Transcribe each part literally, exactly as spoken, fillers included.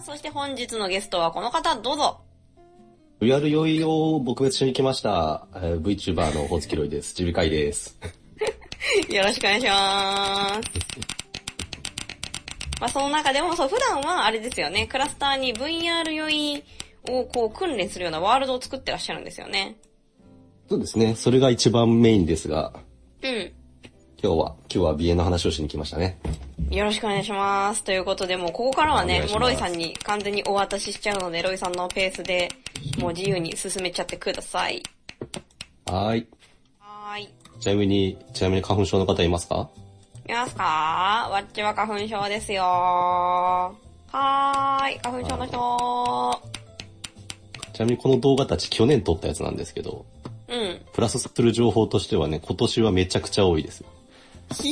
。そして本日のゲストはこの方、どうぞ。 ブイアール 酔いを撲滅しに来ました、えー、VTuber のほつきろいです。ジビカイです。 よろしくお願いします。まあその中でも、そう、普段はあれですよね、クラスターに ブイアール 酔いをこう訓練するようなワールドを作ってらっしゃるんですよね。 そうですね、それが一番メインですが、 うん。 今日は、今日は鼻炎の話をしに来ましたね。 よろしくお願いします。ということで、もうここからはね、もうロイさんに完全にお渡ししちゃうので、ロイさんのペースでもう自由に進めちゃってください。 はーい。 はーい。 ちなみに、ちなみに花粉症の方いますか？ いますか？わっちは花粉症ですよ。はーい、花粉症の人。 ちなみにこの動画たち去年撮ったやつなんですけど、 うん。 プラスする情報としてはね、今年はめちゃくちゃ多いですよ。 ひ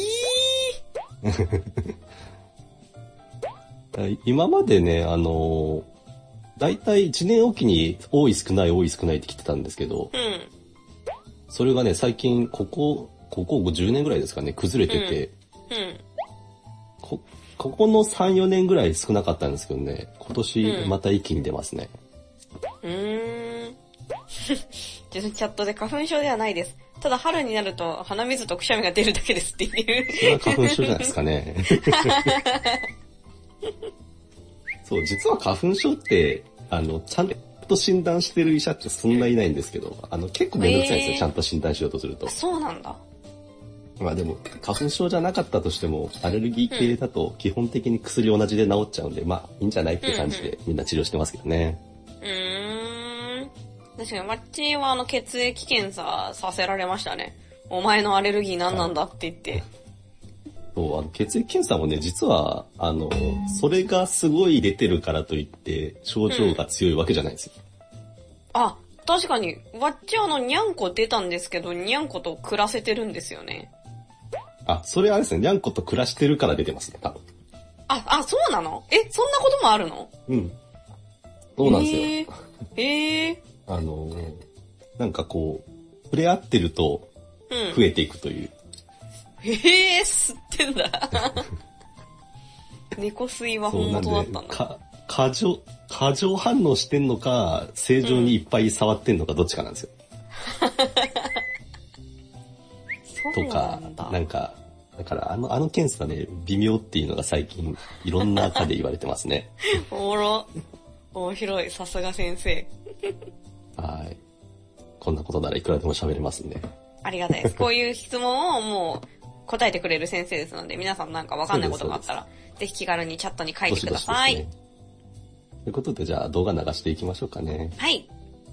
ー今までね、あのー、だいたいいちねんおきに多い少ない多い少ないって来てたんですけど、 うん。 それがね、最近、ここ、ここじゅうねんぐらいですかね、崩れてて、 うん。うん。 こ、ここのさん、よねんぐらい少なかったんですけどね、今年また一気に出ますね。 うーん。チャットで花粉症ではないです。ただ春になると鼻水とくしゃみが出るだけですっていう。 それは花粉症じゃないですかね。そう、実は花粉症って、あの、ちゃんと診断してる医者ってそんないないんですけど、あの、結構めんどくさいんですよ、えー、ちゃんと診断しようとすると。 そうなんだ。 まあでも、花粉症じゃなかったとしても、アレルギー系だと基本的に薬同じで治っちゃうんで、まあ、いいんじゃないって感じでみんな治療してますけどね。 うーん。確かに、マッチはあの血液検査させられましたね。お前のアレルギー何なんだって言って。 そう、あの血液検査もね、実は、あの、それがすごい出てるからといって、症状が強いわけじゃないんですよ。 うん、あ、確かに、わっちあの、にゃんこ出たんですけど、にゃんこと暮らせてるんですよね。 あ、それあれですね、にゃんこと暮らしてるから出てますね、多分。 あ、あ、そうなの？え、そんなこともあるの？ うん。そうなんですよ。 えー、えー、 あの、なんかこう、触れ合ってると、増えていくという。 うん、へえー、吸ってんだ。猫吸いは本当だったんだ。 か、過剰、過剰反応してんのか、正常にいっぱい触ってんのか、どっちかなんですよ。 うん、 とか、なんか、だからあの、あの検査ね、微妙っていうのが最近、いろんな科で言われてますね。 おもろ。面白い。さすが先生。 はい。こんなことならいくらでも喋れますんで。 ありがたいです。こういう質問をもう答えてくれる先生ですので、皆さんなんかわかんないことがあったら、ぜひ気軽にチャットに書いてください。 どしどしですね。ということで、じゃあ動画流していきましょうかね。 はい。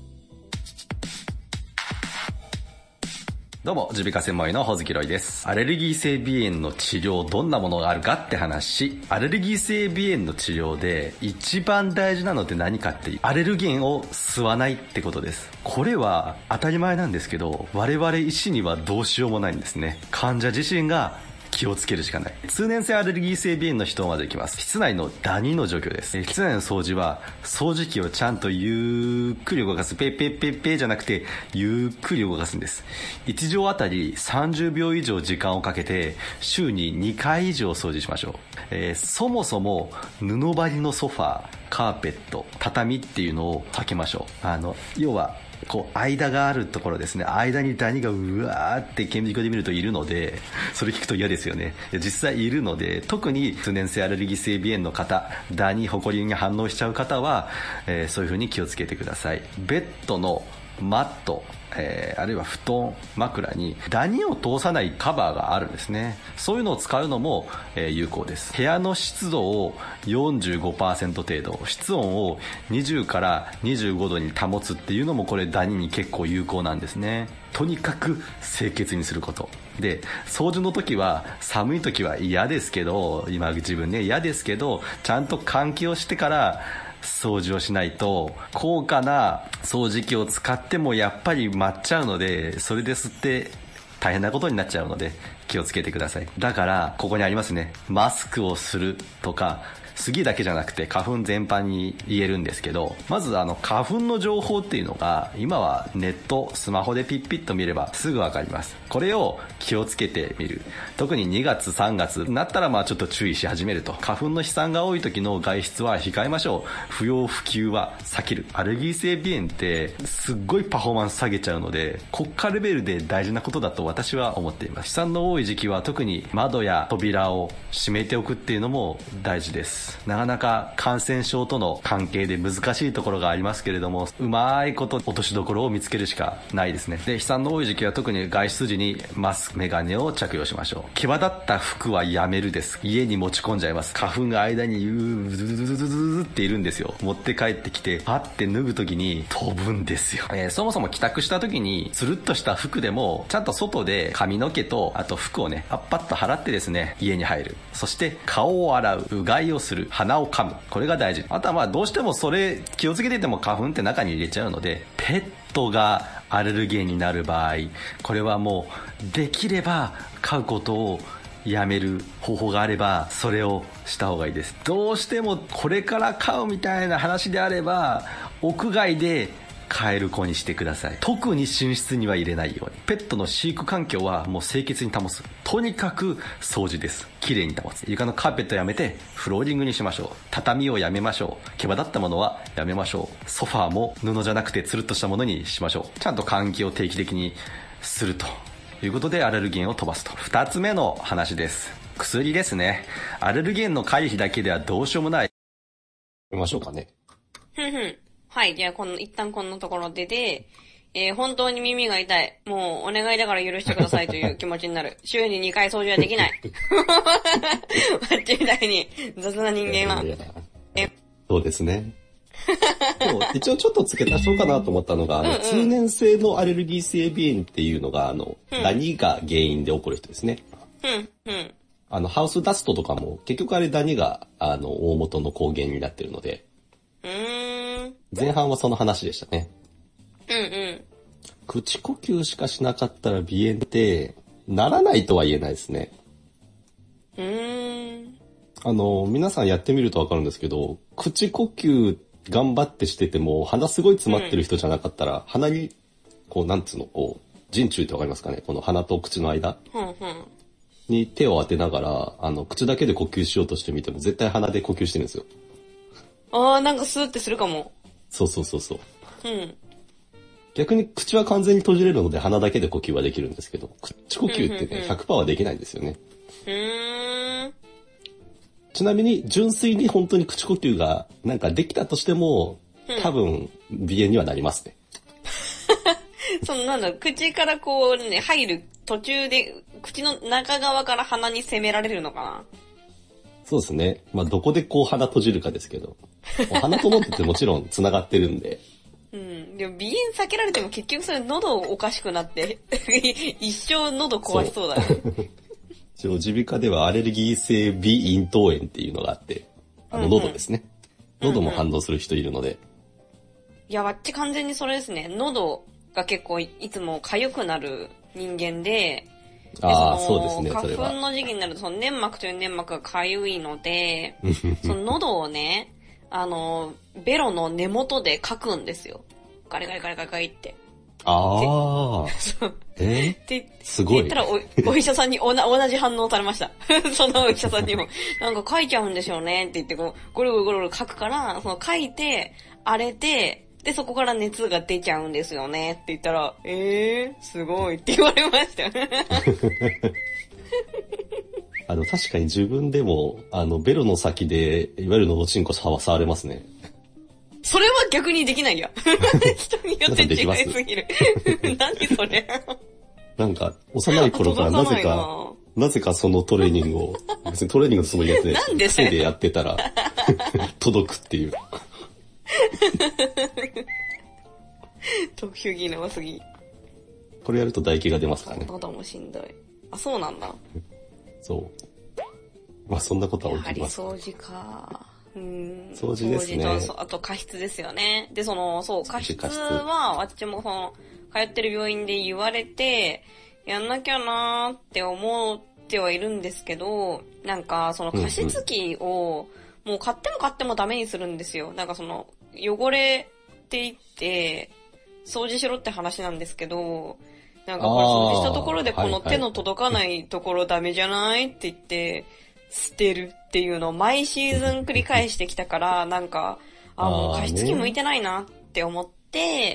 どうも、耳鼻科専門医のほずきろいです。アレルギー性鼻炎の治療、どんなものがあるかって話。アレルギー性鼻炎の治療で一番大事なのって何かって、アレルゲンを吸わないってことです。これは当たり前なんですけど、我々医師にはどうしようもないんですね。患者自身が気をつけるしかない。通年性アレルギー性鼻炎の人までいきます。室内のダニの除去です。室内の掃除は掃除機をちゃんとゆっくり動かす。ペッペッペッペッじゃなくてゆっくり動かすんです。いち錠あたりさんじゅうびょう以上時間をかけて週ににかい以上掃除しましょう。えー、そもそも布張りのソファー、カーペット、畳っていうのを避けましょう。あの要はこう間があるところですね。間にダニがうわーって顕微鏡で見るといるので、それ聞くと嫌ですよね。実際いるので、特に通年性アレルギー性鼻炎の方、ダニ、ホコリに反応しちゃう方は、えー、そういう風に気をつけてください。ベッドのマット、えー、あるいは布団、枕にダニを通さないカバーがあるんですね。そういうのを使うのも、えー、有効です。部屋の湿度を よんじゅうごパーセント 程度、室温をにじゅうからにじゅうごどに保つっていうのもこれダニに結構有効なんですね。とにかく清潔にすることで、掃除の時は寒い時は嫌ですけど、今自分ね嫌ですけど、ちゃんと換気をしてから掃除をしないと、高価な掃除機を使ってもやっぱり舞っちゃうので、それで吸って大変なことになっちゃうので気をつけてください。だからここにありますね、マスクをするとか杉だけじゃなくて花粉全般に言えるんですけど、まずあの花粉の情報っていうのが今はネット、スマホでピッピッと見ればすぐわかります。これを気をつけてみる。特ににがつさんがつになったらまあちょっと注意し始めると。花粉の飛散が多い時の外出は控えましょう。不要不急は避ける。アレルギー性鼻炎ってすっごいパフォーマンス下げちゃうので、国家レベルで大事なことだと私は思っています。飛散の多い時期は特に窓や扉を閉めておくっていうのも大事です。なかなか感染症との関係で難しいところがありますけれども、うまいこと落としどころを見つけるしかないですね。で、飛散の多い時期は特に外出時にマスク、メガネを着用しましょう。際立った服はやめるです。家に持ち込んじゃいます。花粉が間にうーズズズズズズっているんですよ。持って帰ってきてパッて脱ぐ時に飛ぶんですよ。えー、そもそも帰宅した時につるっとした服でもちゃんと外で髪の毛とあと服をねパッパッと払ってですね家に入る。そして顔を洗う、うがいをする、鼻を噛む、これが大事。あとはまあどうしてもそれ気をつけてても花粉って中に入れちゃうので、ペットがアレルゲンになる場合、これはもうできれば飼うことをやめる方法があればそれをした方がいいです。どうしてもこれから飼うみたいな話であれば屋外で飼える子にしてください。特に寝室には入れないように。ペットの飼育環境はもう清潔に保つ。とにかく掃除です。きれいに保つ。床のカーペットやめてフローリングにしましょう。畳をやめましょう。毛羽立ったものはやめましょう。ソファーも布じゃなくてつるっとしたものにしましょう。ちゃんと換気を定期的にするということでアレルゲンを飛ばすと。二つ目の話です。薬ですね。アレルゲンの回避だけではどうしようもない。 見ましょうかね。 ふんふん。はい。じゃあ、この、一旦こんなところでで、えー、本当に耳が痛い。もう、お願いだから許してくださいという気持ちになる。週ににかい掃除はできない。マッチみたいに雑な人間は。 いやいやえそうですね。そう一応ちょっと付け足そうかなと思ったのが、あの、うんうん、通年性のアレルギー性鼻炎っていうのが、あの、うん、ダニが原因で起こる人ですね。 うん、うん。 あの、ハウスダストとかも、結局あれダニが、あの、大元の抗原になってるので。 うーん。 前半はその話でしたね。 うんうん。 口呼吸しかしなかったら鼻炎って、ならないとは言えないですね。 うーん。 あの、皆さんやってみるとわかるんですけど、口呼吸頑張ってしてても、鼻すごい詰まってる人じゃなかったら、うん、鼻に、こう、なんつうの、こう、人中ってわかりますかね？この鼻と口の間、 うんうん、 に手を当てながら、あの、口だけで呼吸しようとしてみても、絶対鼻で呼吸してるんですよ。 あー、なんかスーってするかも。 そうそうそうそう。 うん。 逆に口は完全に閉じれるので鼻だけで呼吸はできるんですけど、口呼吸ってね、ひゃくパーセント はできないんですよね。 うーん。 ちなみに純粋に本当に口呼吸がなんかできたとしても、多分鼻炎にはなりますね。 そのなんだ、口からこうね、入る途中で、口の中側から鼻に攻められるのかな？ そうですね。まあどこでこう鼻閉じるかですけど。鼻と喉ってもちろん繋がってるんで。 うん。でも鼻炎避けられても結局それ喉おかしくなって、一生喉壊しそうだね。 一応耳鼻科ではアレルギー性鼻咽頭炎っていうのがあって、あの喉ですね。うんうん、喉も反応する人いるので。 いや、わっち完全にそれですね。喉が結構いつも痒くなる人間で、 ああ、そうですね、それは。 花粉の時期になると、その粘膜という粘膜が痒いので、その喉をね、あの、ベロの根元でかくんですよ。ガリガリガリガリガリって。 ああ。えー、すごい。 って言ったらお、お医者さんにおな同じ反応されました。そのお医者さんにも。なんか書いちゃうんですよねって言って、こう、ゴロゴロゴロゴロ書くから、その書いて、荒れて、で、そこから熱が出ちゃうんですよねって言ったら、えー、すごいって言われましたよ。 あの、確かに自分でも、あの、ベロの先で、いわゆる喉チンコ触れますね。 それは逆にできないや。人によって違いすぎる。何それ。 なんか、幼い頃からなぜか、なぜかそのトレーニングを、別にトレーニングのつもりやってないなんで手でやってたら、届くっていう。 特殊技能すぎ。 これやると唾液が出ますからね。 喉もしんどい。あ、そうなんだ。 そう。まあそんなことは起きます。 やはり掃除か。うん。 掃除ですね。 掃除と、あと加湿ですよね。で、その、そう、加湿は、あっちもその、通ってる病院で言われて、やんなきゃなーって思ってはいるんですけど、なんか、その加湿器をもう買っても買ってもダメにするんですよ。なんかその、汚れていって、掃除しろって話なんですけど、なんかこれ掃除したところでこの手の届かないところダメじゃないって言って、捨てるっていうのを毎シーズン繰り返してきたから、なんか、あ、もう加湿器向いてないなって思って、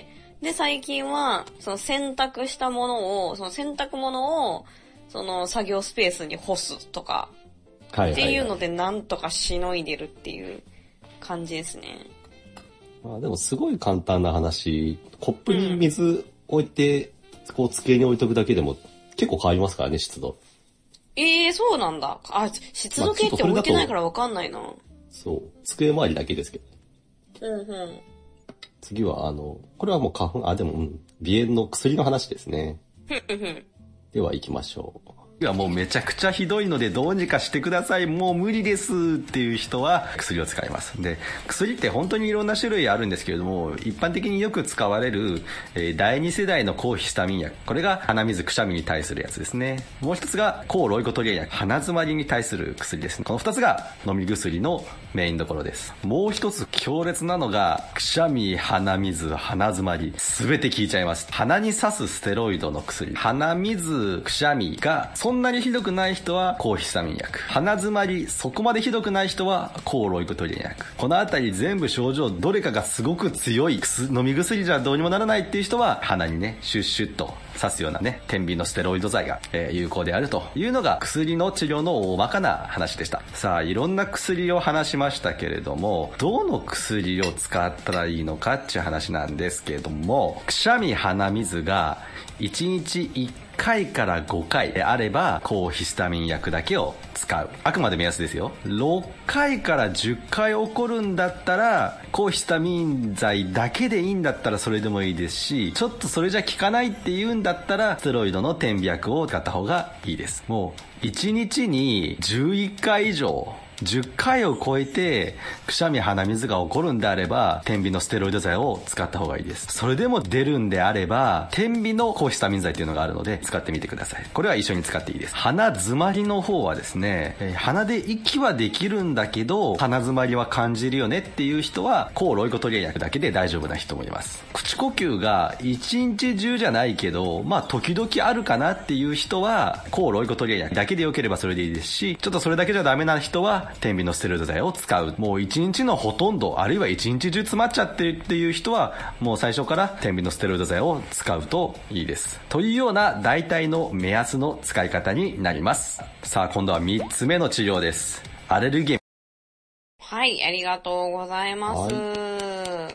で、最近は、その洗濯したものを、その洗濯物を、その作業スペースに干すとか、っていうのでなんとかしのいでるっていう感じですね。 まあでもすごい簡単な話、コップに水置いて、うん、こう机に置いとくだけでも結構変わりますからね、湿度。 ええー、そうなんだ。あ、湿度計って置いてないからわかんないな。 そう。机周りだけですけど。 うんうん。 次は、あの、これはもう花粉、あ、でも、うん、鼻炎の薬の話ですね。では行きましょう。 いやもうめちゃくちゃひどいのでどうにかしてください、もう無理ですっていう人は薬を使います。で、薬って本当にいろんな種類あるんですけれども、一般的によく使われる、えー、だいに世代の抗ヒスタミン薬、これが鼻水くしゃみに対するやつですね。もう一つが抗ロイコトリエン薬、鼻詰まりに対する薬ですね。この二つが飲み薬のメインどころです。もう一つ強烈なのがくしゃみ、鼻水、鼻詰まり、全て効いちゃいます。鼻に刺すステロイドの薬、鼻水、くしゃみがそんなにひどくない人は抗ヒスタミン薬、鼻詰まりそこまでひどくない人は抗ロイコトリエン薬。このあたり全部症状どれかがすごく強い飲み薬じゃどうにもならないっていう人は鼻にねシュッシュッと刺すようなね天秤のステロイド剤が、えー、有効であるというのが薬の治療の大まかな話でした。さあいろんな薬を話しましたけれども、どの薬を使ったらいいのかっていう話なんですけれども、くしゃみ鼻水がいちにちいっかいからごかいであれば抗ヒスタミン薬だけを使う。あくまで目安ですよ。ろっかいからじゅっかい起こるんだったら抗ヒスタミン剤だけでいいんだったらそれでもいいですし、ちょっとそれじゃ効かないっていうんだったらステロイドの点鼻薬を使った方がいいです。もういちにちにじゅういっかい以上じゅっかいを超えてくしゃみ鼻水が起こるんであれば点鼻のステロイド剤を使った方がいいです。それでも出るんであれば点鼻の抗ヒスタミン剤っていうのがあるので使ってみてください。これは一緒に使っていいです。鼻詰まりの方はですね、えー、鼻で息はできるんだけど鼻詰まりは感じるよねっていう人は抗ロイコトリエン薬だけで大丈夫な人もいます。口呼吸が一日中じゃないけどまあ時々あるかなっていう人は抗ロイコトリエン薬だけでよければそれでいいですし、ちょっとそれだけじゃダメな人は点鼻のステロイド剤を使う。もう一日のほとんどあるいは一日中詰まっちゃってるっていう人はもう最初から点鼻のステロイド剤を使うといいですというような大体の目安の使い方になります。さあ今度はみっつめの治療です。アレルギー。 はい、ありがとうございます。はい、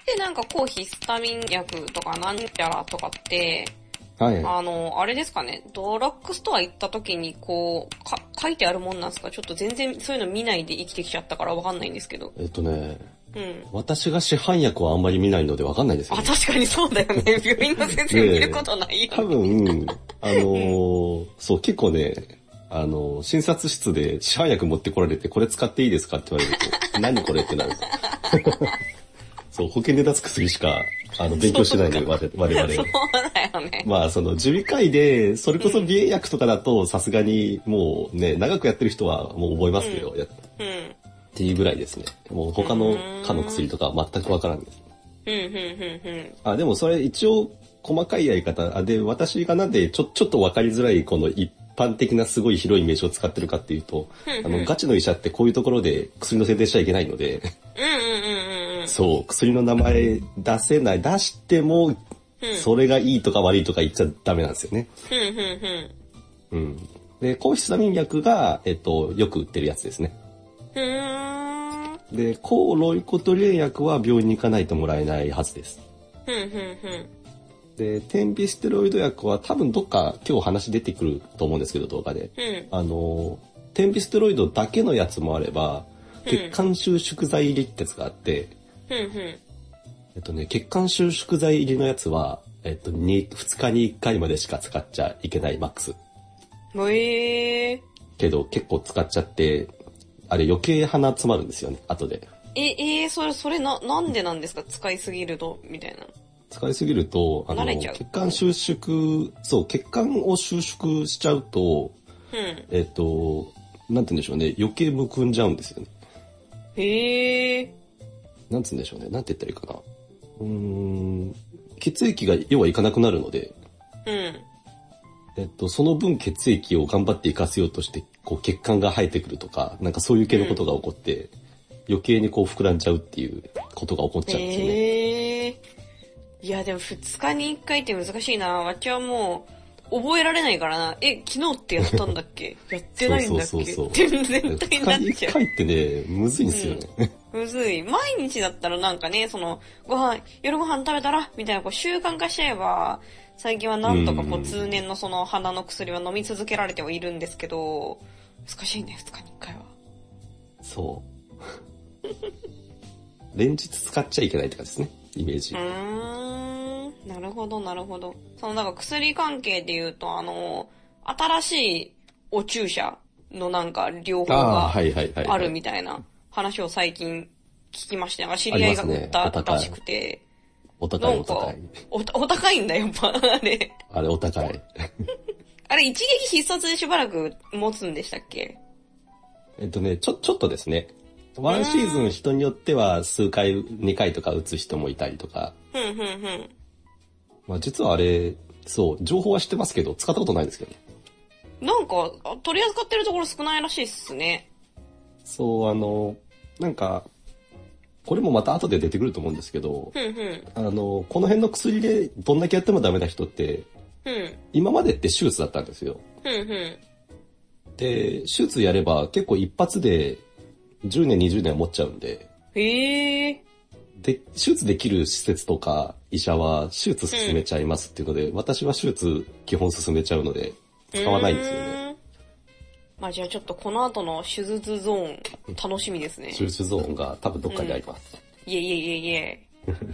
でなんか抗ヒスタミン薬とかなんちゃらとかってはい、あの、あれですかね、ドラッグストア行った時にこう、か、書いてあるもんなんですか？ちょっと全然そういうの見ないで生きてきちゃったからわかんないんですけど。 えっとね、うん、私が市販薬はあんまり見ないのでわかんないですよ、ね。 あ、確かにそうだよね。病院の先生見ることないよね。 多分、あのー、そう、結構ね、あのー、診察室で市販薬持ってこられて、これ使っていいですかって言われると、何これってなる。そう、保険で出す薬しか、あの、勉強してないので、我々。 そうだよね。 まあ、その、耳鼻科医で、それこそ鼻炎薬とかだと、さすがに、もうね、長くやってる人はもう覚えますけど、うん、やうん、っていうぐらいですね。もう他の科の薬とかは全くわからんです。 うん、うん、うん、うん。 あ、でもそれ一応、細かいやり方で、私がなんで、ちょ、ちょっとわかりづらい、この一般的なすごい広い名称を使ってるかっていうと、あの、ガチの医者ってこういうところで薬の宣伝しちゃいけないので、 うんうんうんうん。 そう、薬の名前出せない、出しても、うん、それがいいとか悪いとか言っちゃダメなんですよね。 うんうんうん。うん。で、抗ヒスタミン薬が、えっと、よく売ってるやつですね。 うーん。 で、抗ロイコトリエン薬は病院に行かないともらえないはずです。 うんうんうん。 で、点鼻ステロイド薬は多分どっか今日話出てくると思うんですけど、動画で。 うん、 あの、点鼻ステロイドだけのやつもあれば、血管収縮剤入りってやつがあって、 うんうん、 えっとね、血管収縮剤入りのやつは、えっと、に、ふつかにいっかいまでしか使っちゃいけないマックス。 へー。 けど結構使っちゃって、あれ余計鼻詰まるんですよね、後で。 え、えー、それ、それな、なんでなんですか？使いすぎると、みたいな。 使いすぎると、あの、血管収縮、そう、血管を収縮しちゃうと、 うん、 えっと、なんて言うんでしょうね、余計むくんじゃうんですよね。 へえ。 なんつうんでしょうね。なんて言ったらいいかな。うーん。血液が要はいかなくなるので、 うん。 えっと、その分血液を頑張って活かせようとして、こう血管が生えてくるとか、なんかそういう系のことが起こって、うん、余計にこう膨らんじゃうっていうことが起こっちゃうんですよね。 へえ。いやでもふつかにいっかいって難しいな。わっちはもう覚えられないからな。え、昨日ってやったんだっけやってないんだっけそうそうそうそうって絶対になっちゃう。 ふつかにいっかいってね、むずいんですよね。 うん、むずい。毎日だったらなんかね、その、ご飯、夜ご飯食べたらみたいなこう習慣化しちゃえば、最近はなんとかこう通年のその鼻の薬は飲み続けられてはいるんですけど、難しいね、ふつかにいっかいは。 そう。連日使っちゃいけないって感じですね、イメージ。 うーん、なるほどなるほど。そのなんか薬関係で言うと、あの、新しいお注射のなんか療法があるみたいな話を最近聞きました。なんか知り合いが打ったらしくて。 お高いお高い。 お、お高いんだよ、やっぱ、あれ。 あれお高い。 あれ一撃必殺でしばらく持つんでしたっけ？ えっとね、ちょ、ちょっとですね。ワンシーズン人によっては数回、にかいとか打つ人もいたりとか。 ふんふんふん。 まあ実はあれ、そう、情報は知ってますけど、使ったことないんですけどね。 なんか、取り扱ってるところ少ないらしいっすね。 そう、あの、なんか、これもまた後で出てくると思うんですけど、 ふんふん。 あの、この辺の薬でどんだけやってもダメな人って、 ふん。 今までって手術だったんですよ。 ふんふん。 で、手術やれば結構一発でじゅうねん、にじゅうねんは持っちゃうんで、 へー。 で、手術できる施設とか医者は手術進めちゃいますっていうので、うん、私は手術基本進めちゃうので、使わないんですよね。 まあじゃあちょっとこの後の手術ゾーン楽しみですね。 手術ゾーンが多分どっかにあります。 うん、いえいえいえいえ。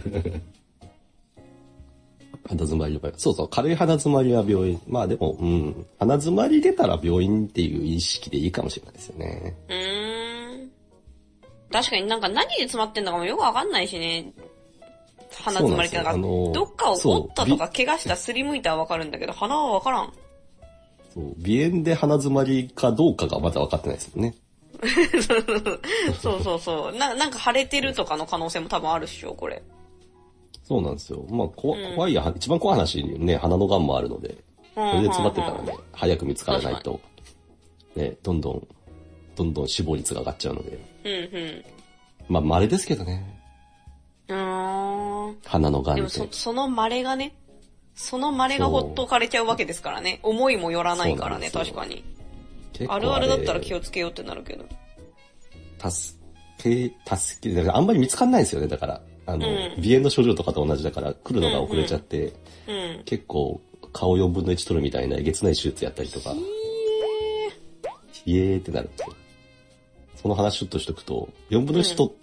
鼻詰まりの場合。そうそう、軽い鼻詰まりは病院。まあでも、うん。鼻詰まり出たら病院っていう意識でいいかもしれないですよね。 うーん。確かになんか何で詰まってんのかもよくわかんないしね。鼻詰まりってなんか、どっかを折ったとか怪我したすりむいたはわかるんだけど、鼻はわからん。 そう、鼻炎で鼻詰まりかどうかがまだ分かってないですよね。 そうそうそう。な、なんか腫れてるとかの可能性も多分あるっしょ、これ。 そうなんですよ。まあ、怖いや、うん、一番怖い話ね、鼻のがんもあるので、それで詰まってたらね、早く見つからないと、ね、どんどん、どんどん死亡率が上がっちゃうので。 うんうん。 まあ、稀ですけどね。 うーん。 鼻のがんって。 でもそ、その稀がね、その稀がほっとかれちゃうわけですからね。思いもよらないからね、確かに。あるあるだったら気をつけようってなるけど。 助け、助け、だからあんまり見つかんないですよね、だから。あの、うん、鼻炎の症状とかと同じだから来るのが遅れちゃって、 うんうんうん、 結構顔よんぶんのいち取るみたいなえげつない手術やったりとか、ひえーってなるんですよ。その話ちょっとしとくと、よんぶんのいち取って、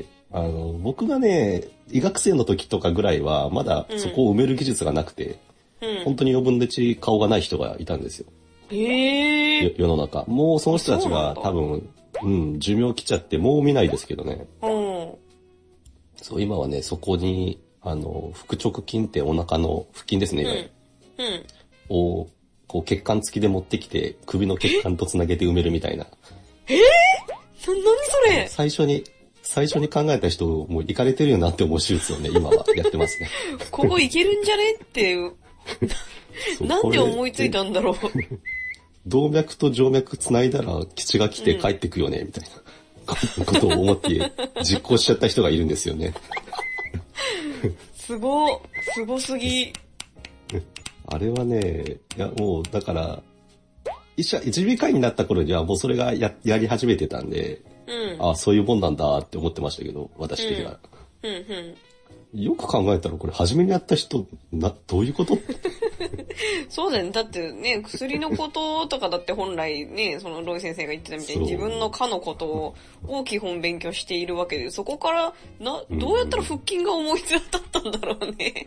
うん、あの、僕がね、医学生の時とかぐらいはまだそこを埋める技術がなくて、うん、本当によんぶんのいち顔がない人がいたんですよ。 へー。 世の中。もうその人たちが多分、うん、寿命来ちゃってもう見ないですけどね。 うんそう、今はね、そこに、あの、腹直筋ってお腹の腹筋ですね、 うん。うん。 を、こう血管付きで持ってきて、首の血管とつなげて埋めるみたいな。 えぇ、ー、な、なにそれ最初に、最初に考えた人、もう行かれてるよなって思う手術をね、今はやってますね。 ここいけるんじゃねっていう。なんで思いついたんだろう。 動脈と静脈つないだら、基地が来て帰ってくよね、うん、みたいな。ことを思って実行しちゃった人がいるんですよね。 すご、すごすぎ。 あれはね、いやもうだから、医者、耳鼻科医になった頃にはもうそれがや、やり始めてたんで、 うん、 ああ、そういうもんなんだって思ってましたけど、私的には。 うんうんうんよく考えたらこれ初めにやった人、な、どういうことそうだよね。だってね、薬のこととかだって本来ね、そのロイ先生が言ってたみたいに自分の科のことを基本勉強しているわけで、そこからな、どうやったら腹筋が思いついたったんだろうね。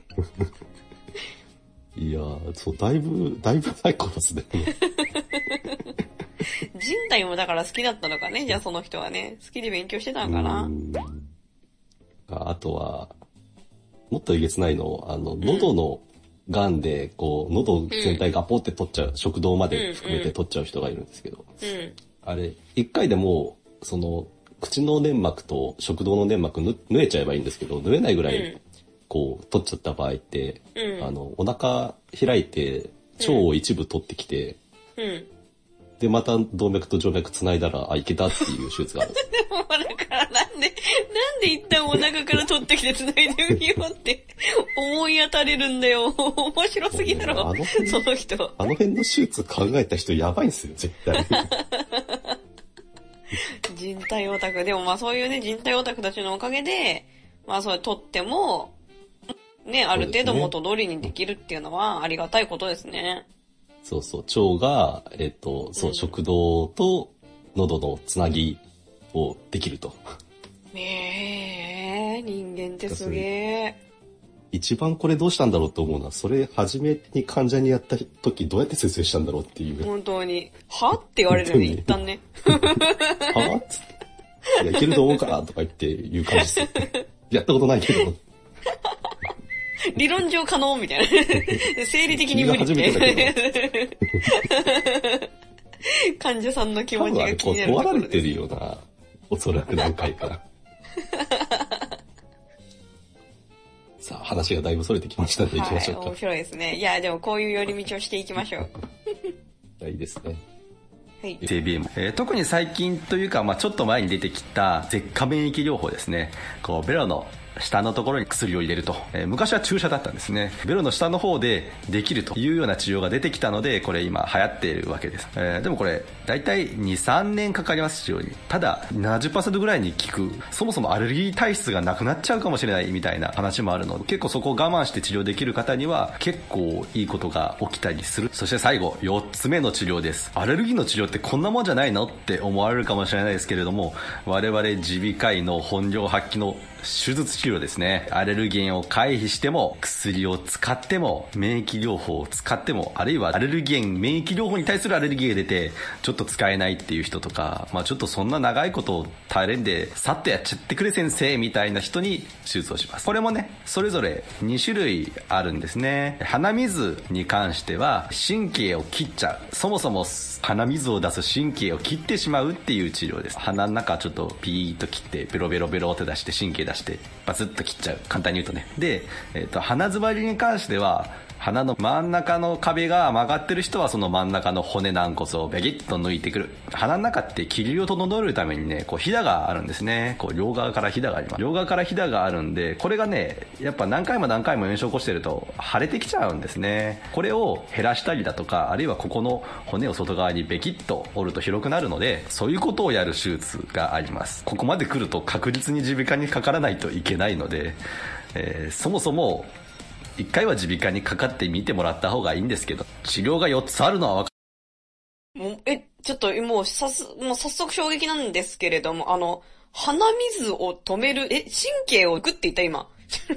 いやー、そう、だいぶ、だいぶ最高ですね。 人体もだから好きだったのかね、じゃあその人はね。好きで勉強してたのかな。 あとは、もっとえげつないの、あの、喉の癌で、こう、喉全体がポって取っちゃう、うん、食道まで含めて取っちゃう人がいるんですけど、 うん、 あれ、一回でもう、その、 口の粘膜と食道の粘膜ぬ縫えちゃえばいいんですけど、縫えないぐらい、うん、こう取っちゃった場合って、うん、あのお腹開いて腸を一部取ってきて、うん、でまた動脈と静脈つないだらあいけたっていう手術があるんです。 でもだからなんでなんで一旦お腹から取ってきてつないでみようって思い当たれるんだよ。面白すぎだろ、ね、その人。 あの辺の手術考えた人やばいんですよ絶対。 人体オタク。でもまあそういうね、人体オタクたちのおかげで、まあそれ取っても、ね、ある程度元通りにできるっていうのはありがたいことですね。 そうそう、腸が、えっと、そう、うん、食道と喉のつなぎをできると。 ねえ、人間ってすげえ。 一番これどうしたんだろうと思うのは、それ初めに患者にやった時どうやって説明したんだろうっていう。 本当に。はって言われるよね、一旦ね。 はつって。いや、いけると思うからとか言って言う感じですよ。やったことないけど。 理論上可能みたいな。生理的に無理みたいな。患者さんの気持ちが気になるところです。 断られてるような、おそらく何回か。さあ、話がだいぶ逸れてきましたので、行きましょうか。 はい、面白いですね。いや、でもこういう寄り道をしていきましょう。いいですね。 はい、セービーエム、えー、特に最近というか、まあ、ちょっと前に出てきた舌下免疫療法ですね。こうベロの下のところに薬を入れると、えー、昔は注射だったんですね。ベロの下の方でできるというような治療が出てきたので、これ今流行っているわけです。えー、でもこれだいたいに、さんねんかかります、治療に。ただななじゅっパーセントぐらいに効く、そもそもアレルギー体質がなくなっちゃうかもしれないみたいな話もあるので、結構そこを我慢して治療できる方には結構いいことが起きたりする。そして最後よっつめの治療です。アレルギーの治療ってこんなもんじゃないのって思われるかもしれないですけれども、我々耳鼻科医の本領発揮の手術治療ですね。アレルゲンを回避しても、薬を使っても、免疫療法を使っても、あるいはアレルゲン、免疫療法に対するアレルギーが出てちょっと使えないっていう人とか、まあちょっとそんな長いことを耐えれんでさっとやっちゃってくれ先生みたいな人に手術をします。これもね、それぞれに種類あるんですね。鼻水に関しては神経を切っちゃう、そもそも鼻水を出す神経を切ってしまうっていう治療です。鼻の中ちょっとピーッと切ってベロベロベロって出して神経出してバツッと切っちゃう、簡単に言うとね。で、えーと、鼻詰まりに関しては鼻の真ん中の壁が曲がってる人はその真ん中の骨軟骨をベキッと抜いてくる。鼻の中って気流を整えるためにね、こうひだがあるんですね。こう両側からひだがあります。両側からひだがあるんで、これがねやっぱ何回も何回も炎症を起こしてると腫れてきちゃうんですね。これを減らしたりだとか、あるいはここの骨を外側にベキッと折ると広くなるので、そういうことをやる手術があります。ここまで来ると確実に耳鼻科にかからないといけないので、えー、そもそも一回は耳鼻科にかかってみてもらった方がいいんですけど、治療がよっつあるのは分かもうえ、ちょっともうさす、もう早速衝撃なんですけれども、あの、鼻水を止める、え、神経を抜くって言った今。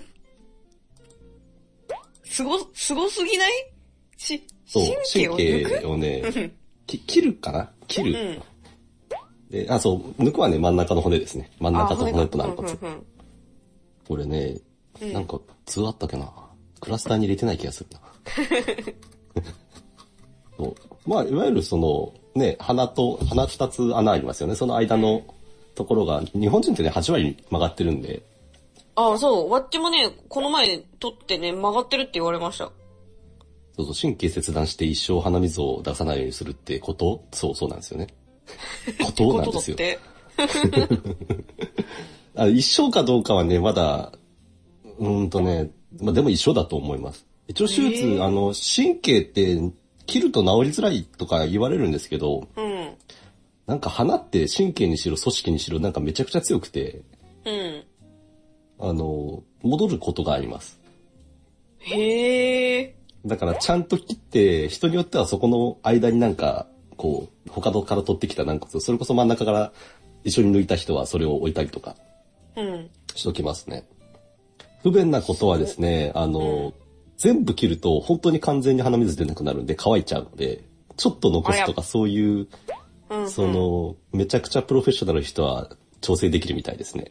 すご、すごすぎないし、 そう、神経を抜く？神経をね、き切るかな切る、うんで。あ、そう、抜くはね、真ん中の骨ですね。真ん中と骨と軟骨。これね、うん、なんか、図あったっけな。クラスターに入れてない気がするな。そうまあ、いわゆるその、ね、鼻と、鼻二つ穴ありますよね。その間のところが、日本人ってね、はち割曲がってるんで。 ああ、そう。わっちもね、この前取ってね、曲がってるって言われました。 そうそう、神経切断して一生鼻水を出さないようにするってことそう、そうなんですよね。ことなんですよ。あ一生かどうかはね、まだ、うーんとね、まあでも一緒だと思います。一応手術、えー、あの、神経って切ると治りづらいとか言われるんですけど、うん、なんか鼻って神経にしろ組織にしろなんかめちゃくちゃ強くて、うん、あの、戻ることがあります。 へー。 だからちゃんと切って、人によってはそこの間になんか、こう、他のから取ってきた軟骨、それこそ真ん中から一緒に抜いた人はそれを置いたりとか、しときますね。不便なことはですね、あの、うん、全部切ると本当に完全に鼻水出なくなるんで乾いちゃうので、ちょっと残すとかそういう、うんうん、その、めちゃくちゃプロフェッショナルの人は調整できるみたいですね。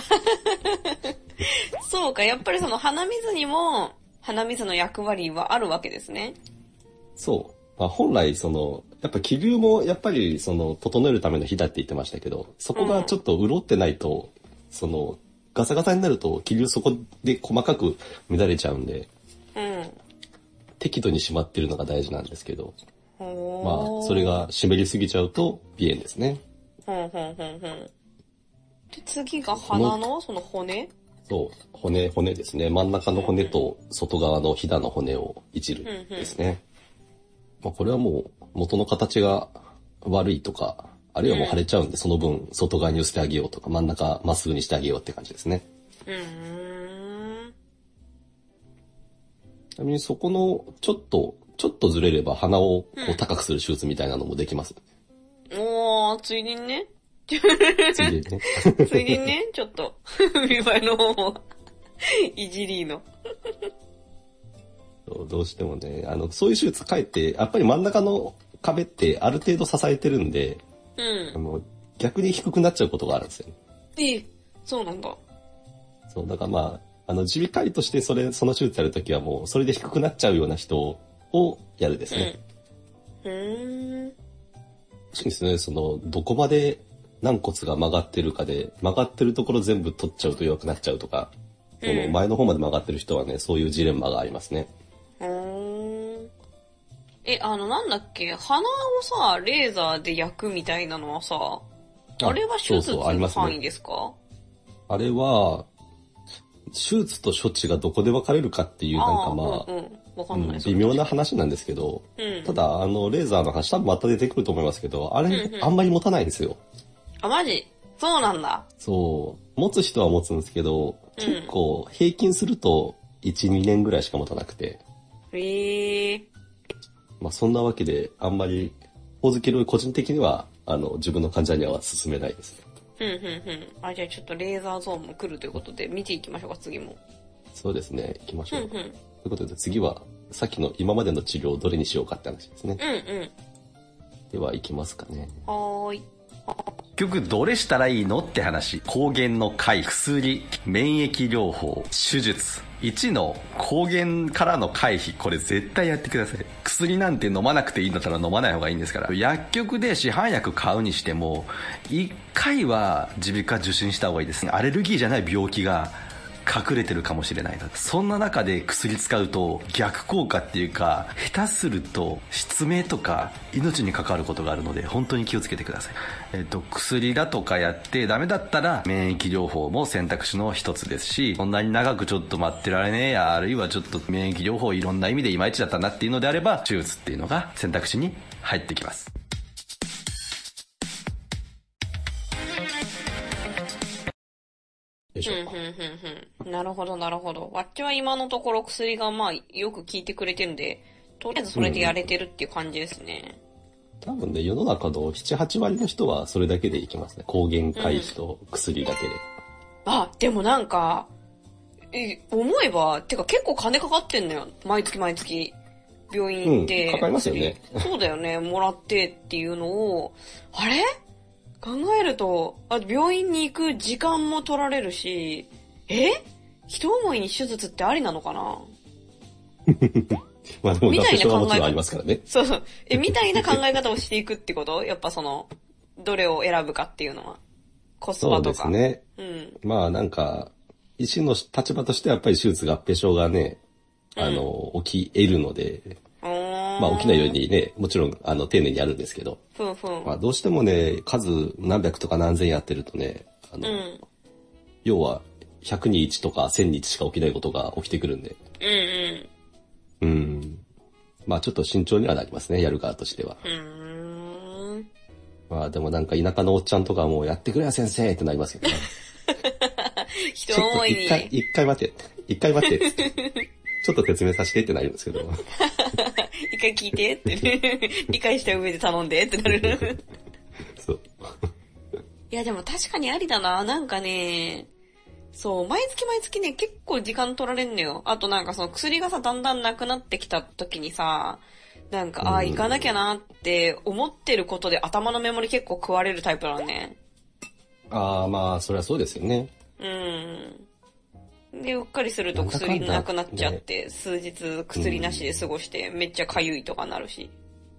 そうか、やっぱりその鼻水にも鼻水の役割はあるわけですね。 そまあ、本来その、やっぱ気流もやっぱりその、整えるための火だって言ってましたけど、そこがちょっと潤ってないと、うん、その、ガサガサになると気流そこで細かく乱れちゃうんで、うん、適度に締まってるのが大事なんですけど、まあ、それが湿りすぎちゃうと鼻炎ですね。 ふんふんふんふん。で、次が鼻のその骨？ そう、骨、骨ですね。真ん中の骨と外側のひだの骨をいじるですね。うんうん、まあ、これはもう元の形が悪いとか、あるいはもう腫れちゃうんで、うん、その分外側に寄せてあげようとか、真ん中まっすぐにしてあげようって感じですね。うーん。ちなみにそこのちょっと、ちょっとずれれば鼻をこう高くする手術みたいなのもできます。 うん、おー、ついでにね。ついでにね。ついでにね、ちょっと、見栄えの方を、いじりの。 どうしてもね、あの、そういう手術かえって、やっぱり真ん中の壁ってある程度支えてるんで、うん、あの逆に低くなっちゃうことがあるんですよ。 ええ、そうなんだ。 そう、だからまあ、あの、耳鼻科医としてそれ、その手術やるときはもう、それで低くなっちゃうような人をやるですね。うん。うーん。そうですね、その、どこまで軟骨が曲がってるかで、曲がってるところ全部取っちゃうと弱くなっちゃうとか、うん、この前の方まで曲がってる人はね、そういうジレンマがありますね。うーん。え、あの、なんだっけ、鼻をさ、レーザーで焼くみたいなのはさ、あれは手術の範囲ですか？ あれは、手術と処置がどこで分かれるかっていう、なんかまあ、うんうんわかんない、うん、微妙な話なんですけど、うん、ただ、あの、レーザーの話多分また出てくると思いますけど、あれ、うんうん、あんまり持たないんですよ。 あ、マジ？そうなんだ。 そう。持つ人は持つんですけど、うん、結構平均するといち、にねんぐらいしか持たなくて。 へー。 まあそんなわけで、あんまり、ほおずきロイ個人的には、あの、自分の患者には勧めないですね。 うんうんうん。あ、じゃあちょっとレーザーゾーンも来るということで見ていきましょうか、次も。 そうですね、行きましょう。うんうん、ということで次は、さっきの今までの治療をどれにしようかって話ですね。 うんうん。 では行きますかね。 はーい。 結局どれしたらいいのって話。抗原の回、薬、免疫療法、手術。いちの抗原からの回避、これ絶対やってください。薬なんて飲まなくていいんだったら飲まない方がいいんですから。薬局で市販薬買うにしても、いっかいは耳鼻科受診した方がいいですね。アレルギーじゃない病気が隠れてるかもしれない。そんな中で薬使うと逆効果っていうか、下手すると失明とか命に関わることがあるので、本当に気をつけてください。えっと、薬だとかやってダメだったら免疫療法も選択肢の一つですし、そんなに長くちょっと待ってられねえや、あるいはちょっと免疫療法いろんな意味でいまいちだったなっていうのであれば、手術っていうのが選択肢に入ってきます。 うんうんうんうん、なるほどなるほど。わっちは今のところ薬がまあよく効いてくれてるんで、とりあえずそれでやれてるっていう感じですね。 うん、多分ね、世の中のなな、はち割の人はそれだけでいきますね。抗原回避と薬だけで。うん、 あ、でもなんか、え、思えば、てか結構金かかってんのよ。毎月毎月。病院行って、 うん、かかりますよね。 そうだよね。もらってっていうのを、あれ考えると、あ、病院に行く時間も取られるし、え一思いに手術ってありなのかなまあでも合併症はもちろんありますからね。 そうそう。え、みたいな考え方をしていくってことやっぱその、どれを選ぶかっていうのは。コスパとか。 そうですね。うん。まあなんか、医師の立場としてはやっぱり手術合併症がね、あの、うん、起き得るので、まあ起きないようにね、もちろんあの丁寧にやるんですけど、 ふんふんまあどうしてもね、数何百とか何千やってるとね、あの、うん、要はひゃくにいちとかせんにいちしか起きないことが起きてくるんで、うんうん。うん。まあちょっと慎重にはなりますね、やる側としては。うーん。まあでもなんか田舎のおっちゃんとかもやってくれや先生ってなりますけどね。 人思いに。 一回、一回待って、一回待ってって。ちょっと説明させてってなるんですけど。 一回聞いてって、理解した上で頼んでってなる。 そう。 いやでも確かにありだな。なんかね、そう、毎月毎月ね、結構時間取られんのよ。あとなんかその薬がさ、だんだんなくなってきた時にさ、なんか、ああ、行かなきゃなって思ってることで頭のメモリ結構食われるタイプなのね。 ああ、まあ、そりゃそうですよね。 うん。で、うっかりすると薬なくなっちゃって、数日薬なしで過ごして、めっちゃかゆいとかなるし。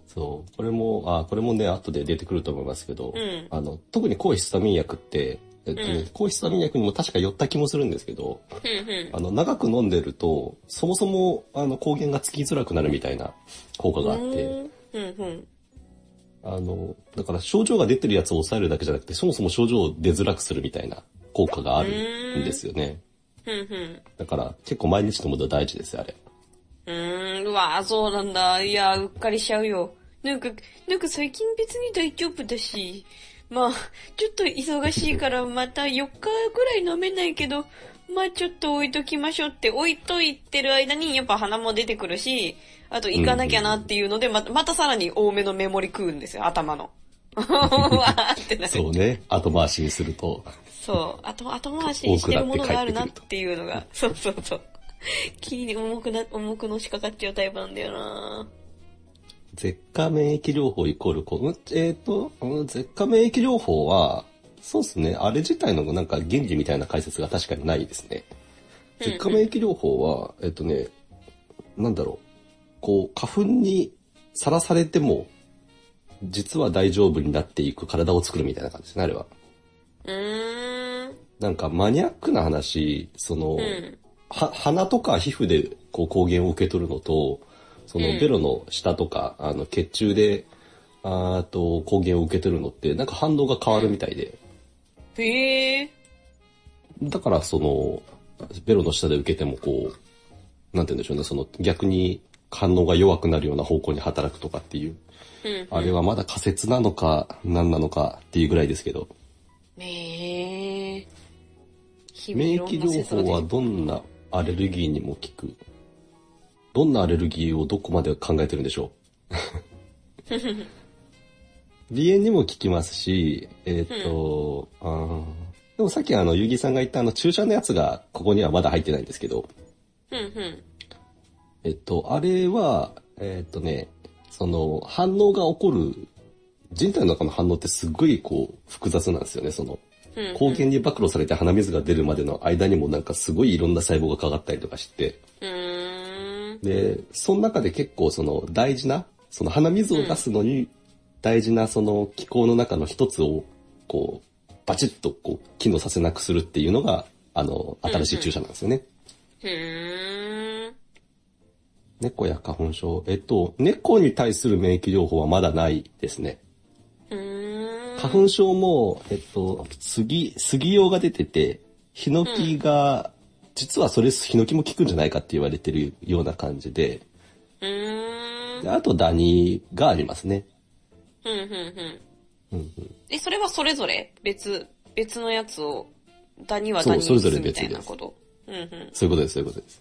そう。これも、あ、これもね、後で出てくると思いますけど、 うん、 あの、特に抗ヒスタミン薬って、えっとね、 うん、 抗ヒスタミン薬にも確か寄った気もするんですけど、 うんうん、 あの、長く飲んでると、そもそも、あの、抗原がつきづらくなるみたいな効果があって、 うんうんあの、だから症状が出てるやつを抑えるだけじゃなくて、そもそも症状を出づらくするみたいな効果があるんですよね。 うんうん、 だから結構毎日飲むの大事ですよ、あれ。 うーん、うわぁ、そうなんだ。いや、うっかりしちゃうよ。なんか、なんか最近別に大丈夫だし、まあ、ちょっと忙しいからまたよっかぐらい飲めないけど、まあちょっと置いときましょうって置いといてる間にやっぱ鼻も出てくるし、あと行かなきゃなっていうので、また、またさらに多めのメモリ食うんですよ、頭の。わーってなる。 そうね、後回しにすると。 そう、後、後回しにしてるものがあるなっていうのが、そうそうそう。気に重くな、重くのしかかっちゃうタイプなんだよな。 舌下免疫療法イコールこう、えっ、ー、と、舌下免疫療法は、そうですね、あれ自体のなんか原理みたいな解説が確かにないですね。舌下免疫療法は、えっ、ー、とね、なんだろう、こう、花粉にさらされても、実は大丈夫になっていく体を作るみたいな感じですね、あれは。 うーん。 なんかマニアックな話、その、 うん、 は鼻とか皮膚でこう抗原を受け取るのと、そのベロの下とか、うん、あの血中であと抗原を受け取るのってなんか反応が変わるみたいで。 へえ。 だからそのベロの下で受けてもこうなんて言うんでしょうね、その逆に反応が弱くなるような方向に働くとかっていう、うんうん、あれはまだ仮説なのか何なのかっていうぐらいですけど。 へえ。 免疫療法はどんなアレルギーにも効く。どんなアレルギーをどこまで考えてるんでしょう。鼻炎にも効きますし、えっ、ー、と、うん、あでもさっきあの、ゆうぎさんが言ったあの、注射のやつがここにはまだ入ってないんですけど、 うんうん、 えっと、あれは、えっとね、その、反応が起こる、人体の中の反応ってすっごいこう、複雑なんですよね、その、抗原に暴露されて鼻水が出るまでの間にもなんかすごいいろんな細胞がかかったりとかして、 うーんで、その中で結構その大事な、その鼻水を出すのに大事なその機構の中の一つをこう、バチッとこう、機能させなくするっていうのが、あの、新しい注射なんですよね。 うんうん、へー。 猫や花粉症、えっと、猫に対する免疫療法はまだないですね。 うーん花粉症も、えっと、杉、杉用が出てて、ヒノキが、うん、実はそれ、ヒノキも効くんじゃないかって言われてるような感じで、 うーんであとダニがありますね。 うんうんうん。 うんうん、 え、それはそれぞれ別、別のやつを、ダニはダニにするみたいなこと。うんうん。 そういうことです、そういうことです。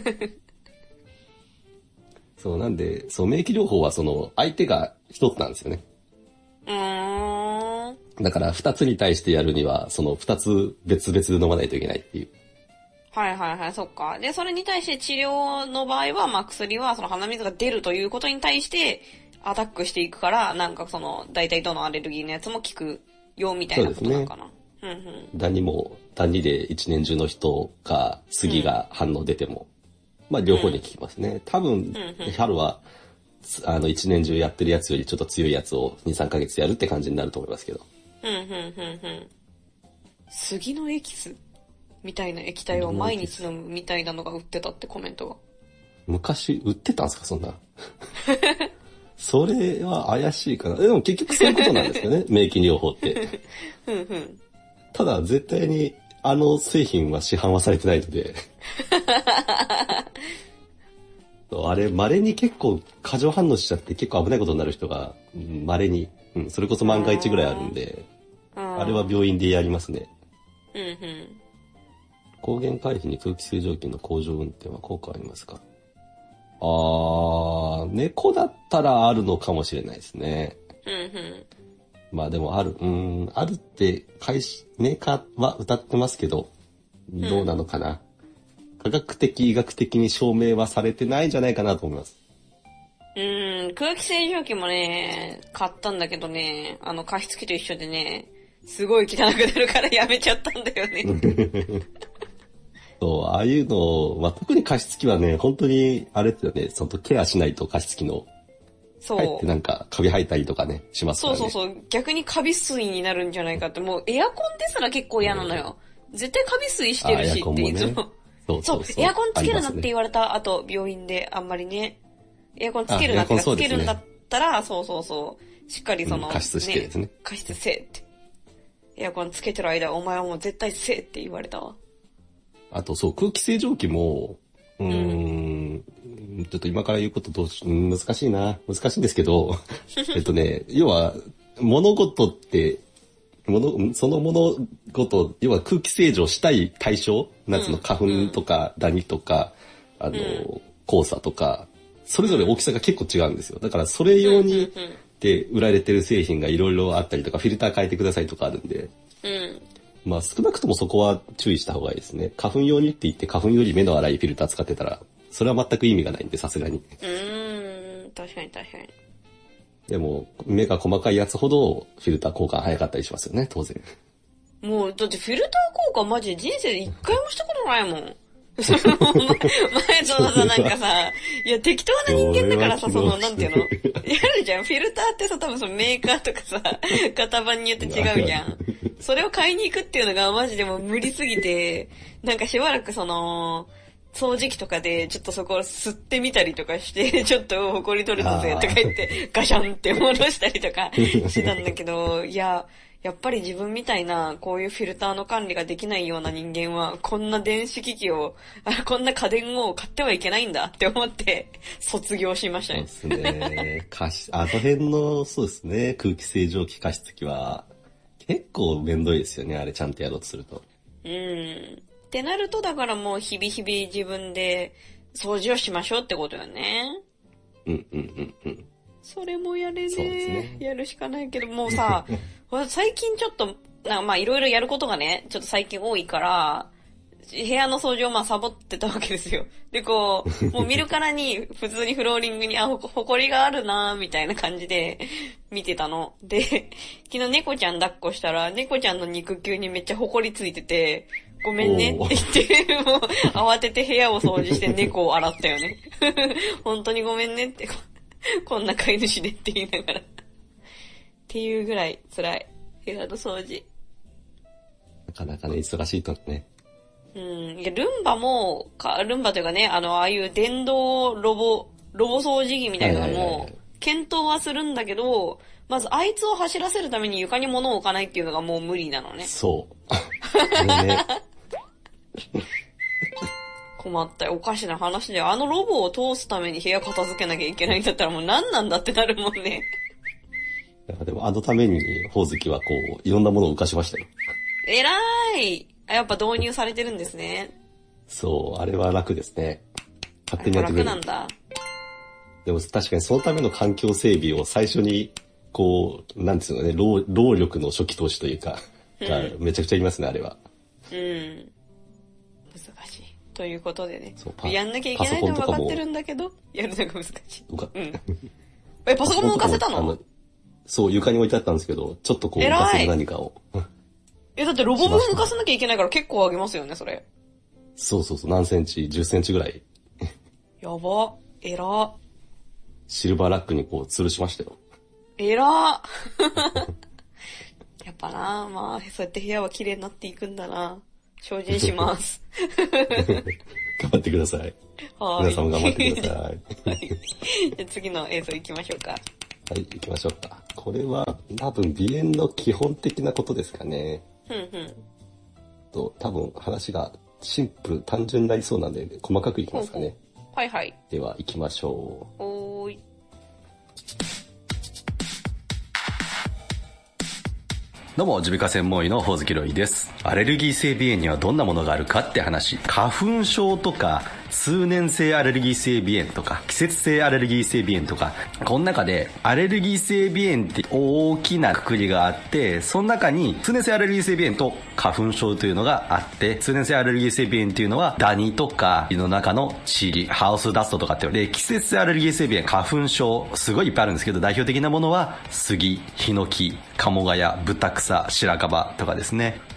そう、なんで、そう、免疫療法はその、相手が一つなんですよね。 うーん。 だから二つに対してやるには、その二つ別々で飲まないといけないっていう。 はいはいはい、そっか。で、それに対して治療の場合は、まあ薬はその鼻水が出るということに対してアタックしていくから、なんかその、大体どのアレルギーのやつも効くよみたいなことなのかな。うんうん。 ダニも、ダニで一年中の人か、杉が反応出ても、うん、まあ両方に効きますね。うん、多分、うんうん、春は、あの一年中やってるやつよりちょっと強いやつをに、さんかげつやるって感じになると思いますけど。 うんうんうんうん。杉のエキスみたいな液体を毎日飲むみたいなのが売ってたってコメントが。 昔売ってたんですか、そんな。それは怪しいかな。でも結局そういうことなんですよね、免疫療法って。 うんうん。 ただ絶対にあの製品は市販はされてないので。あれ、稀に結構過剰反応しちゃって結構危ないことになる人が、稀に、うん、それこそ万が一ぐらいあるんで、あ, あれは病院でやりますね。 うんうん。 抗原回避に空気清浄機の工場運転は効果ありますか？あー、猫だったらあるのかもしれないですね。 うんうん。 まあでもある、うーん、あるって会社、メーカーは歌ってますけど、どうなのかな。うん科学的、医学的に証明はされてないんじゃないかなと思います。 うーん、空気清浄機もね、買ったんだけどね、あの加湿器と一緒でね、すごい汚くなるからやめちゃったんだよね。 そう、ああいうの、まあ、特に加湿器はね、本当に、あれですよね、そのケアしないと加湿器の、 そう。 かえってなんかカビ生えたりとかね、しますからね。 そうそうそう。逆にカビ吸いになるんじゃないかって、もうエアコンですら結構嫌なのよ。絶対カビ吸いしてるしっていつも。 そうそうそう、エアコンつけるなって言われた後、病院であんまりね、エアコンつけるなってつけるんだったら、そうそうそう、しっかりその、 加湿してですね。 加湿せえって。エアコンつけてる間、お前はもう絶対せえって言われたわ。 あとそう、空気清浄機も、うーん、うん、ちょっと今から言うことどうし、難しいな。難しいんですけど、えっとね、要は、物事って、物その物事、要は空気清浄したい対象、夏の花粉とかダニとか、あの、黄砂とか、それぞれ大きさが結構違うんですよ。だからそれ用にで売られてる製品がいろいろあったりとか、フィルター変えてくださいとかあるんで、 うん、 まあ少なくともそこは注意した方がいいですね。花粉用にって言って花粉より目の粗いフィルター使ってたら、それは全く意味がないんで、さすがに。 うーん、確かに確かに。 でも、目が細かいやつほど、フィルター交換早かったりしますよね、当然。 もう、だってフィルター交換マジで人生で一回もしたことないもん。前とさ、なんかさ、いや、適当な人間だからさ、その、なんていうのやるじゃん。フィルターってさ、多分そのメーカーとかさ、型番によって違うじゃん。それを買いに行くっていうのがマジでもう無理すぎて、なんかしばらくその、掃除機とかでちょっとそこを吸ってみたりとかして、ちょっと埃取るぞぜとか言ってガシャンって戻したりとかしてたんだけど、いや、やっぱり自分みたいなこういうフィルターの管理ができないような人間はこんな電子機器を、あ、こんな家電を買ってはいけないんだって思って卒業しましたね。 そうですね。加湿、あの辺の、そうですね、空気清浄機加湿器は結構めんどいですよね、あれちゃんとやろうとすると。 うん。ってなると、だからもう日々日々自分で掃除をしましょうってことよね。 うんうんうんうん。 それもやれねそうですね。 やるしかないけど、もうさ、最近ちょっと、なんかまあいろいろやることがね、ちょっと最近多いから、部屋の掃除をまあサボってたわけですよ。で、こう、もう見るからに普通にフローリングに、あ、ほこりがあるなぁ、みたいな感じで見てたの。で、昨日猫ちゃん抱っこしたら、猫ちゃんの肉球にめっちゃほこりついてて、ごめんねって言って、もう慌てて部屋を掃除して猫を洗ったよね。本当にごめんねって、こんな飼い主でって言いながら。っていうぐらい辛い。部屋の掃除。 なかなかね、忙しいとね。 うん。いや、ルンバも、かルンバというかね、あの、ああいう電動ロボ、ロボ掃除機みたいなのも、検討はするんだけど、まずあいつを走らせるために床に物を置かないっていうのがもう無理なのね。 そう。これね。 困ったよ。おかしな話で、あのロボを通すために部屋片付けなきゃいけないんだったらもう何なんだってなるもんね。 でもあのために、ほおずきはこう、いろんなものを浮かしましたよ。 えらーい。やっぱ導入されてるんですね。 そう、あれは楽ですね。勝手にやってくれる。 楽なんだ。 でも確かにそのための環境整備を最初に、こう、なんですよね、労、労力の初期投資というか、がめちゃくちゃいますね、あれは。 うん。難しい。ということでね。 そうやんなきゃいけないのは分かってるんだけど、やるのが難しい。うん。え、パソコンも浮かせたの？ そう、床に置いてあったんですけど、ちょっとこう浮かせる何かを。 え、だってロボ分浮かせなきゃいけないから結構あげますよね、それ。 そうそうそう、何センチ ?じゅっ センチぐらい。 やば。えら。 シルバーラックにこう吊るしましたよ。 えら。やっぱな、まあ、そうやって部屋は綺麗になっていくんだな。精進します。 頑張ってください。はい。皆さんも頑張ってください。はい。 じゃあ次の映像行きましょうか。 はい、行きましょうか。これは多分鼻炎の基本的なことですかね。 うんうん。 と多分話がシンプル単純になりそうなんで細かくいきますかね。 ほうほう、はいはい。 では行きましょう。おーい。 どうも、耳鼻科専門医のほおずきろいです。アレルギー性鼻炎にはどんなものがあるかって話。花粉症とか、通年性アレルギー性鼻炎とか、季節性アレルギー性鼻炎とか、この中でアレルギー性鼻炎って大きな括りがあって、その中に通年性アレルギー性鼻炎と花粉症というのがあって、通年性アレルギー性鼻炎っていうのはダニとか胃の中の塵、ハウスダストとかってで、季節性アレルギー性鼻炎、花粉症、すごいいっぱいあるんですけど、代表的なものは杉、ヒノキ、カモガヤ、ブタクサ、白樺とかですね。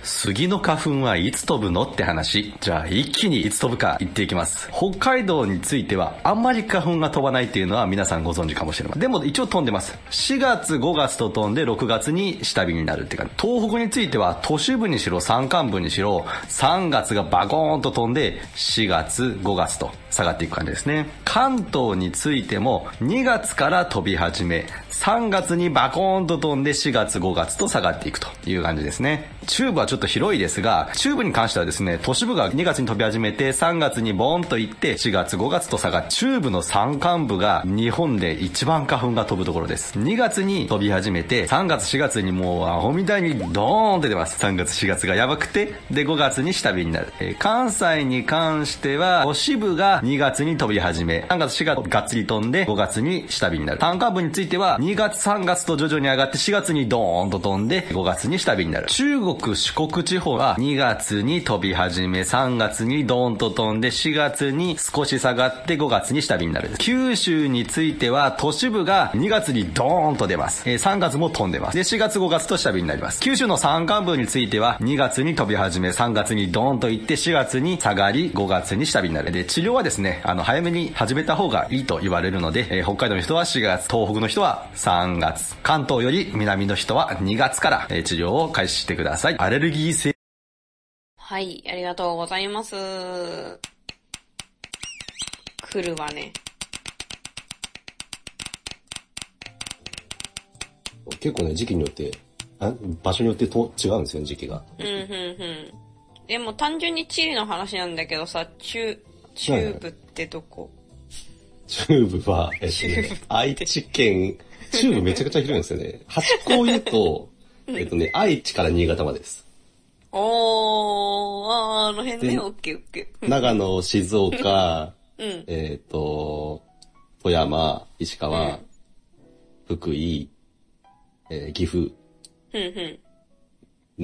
杉の花粉はいつ飛ぶのって話。じゃあ一気にいつ飛ぶか言っていきます。北海道についてはあんまり花粉が飛ばないっていうのは皆さんご存知かもしれません。でも一応飛んでます。しがつごがつと飛んでろくがつに下火になるって感じ。東北については都市部にしろ山間部にしろさんがつがバコーンと飛んでしがつごがつと下がっていく感じですね。関東についてもにがつから飛び始め、さんがつにバコーンと飛んでしがつごがつと下がっていくという感じですね。中部はちょっと広いですが、中部に関してはですね、都市部がにがつに飛び始めてさんがつにボーンと行ってしがつごがつと下がって、中部の山間部が日本で一番花粉が飛ぶところです。にがつに飛び始めてさんがつしがつにもうアホみたいにドーンって出ます。さんがつしがつがやばくて、でごがつに下火になる。えー、関西に関しては都市部がにがつに飛び始め、さんがつしがつがっつり飛んでごがつに下火になる。山間部についてはにがつさんがつと徐々に上がってしがつにドーンと飛んでごがつに下火になる。中国四国地方はにがつに飛び始め、さんがつにドーンと飛んでしがつに少し下がってごがつに下火になる。九州については都市部がにがつにドーンと出ます。えー、さんがつも飛んでます。でしがつごがつと下火になります。九州の山間部についてはにがつに飛び始め、さんがつにドーンと行ってしがつに下がりごがつに下火になる。で治療はですね、あの早めに始めた方がいいと言われるので、えー、北海道の人はしがつ、東北の人はさんがつ、関東より南の人はにがつから、えー、治療を開始してください。アレルギー性。 はい、ありがとうございます。来るわね。 結構ね、時期によって、あ場所によってと違うんですよね、時期が。 うん、うん、うん。でも単純に地理の話なんだけどさ、中、中部ってどこ？ 中部は、えっとね、愛知県、中部めちゃくちゃ広いんですよね。端っこを言うと、えっとね、愛知から新潟までです。 おー、あー、あの辺ね、オッケーオッケー。 長野、静岡、 うん、 えっと、富山、石川、うん、福井、えー、岐阜。 うんうん。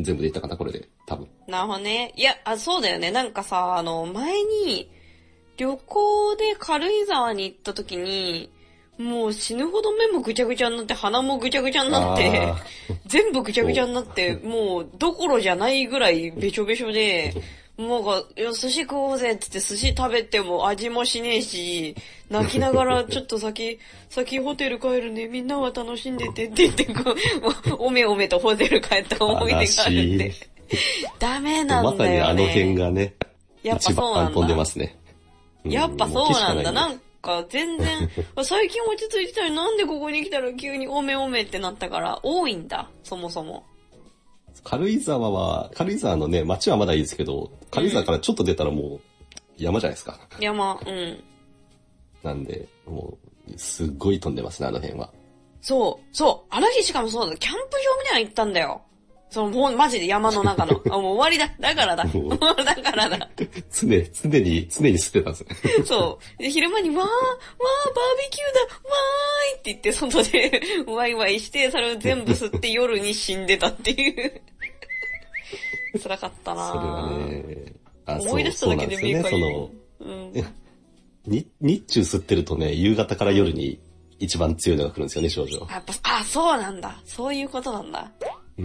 全部で言ったかな、これで。多分。 なるほどね。いや、あ、そうだよね。なんかさ、あの、前に、旅行で軽井沢に行った時に、もう死ぬほど目もぐちゃぐちゃになって、鼻もぐちゃぐちゃになって、全部ぐちゃぐちゃになって、もうどころじゃないぐらいべちょべちょで、もうが、いや、寿司食おうぜって言って寿司食べても味もしねえし、泣きながらちょっと先、先ホテル帰るね、みんなは楽しんでてって言ってこう、おめおめとホテル帰った思い出があるって。ダメなんだよね。 まさにあの辺がね、 やっぱそうなんだ。 一番飛んでますね。 やっぱそうなんだ。なんか全然、最近落ち着いてたのになんでここに来たら急におめおめってなったから多いんだ、そもそも。 軽井沢は、軽井沢のね、街はまだいいですけど、軽井沢からちょっと出たらもう山じゃないですか。 うん、山、うん。 なんで、もう、すっごい飛んでますね、あの辺は。 そう、そう、あの日しかもそうだ、キャンプ場みたいなの行ったんだよ。その、もうマジで山の中の。あ、もう終わりだ。だからだ。だからだ。 常、常に、常に吸ってたんですね。 そう。で、昼間に、わー、わー、バーベキューだ、わーいって言って、外でワイワイして、それを全部吸って夜に死んでたっていう。辛かったなぁ。 それはね、あ、 思い出しただけで見えかいい。その、うん、に日中吸ってるとね、夕方から夜に一番強いのが来るんですよね、症状。 やっぱ、あ、そうなんだ。そういうことなんだ。 うん。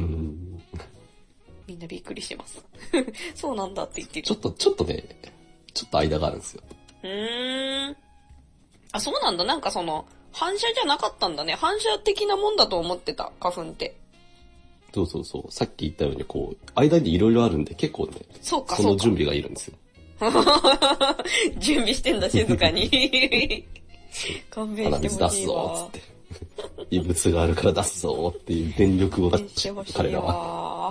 みんなびっくりしてます。そうなんだって言ってる。 ちょっと、ちょっとね、ちょっと間があるんですよ。 うーん。あ、そうなんだ。なんかその、反射じゃなかったんだね。反射的なもんだと思ってた、花粉って。 そうそうそう。さっき言ったように、こう、間にいろいろあるんで、結構ね、 そうか、 その準備がいるんですよ。 準備してんだ、静かに。勘弁してほしいわ。鼻水出すぞ、つって。 異物があるから出すぞっていう電力を出してほしい、彼らは。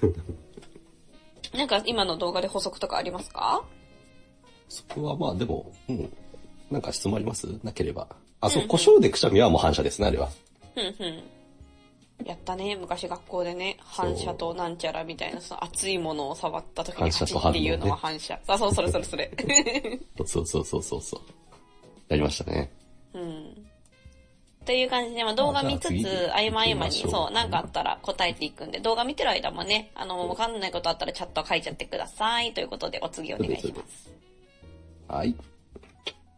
なんか今の動画で補足とかありますか？ そこはまあでも、うん。なんか質問あります？なければ。あ、そう、胡椒でくしゃみはもう反射ですね、あれは。 うんうん。やったね、昔学校でね、反射となんちゃらみたいな、その熱いものを触った時にパチっていうのは反射。あ、そう、それそれそれ。 そうそうそうそうそう。やりましたね。 うん。という感じで、まあ、動画見つつ、合間合間に、そう、なんかあったら答えていくんで、動画見てる間もね、あの、わかんないことあったらチャット書いちゃってください。ということで、お次お願いします。 はい。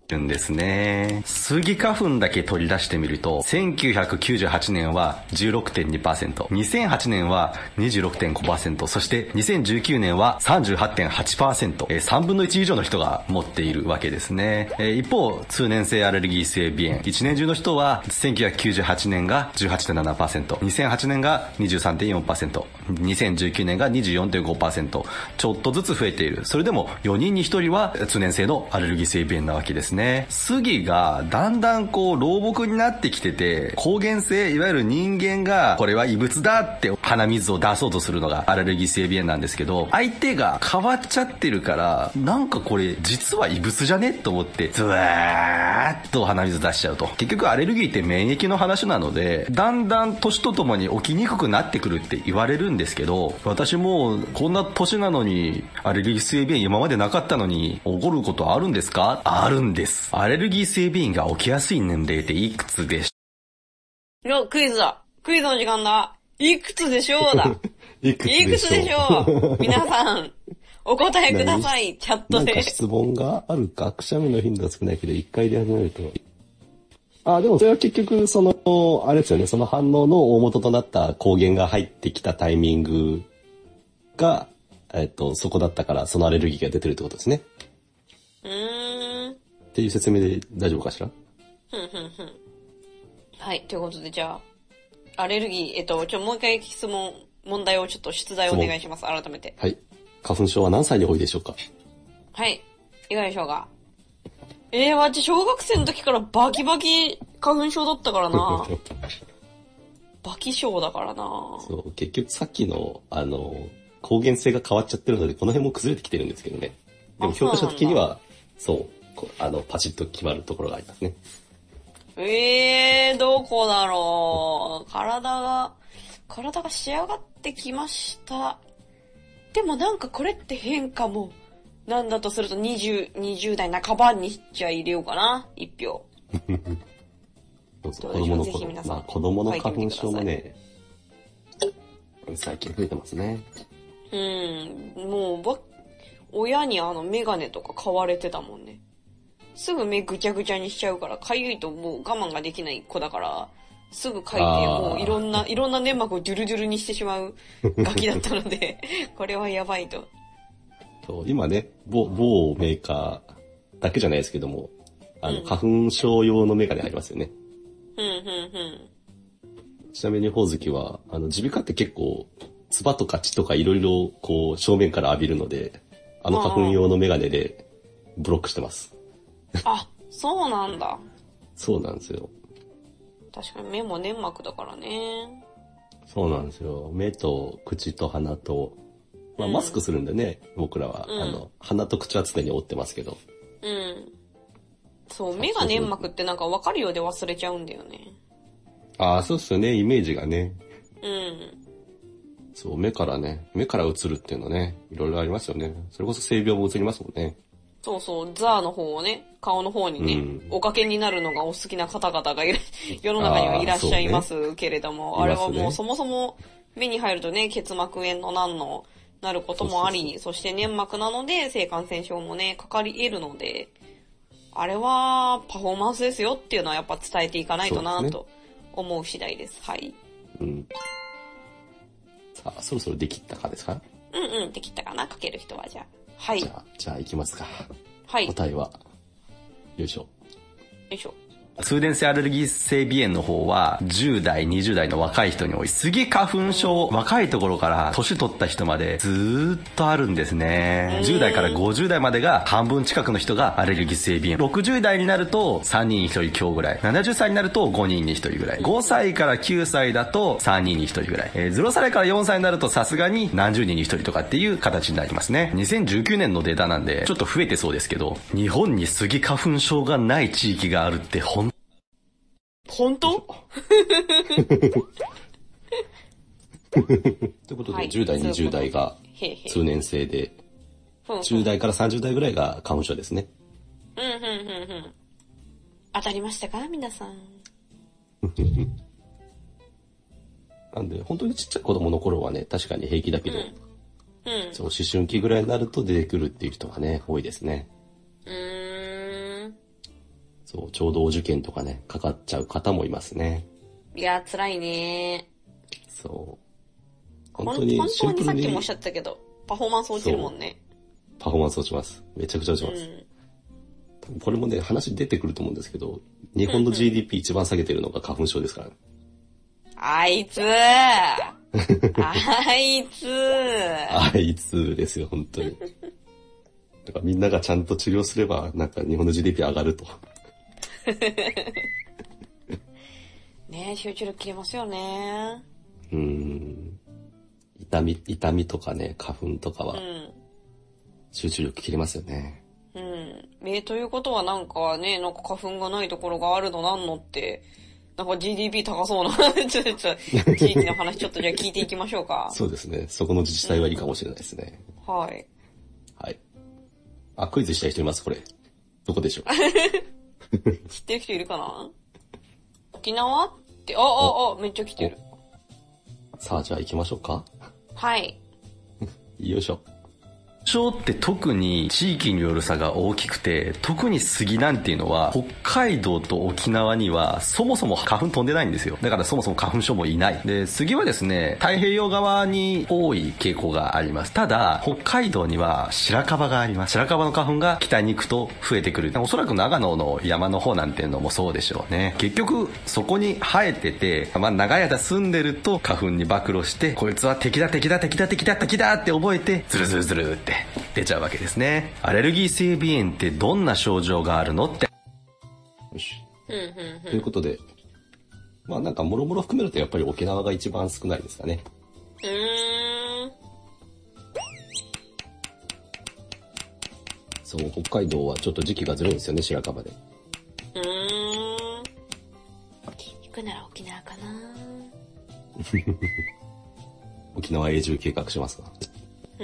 るんですね。スギ花粉だけ取り出してみると、せんきゅうひゃくきゅうじゅうはちねんは じゅうろくてんにパーセント、にせんはちねんは にじゅうろくてんごパーセント、そしてにせんじゅうきゅうねんは さんじゅうはちてんはちパーセント、えー、さんぶんのいち以上の人が持っているわけですね。えー、一方、通年性アレルギー性鼻炎、一年中の人はせんきゅうひゃくきゅうじゅうはちねんが じゅうはちてんななパーセント、にせんはちねんが にじゅうさんてんよんパーセント、にせんじゅうきゅうねんが にじゅうよんてんごパーセント、ちょっとずつ増えている。それでもよにんにひとりは通年性のアレルギー性鼻炎なわけですね。スギがだんだんこう老木になってきてて、抗原性、いわゆる人間がこれは異物だって鼻水を出そうとするのがアレルギー性鼻炎なんですけど、相手が変わっちゃってるから、なんかこれ実は異物じゃねと思ってズワーッと鼻水出しちゃうと。結局アレルギーって免疫の話なので、だんだん年とともに起きにくくなってくるって言われるんですけど、私もこんな年なのにアレルギー性鼻炎今までなかったのに起こることあるんですか？あるんです。アレルギー性鼻炎が起きやすい年齢っていくつでしょう？クイズだ。クイズの時間だ。いくつでしょうだ。 いくつでしょう。 いくつでしょう。皆さん、お答えください。チャットで。 なんか質問があるか？くしゃみの頻度が少ないけど、いっかいで始めると。あ、でもそれは結局、その、あれですよね、その反応の大元となった抗原が入ってきたタイミングが、えっと、そこだったから、そのアレルギーが出てるってことですね。 うーん。 っていう説明で大丈夫かしら？ ふんふんふん。はい、ということで、じゃあ、アレルギー、えっと、ちょ、もう一回質問、問題をちょっと出題お願いします、改めて。 はい。花粉症は何歳に多いでしょうか？ はい。いかがでしょうか？えー、私、小学生の時からバキバキ花粉症だったからな。バキ症だからな。 そう、結局さっきの、あの、抗原性が変わっちゃってるので、この辺も崩れてきてるんですけどね。でも評価者的には、そう、あの、パチッと決まるところがありますね。 えー、どこだろう。体が、体が仕上がってきました。でもなんかこれって変化も、なんだとするとにじゅう、にじゅう代半ばにじゃあ入れようかな。一票。 そうそう、子供の頃、まあ子供の花粉症もね、最近増えてますね。 うん、もうば、親にあのメガネとか買われてたもんね。すぐ目ぐちゃぐちゃにしちゃうから、かゆいともう我慢ができない子だから、すぐ書いて、もういろんな、いろんな粘膜をドゥルドゥルにしてしまうガキだったので、これはやばいと。 そう、今ね、某、某メーカーだけじゃないですけども、あの、うん、花粉症用のメガネありますよね。 うん、うん、うん。 ちなみにほおずきは、あの、耳鼻科って結構、唾とか血とかいろいろ、こう、正面から浴びるので、あの花粉用のメガネでブロックしてます。 あ、そうなんだ。 そうなんですよ。 確かに目も粘膜だからね。 そうなんですよ。目と口と鼻と、まあ、うん、マスクするんでね、僕らは、うん、あの、鼻と口は常に覆ってますけど。 うん。そう、目が粘膜ってなんか分かるようで忘れちゃうんだよね。 ああ、そうっすよね、イメージがね。 うん。 そう、目からね、目から映るっていうのね、いろいろありますよね。それこそ性病も映りますもんね。 そうそう、ザーの方をね、顔の方にね、うん、おかけになるのがお好きな方々がいる、世の中にはいらっしゃいますけれども、あ, ね、あれはもうそもそも目に入るとね、結膜炎の難のなることもあり、そうそうそう、そして粘膜なので性感染症もね、かかり得るので、あれはパフォーマンスですよっていうのはやっぱ伝えていかないとなと思う次第です。はい。 うん。さあ、そろそろできたかですか？ うんうん、できたかな、かける人はじゃあ。はい。 じゃあ、じゃあ行きますか。 はい。 答えは、よいしょ。 よいしょ。 通電性アレルギー性鼻炎の方はじゅう代、にじゅう代の若い人に多い。スギ花粉症、若いところから年取った人までずーっとあるんですね。じゅう代からごじゅう代までが半分近くの人がアレルギー性鼻炎。ろくじゅう代になるとさんにんにひとり強ぐらい。ななじゅっさいになるとごにんにひとりぐらい。ごさいからきゅうさいだとさんにんにひとりぐらい。えー、ゼロさいからよんさいになるとさすがに何十人にひとりとかっていう形になりますね。にせんじゅうきゅうねんのデータなんでちょっと増えてそうですけど、日本にスギ花粉症がない地域があるって本当本当ということで、はい、じゅう代、にじゅう代が通年性で、じゅう代からさんじゅう代ぐらいが花粉症ですね。 うん、うん、うん、うん。当たりましたか皆さん。 なんで、本当にちっちゃい子供の頃はね、確かに平気だけど、うんうん、そう思春期ぐらいになると出てくるっていう人がね、多いですね。 うーん。 そう、ちょうどお受験とかね、かかっちゃう方もいますね。 いや、辛いね。 そう。 本当に本当にさっきもおっしゃったけど、パフォーマンス落ちるもんね。 パフォーマンス落ちます。めちゃくちゃ落ちます。うん、これもね、話出てくると思うんですけど、日本の ジーディーピー 一番下げてるのが花粉症ですからね。 あいつあいつあいつですよ、本当に。だからみんながちゃんと治療すれば、なんか日本の ジーディーピー 上がると。 ねえ、集中力切れますよね。 うーん。痛み、痛みとかね、花粉とかは、集中力切れますよね。 うん。えー、ということはなんかね、なんか花粉がないところがあるのなんのって、なんか ジーディーピー 高そうな、ちょっと、地域の話ちょっとじゃあ聞いていきましょうか。 そうですね。そこの自治体はいいかもしれないですね。 うん、はい。 はい。あ、クイズしたい人います、これ。どこでしょう知ってる人いるかな？沖縄って、あ、あ、あ、めっちゃ来てる。 さあ、じゃあ行きましょうか。 はい。 よいしょ。 花粉症って特に地域による差が大きくて、特に杉なんていうのは北海道と沖縄にはそもそも花粉飛んでないんですよ。だからそもそも花粉症もいない。で、杉はですね、太平洋側に多い傾向があります。ただ北海道には白樺があります。白樺の花粉が北に行くと増えてくる。おそらく長野の山の方なんていうのもそうでしょうね。結局そこに生えてて、まあ長い間住んでると花粉に暴露して、こいつは敵だ敵だ敵だ敵だ敵だって覚えてズルズルズルって出ちゃうわけですね。アレルギー性鼻炎ってどんな症状があるのって。 よし。ということで、まあなんかもろもろ含めるとやっぱり沖縄が一番少ないですかね。 うーん。 そう、北海道はちょっと時期がずるいんですよね、白樺で。 うーん。行くなら沖縄かな。 沖縄永住計画しますか？ うん。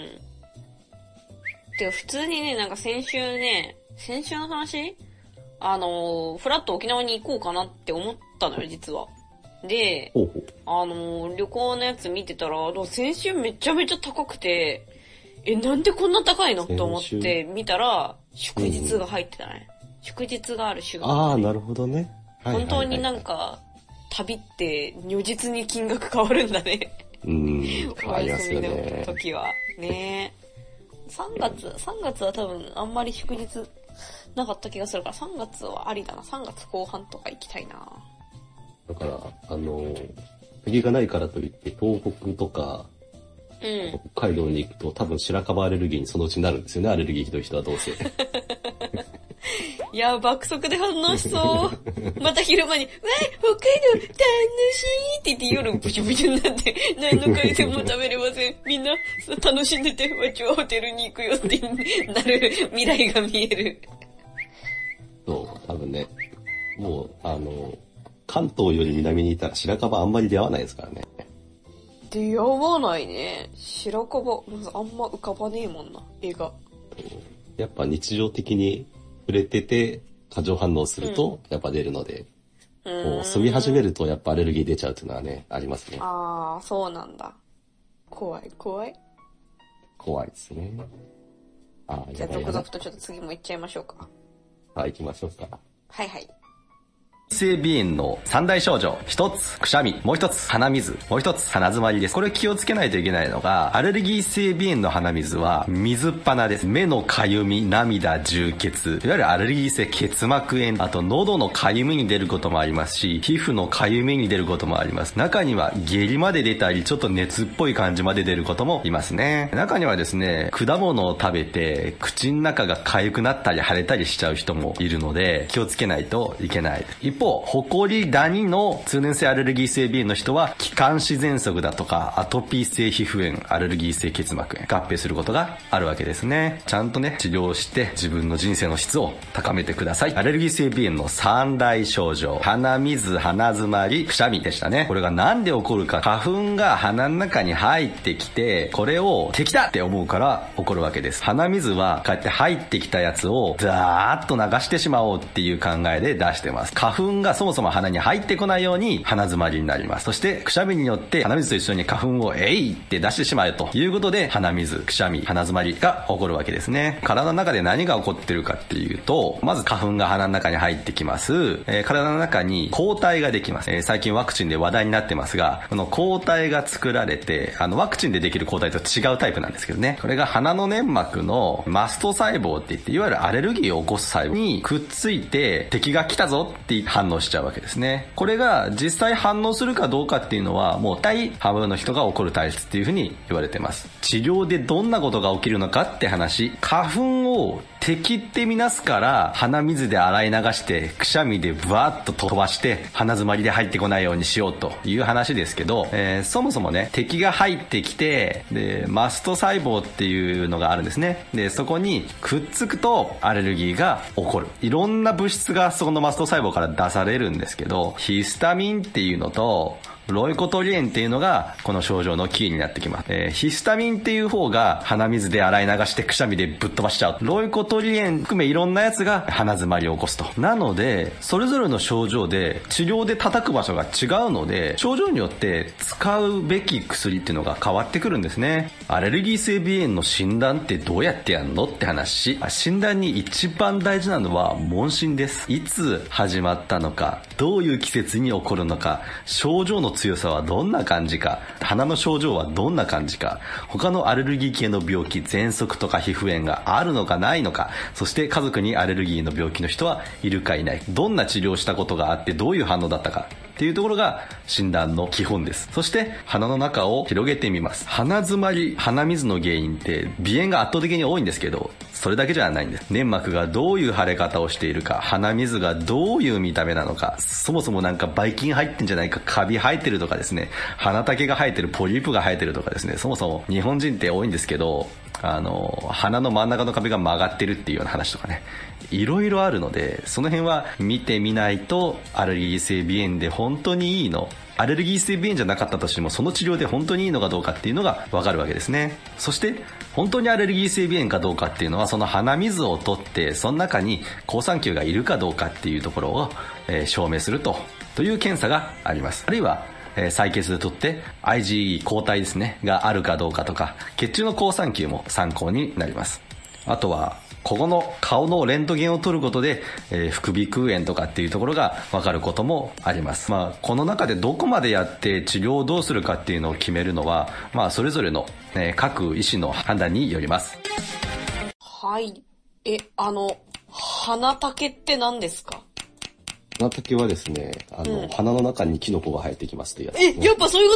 てか普通にね、なんか先週ね、先週の話あのー、フラッと沖縄に行こうかなって思ったのよ、実は。で、 ほうほうあのー、旅行のやつ見てたら、先週めちゃめちゃ高くて、え、なんでこんな高いのと思って見たら、祝日が入ってたね。うん、祝日がある週が、ね。 ああ、なるほどね。 はいはいはいはい、本当になんか、旅って如実に金額変わるんだね。 うん、変わりますよね。 お休みの時は。ねさんがつ、さんがつは多分あんまり祝日なかった気がするから、さんがつはありだな。さんがつこう半とか行きたいな。 だから、あの、敵がないからといって東北とか、うん、北海道に行くと多分白樺アレルギーにそのうちになるんですよね。アレルギーひどい人はどうせ。 いや、爆速で反応しそう。また昼間に、わー、北海道楽しいって言って夜ブシュブシュになって、何の海鮮も食べれません。みんな楽しんでて、わちはホテルに行くよってなる未来が見える。 そう、多分ね、もう、あの、関東より南にいたら白樺あんまり出会わないですからね。 出会わないね。白樺、まずあんま浮かばねえもんな、絵が。 やっぱ日常的に触れてて過剰反応するとやっぱ出るので、うん、こう住み始めるとやっぱアレルギー出ちゃうっていうのはね、ありますね。 ああ、そうなんだ。怖い怖い。 怖いですね。 あじゃあ続々とちょっと次も行っちゃいましょうか。 はい、行きましょうか。 はいはい。 性鼻炎の三大症状。一つ、くしゃみ。もう一つ、鼻水。もう一つ、鼻詰まりです。これ気をつけないといけないのが、アレルギー性鼻炎の鼻水は、水っ鼻です。目のかゆみ、涙、充血。いわゆるアレルギー性結膜炎。あと、喉のかゆみに出ることもありますし、皮膚のかゆみに出ることもあります。中には、下痢まで出たり、ちょっと熱っぽい感じまで出ることもいますね。中にはですね、果物を食べて、口の中がかゆくなったり腫れたりしちゃう人もいるので、気をつけないといけない。一方、ホコリダニの通年性アレルギー性鼻炎の人は気管支喘息だとかアトピー性皮膚炎、アレルギー性結膜炎合併することがあるわけですね。ちゃんとね治療して自分の人生の質を高めてください。アレルギー性鼻炎の三大症状、鼻水、鼻詰まり、くしゃみでしたね。これがなんで起こるか、花粉が鼻の中に入ってきてこれを敵だって思うから起こるわけです。鼻水はこうやって入ってきたやつをザーッと流してしまおうっていう考えで出してます。花粉粉がそもそも鼻に入ってこないように鼻詰まりになります。そしてくしゃみによって鼻水と一緒に花粉をえいって出してしまうということで、鼻水、くしゃみ、鼻詰まりが起こるわけですね。体の中で何が起こってるかっていうと、まず花粉が鼻の中に入ってきます。えー、体の中に抗体ができます。えー、最近ワクチンで話題になってますが、この抗体が作られて、あのワクチンでできる抗体と違うタイプなんですけどね。これが鼻の粘膜のマスト細胞って言って、いわゆるアレルギーを起こす細胞にくっついて、敵が来たぞって反応しちゃうわけですね。これが実際反応するかどうかっていうのは、もう大半分の人が起こる体質っていうふうに言われてます。治療でどんなことが起きるのかって話、花粉を敵ってみなすから鼻水で洗い流してくしゃみでブワーッと飛ばして鼻詰まりで入ってこないようにしようという話ですけど、えー、そもそもね、敵が入ってきて、でマスト細胞っていうのがあるんですね。でそこにくっつくとアレルギーが起こる。いろんな物質がそこのマスト細胞から出されるんですけど、ヒスタミンっていうのとロイコトリエンっていうのがこの症状のキーになってきます。えー、ヒスタミンっていう方が鼻水で洗い流してくしゃみでぶっ飛ばしちゃう。ロイコトリエン含めいろんなやつが鼻詰まりを起こすと。なのでそれぞれの症状で治療で叩く場所が違うので、症状によって使うべき薬っていうのが変わってくるんですね。アレルギー性鼻炎の診断ってどうやってやんのって話。診断に一番大事なのは問診です。いつ始まったのか、どういう季節に起こるのか、症状の強さはどんな感じか、鼻の症状はどんな感じか、他のアレルギー系の病気、喘息とか皮膚炎があるのかないのか、そして家族にアレルギーの病気の人はいるかいない、どんな治療したことがあってどういう反応だったかっていうところが診断の基本です。そして鼻の中を広げてみます。鼻詰まり、鼻水の原因って鼻炎が圧倒的に多いんですけど、それだけじゃないんです。粘膜がどういう腫れ方をしているか、鼻水がどういう見た目なのか、そもそもなんかばい菌入ってんじゃないか、カビ生えてるとかですね、鼻竹が生えてる、ポリープが生えてるとかですね、そもそも日本人って多いんですけど、あの鼻の真ん中の壁が曲がってるっていうような話とかね、いろいろあるので、その辺は見てみないとアレルギー性鼻炎で本当にいいの、アレルギー性鼻炎じゃなかったとしてもその治療で本当にいいのかどうかっていうのが分かるわけですね。そして本当にアレルギー性鼻炎かどうかっていうのは、その鼻水を取ってその中に好酸球がいるかどうかっていうところを、えー、証明するとという検査があります。あるいはえー、採血で取って アイジーイー 抗体ですねがあるかどうかとか、血中の好酸球も参考になります。あとはここの顔のレントゲンを取ることで、えー、副鼻腔炎とかっていうところが分かることもあります。まあこの中でどこまでやって治療をどうするかっていうのを決めるのは、まあそれぞれの、えー、各医師の判断によります。 はい。え、あの鼻竹って何ですか？ 鼻竹はですね、あの、うん、鼻の中にキノコが生えてきますってやつ、 ね。え、やっぱそういうこと？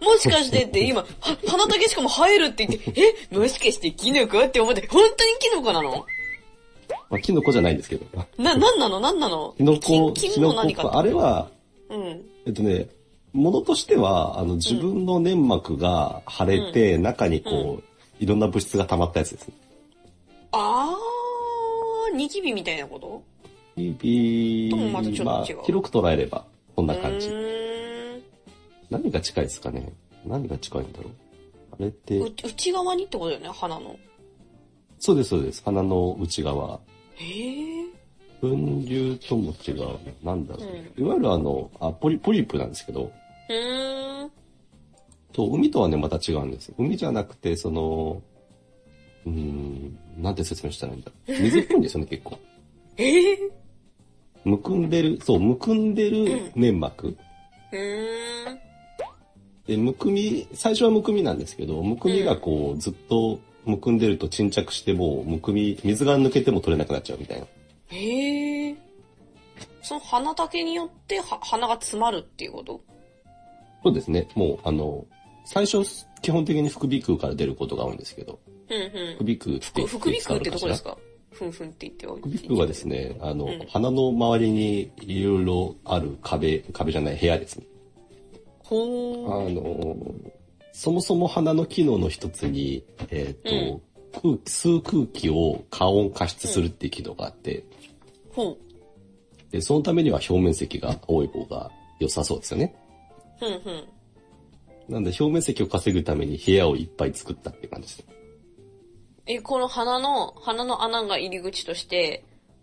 もしかしてって今、は、鼻竹しかも生えるって言って、え、もしかしてキノコって思って、本当にキノコなの？ まあ、キノコじゃないんですけど。 な、なんなのなんなのキノコ、 キノコ、 あれは、 うん。 えっとね、ものとしては、あの、自分の粘膜が腫れて、うん、中にこう、うん、いろんな物質が溜まったやつですね。 あー、ニキビみたいなこと？ ニキビ、 ともまたちょっと違う。 まあ、広く捉えれば、こんな感じ。何が近いですかね？何が近いんだろう？あれって。 内側にってことだよね、鼻の。 そうです、そうです。鼻の内側。 へー。 分流とも違う。なんだろう。うん、いわゆるあの、あ、ポリ、ポリープなんですけど。 うーん。 と、海とはね、また違うんです。海じゃなくて、その、うーん、なんて説明したらいいんだろう。水っぽいんですよね、結構。 えー、 むくんでる、そう、むくんでる粘膜。 うん、ーん。 で、むくみ、最初はむくみなんですけど、むくみがこう、うん、ずっとむくんでると沈着してもう、むくみ、水が抜けても取れなくなっちゃうみたいな。 へえ。その鼻竹によっては鼻が詰まるっていうこと？ そうですね。もう、あの、最初、基本的に副鼻腔から出ることが多いんですけど。 うんうん。 副鼻腔って。 副鼻腔ってどこですか？ふんふんって言っては。 副鼻腔はですね、あの、うん、鼻の周りにいろいろある壁、壁じゃない部屋ですね。 ほー。 あの、そもそも鼻の機能の一つに、えっと、うん空吸う空気を加温加湿するっていう機能があって、 うん、 でそのためには表面積が多い方が良さそうですよね。 うんうん、 なんで表面積を稼ぐために部屋をいっぱい作ったって感じです。 え、この鼻の鼻の穴が入り口として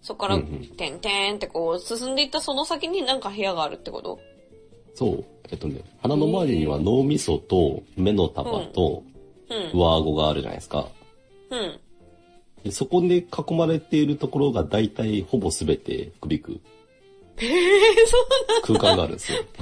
そこから、 うんうん、 てんてんってこう、進んでいったその先になんか部屋があるってこと？ そう。えっとね、鼻の周りには脳みそと目の束と上顎があるじゃないですか。 うん。うん、 でそこで囲まれているところが大体ほぼすべて首く。 へえ、そう空間があるんですよ。 へえ、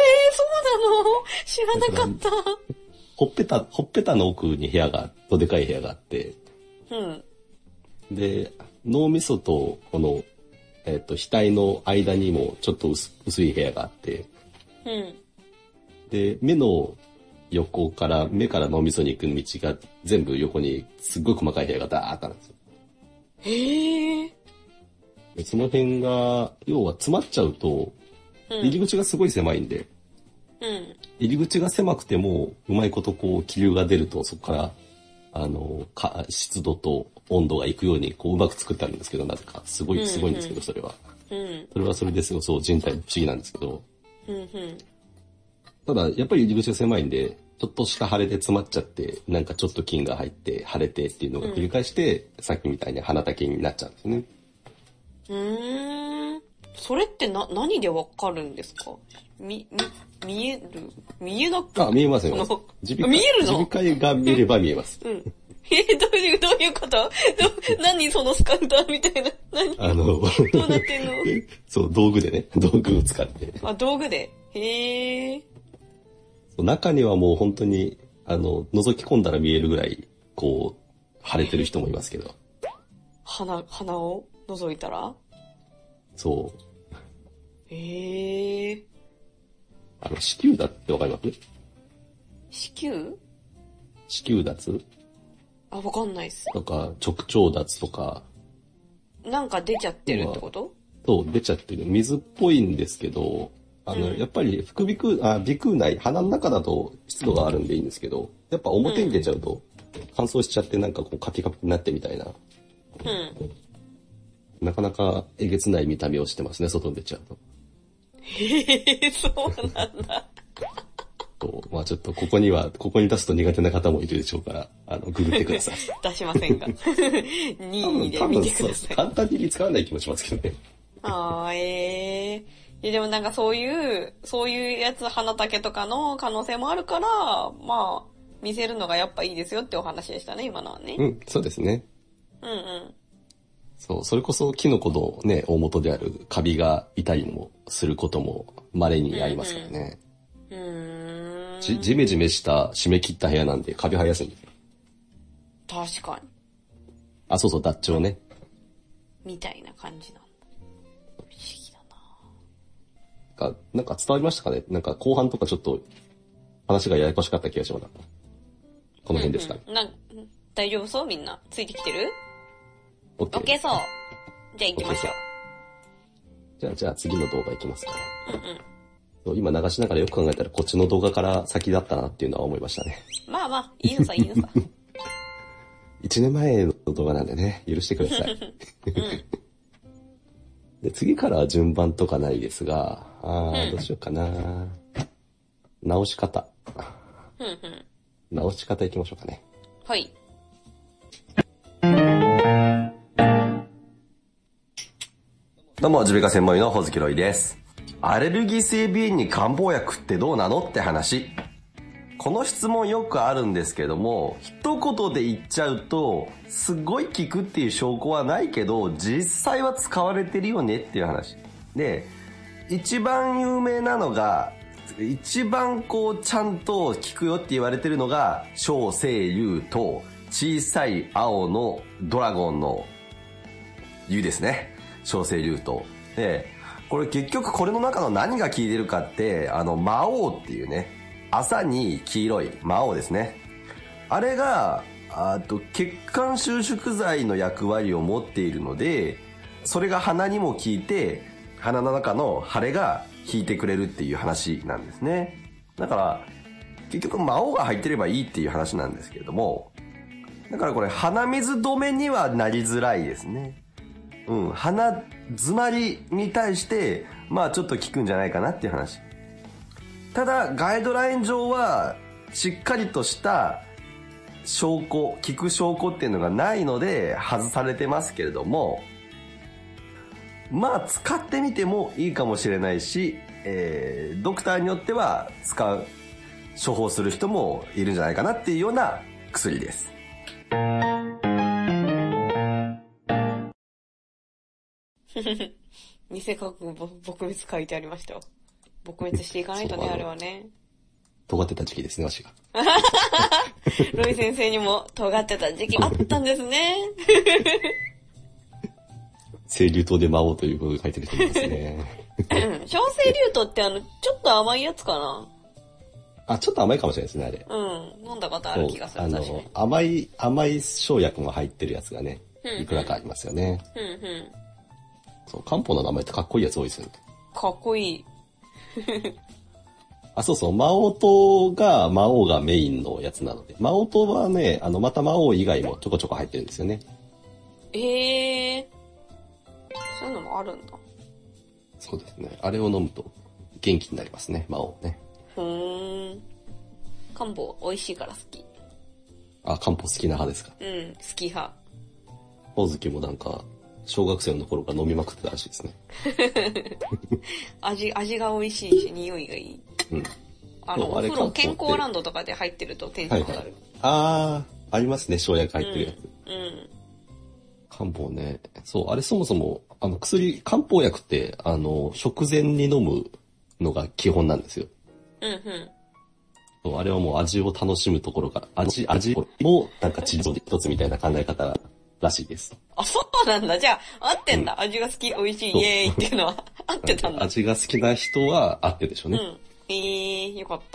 そうなの？知らなかった。 ほっぺた、ほっぺたの奥に部屋が、とでかい部屋があって、 うん。 で、脳みそとこの、えっと、額の間にもちょっと 薄, 薄い部屋があって、 うん。 で、目の横から、目から脳みそに行く道が全部横にすっごい細かい部屋がダーッとあるんですよ。 へえ。 でその辺が、要は詰まっちゃうと、入り口がすごい狭いんで、 うん、 入り口が狭くても、うまいことこう気流が出ると、そこから、あの、か湿度と温度が行くように、こううまく作ってあるんですけど、なぜか。すごい、すごいんですけど、それは。うん、それはそれですごい、そう、人体不思議なんですけど、 うんうん、 ただ、やっぱり入り口が狭いんで、ちょっとしか腫れて詰まっちゃって、なんかちょっと菌が入って腫れてっていうのが繰り返して、うん、さっきみたいに鼻竹になっちゃうんですね。 うーん。それってな、何でわかるんですか？み、み、見える見えなくあ、見えますよ。 耳鼻科見えるの？ 耳鼻科医が見れば見えます。 うん。えー、どういう、どういうこと？ど何そのスカウターみたいな。何あの、どうなってんの？ そう、道具でね。道具を使って。 あ、道具で。へー。 中にはもう本当に、あの、覗き込んだら見えるぐらい、こう、腫れてる人もいますけど。 鼻、鼻を覗いたら？ そう。 へえ。 あの、子宮脱ってわかります？ 子宮？ 子宮脱？ あ、わかんないっす。 とか、直腸脱とか。 なんか出ちゃってるってこと？ そう、出ちゃってる。水っぽいんですけど、あの、うん、やっぱり副鼻腔、あ、鼻腔内、鼻の中だと湿度があるんでいいんですけど、やっぱ表に出ちゃうと乾燥しちゃってなんかこうカピカピになってみたいな。 うん。 なかなかえげつない見た目をしてますね、外に出ちゃうと。 へえ、そうなんだ。 とまあちょっとここには、ここに出すと苦手な方もいるでしょうから、あの、ググってください。 出しませんが。任意で見てください。 簡単に見つからない気もしますけどね。 ああ、ええー。でもなんかそういう、そういうやつ、鼻竹とかの可能性もあるから、まあ、見せるのがやっぱいいですよってお話でしたね、今のはね。 うん、そうですね。 うんうん。そう、 それこそキノコのね、大元であるカビがいたりもすることも稀にありますからね。うん、うん。うーん。じ、じめじめした締め切った部屋なんでカビ生えやすいんですよ。 確かに。 あ、そうそう、脱腸ね。 みたいな感じなんだ。不思議だな。か、なんか伝わりましたかね？なんか後半とかちょっと話がややこしかった気がします。この辺ですかね。 うんうん、なん大丈夫そう？みんな。ついてきてる？ オッケー。 オッケーそう。じゃあ行きましょう。 じゃあ、じゃあ次の動画行きますかね。 うんうん。 今流しながらよく考えたらこっちの動画から先だったなっていうのは思いましたね。 まあまあ、いいのさ、いいのさ。 一年前の動画なんでね、許してください。うん、で次からは順番とかないですが、あー、うん、どうしようかな。直し方。 うんうん、 直し方行きましょうかね。 はい。 どうも、耳鼻科専門医のほずきろいです。アレルギー性鼻炎に漢方薬ってどうなのって話。この質問よくあるんですけども、一言で言っちゃうと、すごい効くっていう証拠はないけど、実際は使われてるよねっていう話。で、一番有名なのが、一番こうちゃんと効くよって言われてるのが、小生竜と小さい青のドラゴンの竜ですね。小生竜と。で、これ結局これの中の何が効いてるかって、あの魔王っていうね、朝に黄色い魔王ですね。あれが、あと血管収縮剤の役割を持っているので、それが鼻にも効いて、鼻の中の腫れが引いてくれるっていう話なんですね。だから、結局魔王が入ってればいいっていう話なんですけれども、だからこれ鼻水止めにはなりづらいですね。うん、鼻詰まりに対して、まあちょっと効くんじゃないかなっていう話。ただ、ガイドライン上は、しっかりとした証拠、効く証拠っていうのがないので、外されてますけれども、 まあ使ってみてもいいかもしれないし、えー、ドクターによっては使う、処方する人もいるんじゃないかなっていうような薬です。 偽科学撲滅書いてありましたよ。撲滅していかないとね、あれはね。 尖ってた時期ですね、わしが。 ロイ先生にも尖ってた時期あったんですね。 清流島で魔王ということが書いてる人いますね。 小清流島ってあの、ちょっと甘いやつかな？ あ、ちょっと甘いかもしれないですね、あれ。 うん。飲んだことある気がする。 あの、甘い、甘い生薬も入ってるやつがね、いくらかありますよね。 うんうん。 そう、漢方の名前ってかっこいいやつ多いですよね。 かっこいい。 あ、そうそう、魔王糖が魔王がメインのやつなので、魔王糖はね、あの、また魔王以外もちょこちょこ入ってるんですよね。 ええー。そういうのもあるんだ。 そうですね。あれを飲むと元気になりますね、魔王ね。 ふーん。漢方美味しいから好き。 あ、漢方好きな派ですか？ うん、好き派。 ほおずきもなんか、小学生の頃から飲みまくってたらしいですね。 味、味が美味しいし、匂いがいい。 うん。 あの、お風呂、健康ランドとかで入ってるとテンション上がる。はいはい、 あー、ありますね、生薬入ってるやつ。 うん。うん、 漢方ね。そう、あれそもそも、あの、薬、漢方薬って、あの、食前に飲むのが基本なんですよ。 うんうん。 そう、あれはもう味を楽しむところから、味、味もなんか治療で一つみたいな考え方らしいです。 あ、そうなんだ。じゃあ、合ってんだ。うん、味が好き、美味しい、イエーイっていうのは合ってたんだ。 味が好きな人は合ってるでしょうね。 うん。えー、よかった。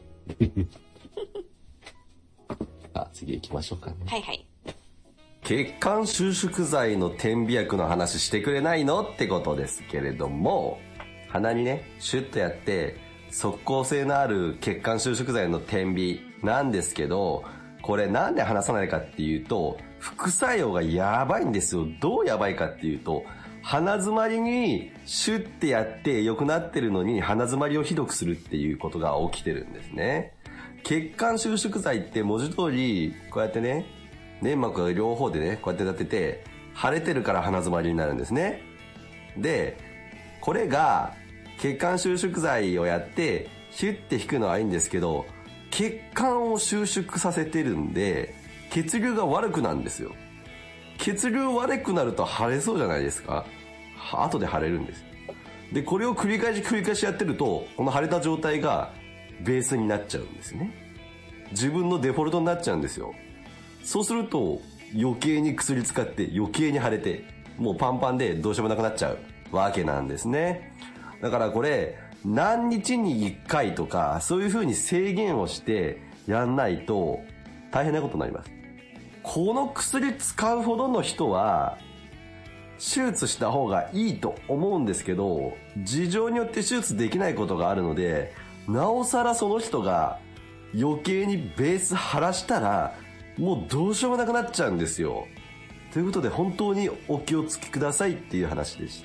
あ、次行きましょうかね。 はいはい。 血管収縮剤の点鼻薬の話してくれないのってことですけれども、鼻にね、シュッとやって、即効性のある血管収縮剤の点鼻なんですけど、これなんで話さないかっていうと、副作用がやばいんですよ。どうやばいかっていうと、鼻詰まりにシュッてやって良くなってるのに鼻詰まりをひどくするっていうことが起きてるんですね。血管収縮剤って文字通りこうやってね、粘膜が両方でね、こうやって立てて腫れてるから鼻詰まりになるんですね。で、これが血管収縮剤をやってヒュッて引くのはいいんですけど、血管を収縮させてるんで血流が悪くなるんですよ。血流悪くなると腫れそうじゃないですか。後で腫れるんです。で、これを繰り返し繰り返しやってると、この腫れた状態がベースになっちゃうんですね。自分のデフォルトになっちゃうんですよ。そうすると余計に薬使って余計に腫れて、もうパンパンでどうしようもなくなっちゃうわけなんですね。だからこれ何日にいっかいとかそういう風に制限をしてやんないと大変なことになります。この薬使うほどの人は手術した方がいいと思うんですけど、事情によって手術できないことがあるので、なおさらその人が余計にベース腫らしたらもうどうしようもなくなっちゃうんですよ。ということで本当にお気をつけくださいっていう話でした。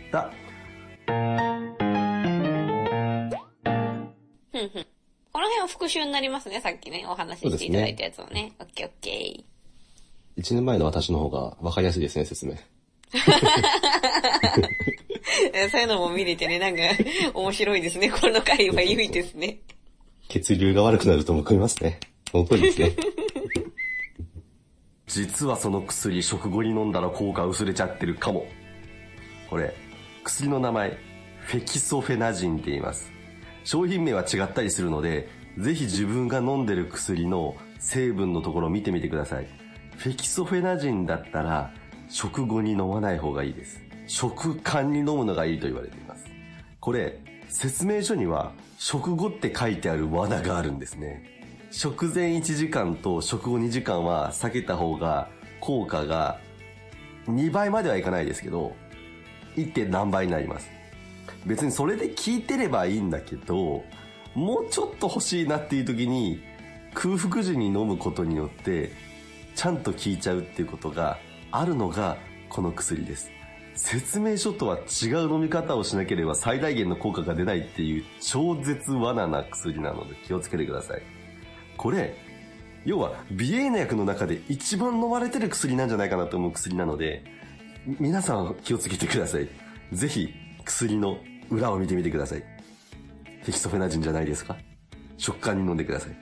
ふんふん。この辺は復習になりますね、さっきね、お話ししていただいたやつをね。オッケーオッケー。 一年前の私の方が分かりやすいですね、説明。 そういうのも見れてね、なんか面白いですね。この回は良いですね。 血流が悪くなると思いますね。その通りですね。 実はその薬、食後に飲んだら効果薄れちゃってるかも。これ、薬の名前、フェキソフェナジンって言います。商品名は違ったりするので、ぜひ自分が飲んでる薬の成分のところを見てみてください。フェキソフェナジンだったら、食後に飲まない方がいいです。食間に飲むのがいいと言われています。これ、説明書には、食後って書いてある罠があるんですね。食前いちじかんと食後にじかんは避けた方が効果がにばいまではいかないですけど いってん 何倍になります。別にそれで効いてればいいんだけど、もうちょっと欲しいなっていう時に空腹時に飲むことによってちゃんと効いちゃうっていうことがあるのがこの薬です。説明書とは違う飲み方をしなければ最大限の効果が出ないっていう超絶罠な薬なので気をつけてください。これ、要は鼻炎薬の中で一番飲まれてる薬なんじゃないかなと思う薬なので、皆さん気をつけてください。 ぜひ薬の裏を見てみてください。ヘキソフェナジンじゃないですか。食感に飲んでください。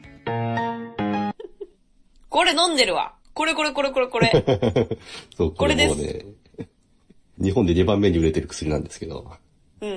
これ飲んでるわ。これこれこれこれこれ。 そう、これもうね、日本でにばんめに売れてる薬なんですけど。 うんうん。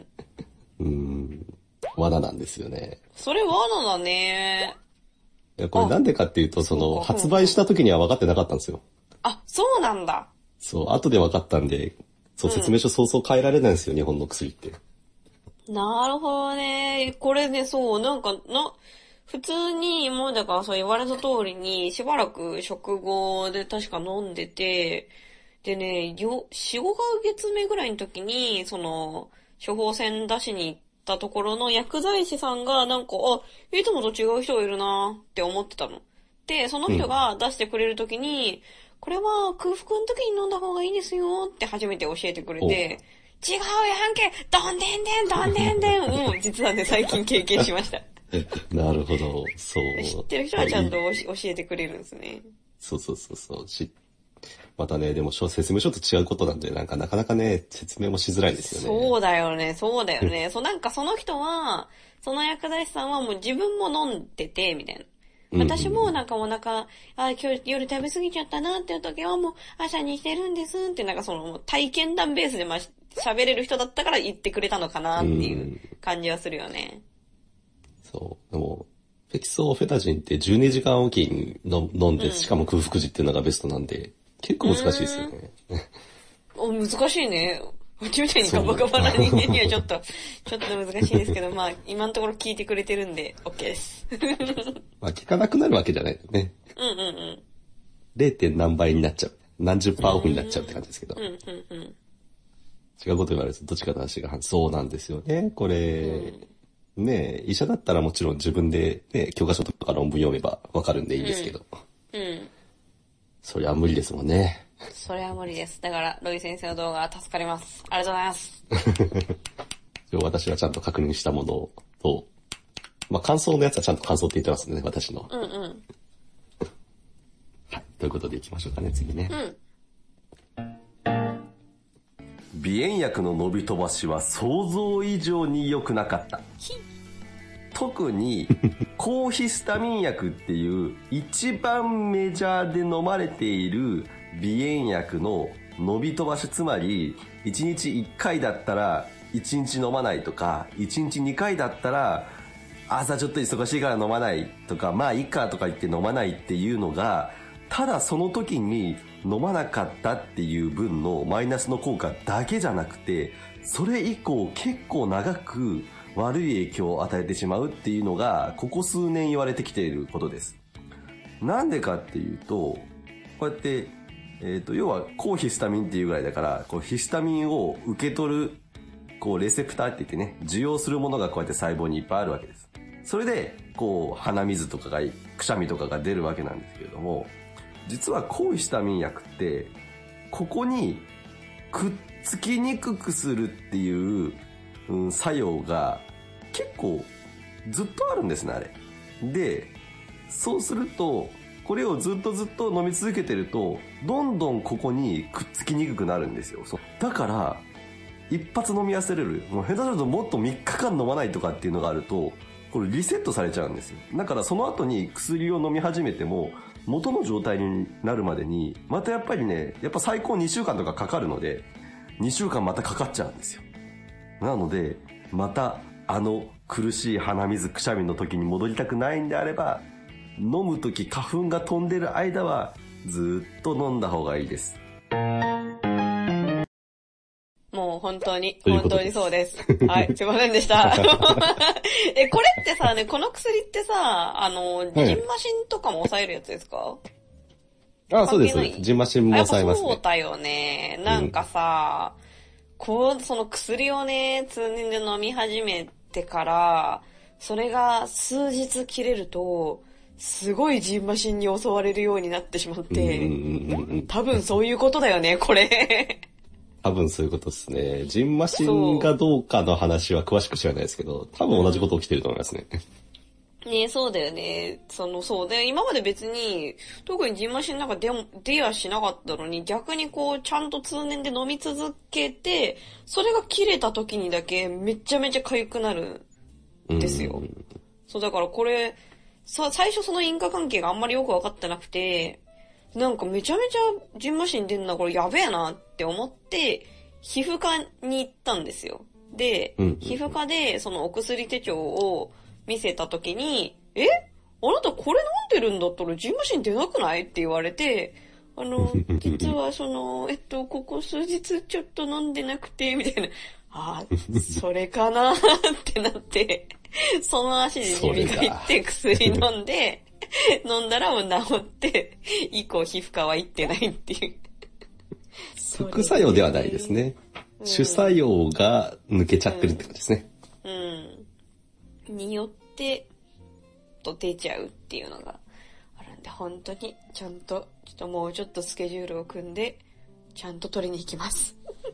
うーん、罠なんですよね。 それ罠だね。 いや、これなんでかっていうと、その、発売した時には分かってなかったんですよ。 あ、そうなんだ。 そう、後で分かったんで、そう、説明書早々変えられないんですよ、うん、日本の薬って。 なるほどね。これね、そう、なんか、な、普通に、もうだからそう言われた通りに、しばらく食後で確か飲んでて、でね、よ、よん、ごかげつめぐらいの時に、その、処方箋出しに行ったところの薬剤師さんが、なんか、あ、いつもと違う人がいるなって思ってたの。で、その人が出してくれる時に、うん、これは空腹の時に飲んだ方がいいですよって初めて教えてくれて、違うやんけどんでんでんどんでんでんうん、実はね、最近経験しました。 なるほど、そう。 知ってる人はちゃんと教えてくれるんですね。 そうそうそうそう。しまたね、でも説明書と違うことなんで、なんかなかなかね、説明もしづらいんですよね。 そうだよね、そうだよね。そう、なんかその人は、その薬剤師さんはもう自分も飲んでて、みたいな。私もなんかお腹、あ、今日夜食べ過ぎちゃったなっていう時はもう朝にしてるんですって、なんかその体験談ベースでまあ喋れる人だったから言ってくれたのかなっていう感じはするよね。 そう。でも、フェキソフェタジンってじゅうにじかんおきに飲んで、うん、しかも空腹時っていうのがベストなんで、結構難しいですよね。 お、難しいね。うちみたいにガバガバな人間にはちょっと、ちょっと難しいですけど、まあ、今のところ聞いてくれてるんで、OK です。 まあ、聞かなくなるわけじゃないよね。 うんうんうん。 れい. 点何倍になっちゃう。何十パーオフになっちゃうって感じですけど。 うんうんうん。 違うこと言われると、どっちかと話が、そうなんですよね。これ、うん、ね医者だったらもちろん自分で、ね、教科書とか論文読めばわかるんでいいんですけど。 うん。うん、 そりゃ無理ですもんね。 それは無理です。だから、ロイ先生の動画は助かります。ありがとうございます。 私はちゃんと確認したものと、まあ、感想のやつはちゃんと感想って言ってますね、私の。 うんうん。 はい。ということで行きましょうかね、次ね。 うん。 鼻炎薬の伸び飛ばしは想像以上に良くなかった。特に抗ヒスタミン薬っていう一番メジャーで飲まれている鼻炎薬の伸び飛ばし、つまりいちにちいっかいだったらいちにち飲まないとか、いちにちにかいだったら朝ちょっと忙しいから飲まないとか、まあいいかとか言って飲まないっていうのが、ただその時に飲まなかったっていう分のマイナスの効果だけじゃなくて、それ以降結構長く悪い影響を与えてしまうっていうのがここ数年言われてきていることです。なんでかっていうと、こうやって、えーと、要は抗ヒスタミンっていうぐらいだから、こうヒスタミンを受け取るこうレセプターって言ってね、受容するものがこうやって細胞にいっぱいあるわけです。それでこう鼻水とかがくしゃみとかが出るわけなんですけれども、実は抗ヒスタミン薬ってここにくっつきにくくするっていう、うん、作用が結構ずっとあるんですね、あれで。そうするとこれをずっとずっと飲み続けてると、どんどんここにくっつきにくくなるんですよ。そうだから一発飲み忘れる、もう下手するともっとみっかかん飲まないとかっていうのがあると、これリセットされちゃうんですよ。だからその後に薬を飲み始めても元の状態になるまでにまたやっぱりね、やっぱ最高にしゅうかんとかかかるので、にしゅうかんまたかかっちゃうんですよ。なのでまたあの苦しい鼻水くしゃみの時に戻りたくないんであれば、飲む時花粉が飛んでる間はずっと飲んだ方がいいです。 もう本当に、本当にそうです。はい、すいませんでした。え、これってさ、ね、この薬ってさ、あの、ジンマシンとかも抑えるやつですか？ ああ、そうです。ジンマシンも抑えますね。 そうだよね。なんかさ、うん、こう、その薬をね、通年で飲み始めてから、それが数日切れると、すごいジンマシンに襲われるようになってしまって、多分そういうことだよね、これ。 多分そういうことですね。ジンマシンがどうかの話は詳しく知らないですけど、多分同じこと起きてると思いますね。 ね、そうだよね。その、そう。で、今まで別に、特にジンマシンなんか出も、出やしなかったのに、逆にこう、ちゃんと通年で飲み続けて、それが切れた時にだけ、めちゃめちゃ痒くなるんですよ。そう、だからこれ、さ、最初その因果関係があんまりよくわかってなくて、なんかめちゃめちゃジンマシン出んな、これやべえなって思って、皮膚科に行ったんですよ。で、皮膚科でそのお薬手帳を見せたときに、えあなたこれ飲んでるんだったらジンマシン出なくないって言われて、あの、実はその、えっと、ここ数日ちょっと飲んでなくて、みたいな。ああ、それかなってなって、その足で耳鼻科行って薬飲んで、飲んだらもう治って、以降皮膚科は行ってないっていう。 副作用ではないですね。うん、主作用が抜けちゃってるって感じですね。 うん。うん、によって、と出ちゃうっていうのがあるんで、本当にちゃんと、ちょっともうちょっとスケジュールを組んで、ちゃんと取りに行きます。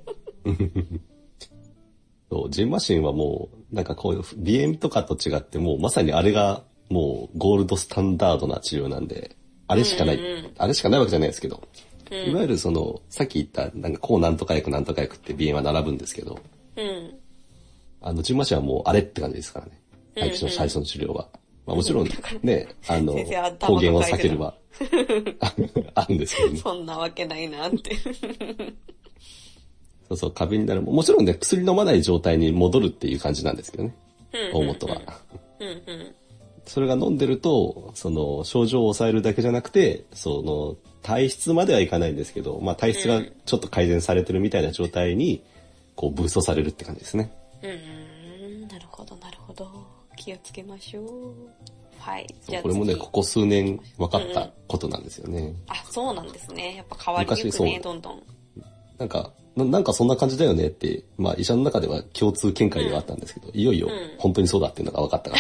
そう、ジンマシンはもう、なんかこういう、鼻炎とかと違って、もうまさにあれが、もうゴールドスタンダードな治療なんで、あれしかない、うんうん、あれしかないわけじゃないですけど、うん、いわゆるその、さっき言った、なんかこうなんとか薬なんとか薬って鼻炎は並ぶんですけど、うん、あの、ジンマシンはもうあれって感じですからね。最初の、最初の治療は。まあもちろんね、あの、抗原を避ければ、あるんですけどね。 そんなわけないなって。 そうそう、過敏になる。もちろんね、薬飲まない状態に戻るっていう感じなんですけどね。大元は。それが飲んでると、その、症状を抑えるだけじゃなくて、その、体質まではいかないんですけど、まあ体質がちょっと改善されてるみたいな状態に、こう、ブーストされるって感じですね。 うん、なるほど、なるほど。気をつけましょう。はい。 じゃあこれもね、ここ数年分かったことなんですよね。うんうん、 あ、そうなんですね。やっぱ変わりゆくね、どんどん。 なんかな、なんかそんな感じだよねって、まあ医者の中では共通見解ではあったんですけど、うん、いよいよ本当にそうだっていうのが分かったから。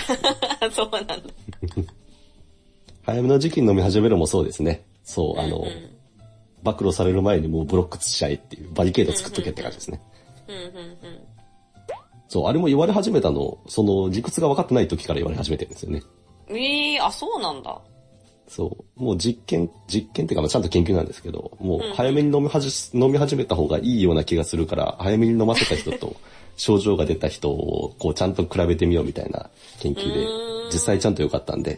うん、そうなんだ。 早めの時期に飲み始めるもそうですね。そう、あの、うんうん、暴露される前にもうブロックしちゃえっていう、バリケード作っとけって感じですね。うんうんうん、そう、あれも言われ始めたの、その理屈が分かってない時から言われ始めてるんですよね。 ええー、あ、そうなんだ。 そう。もう実験、実験っていうか、まあちゃんと研究なんですけど、もう早めに飲みはじ、飲み始めた方がいいような気がするから、早めに飲ませた人と症状が出た人をこうちゃんと比べてみようみたいな研究で、実際ちゃんと良かったんで、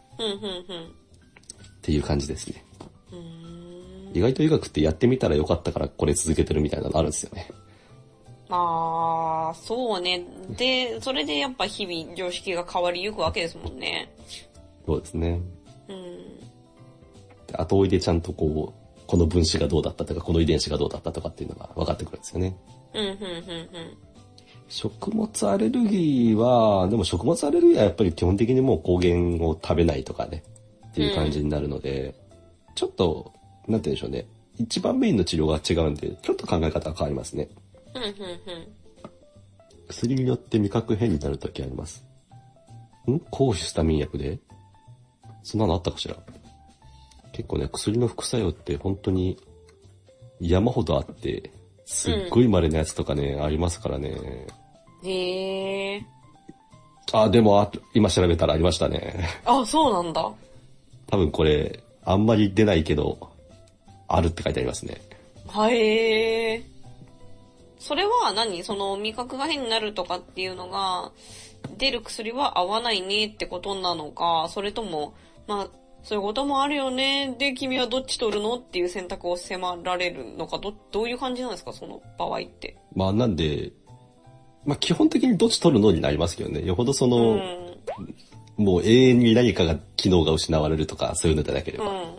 っていう感じですね。意外と医学ってやってみたら良かったからこれ続けてるみたいなのあるんですよね。 まあ、そうね。で、それでやっぱ日々常識が変わりゆくわけですもんね。 そうですね。うん、で後追いでちゃんとこう、この分子がどうだったとか、この遺伝子がどうだったとかっていうのが分かってくるんですよね。うん、うん、うん、うん。食物アレルギーは、でも食物アレルギーはやっぱり基本的にもう抗原を食べないとかね、っていう感じになるので、うん、ちょっと、なんて言うんでしょうね。一番メインの治療が違うんで、ちょっと考え方が変わりますね。うんうんうん、薬によって味覚変になるときあります。ん抗ヒスタミン薬でそんなのあったかしら。結構ね、薬の副作用って本当に山ほどあって、すっごい稀なやつとかね、うん、ありますからね。 へー。 あ、でもあ、今調べたらありましたね。 あ、そうなんだ。 多分これ、あんまり出ないけど、あるって書いてありますね。 はえー。それは何？その味覚が変になるとかっていうのが、出る薬は合わないねってことなのか、それとも、まあ、そういうこともあるよね。で、君はどっち取るのっていう選択を迫られるのか、ど、どういう感じなんですか、その場合って。 まあ、なんで、まあ、基本的にどっち取るのになりますけどね。よほどその、うん、もう永遠に何かが、機能が失われるとか、そういうのでなければ。うん。うん、うん、うん。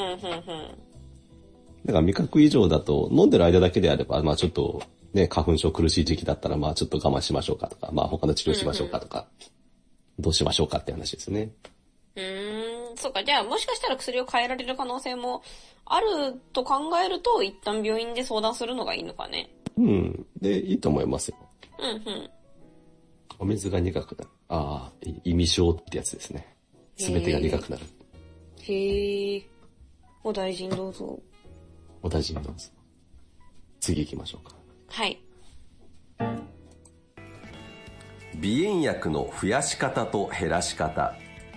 だから味覚異常だと、飲んでる間だけであれば、まあちょっと、ね、花粉症苦しい時期だったら、まあちょっと我慢しましょうかとか、まあ他の治療しましょうかとか、うんうん、どうしましょうかって話ですね。 うーん、そうか。じゃあもしかしたら薬を変えられる可能性もあると考えると、一旦病院で相談するのがいいのかね。 うん。で、いいと思いますよ。 うんうん。 お水が苦くなる。ああ、胃味症ってやつですね。すべてが苦くなる。 へえ。お大事にどうぞ。 お大事にどうぞ。次行きましょうか。 はい。 鼻炎薬の増やし方と減らし方。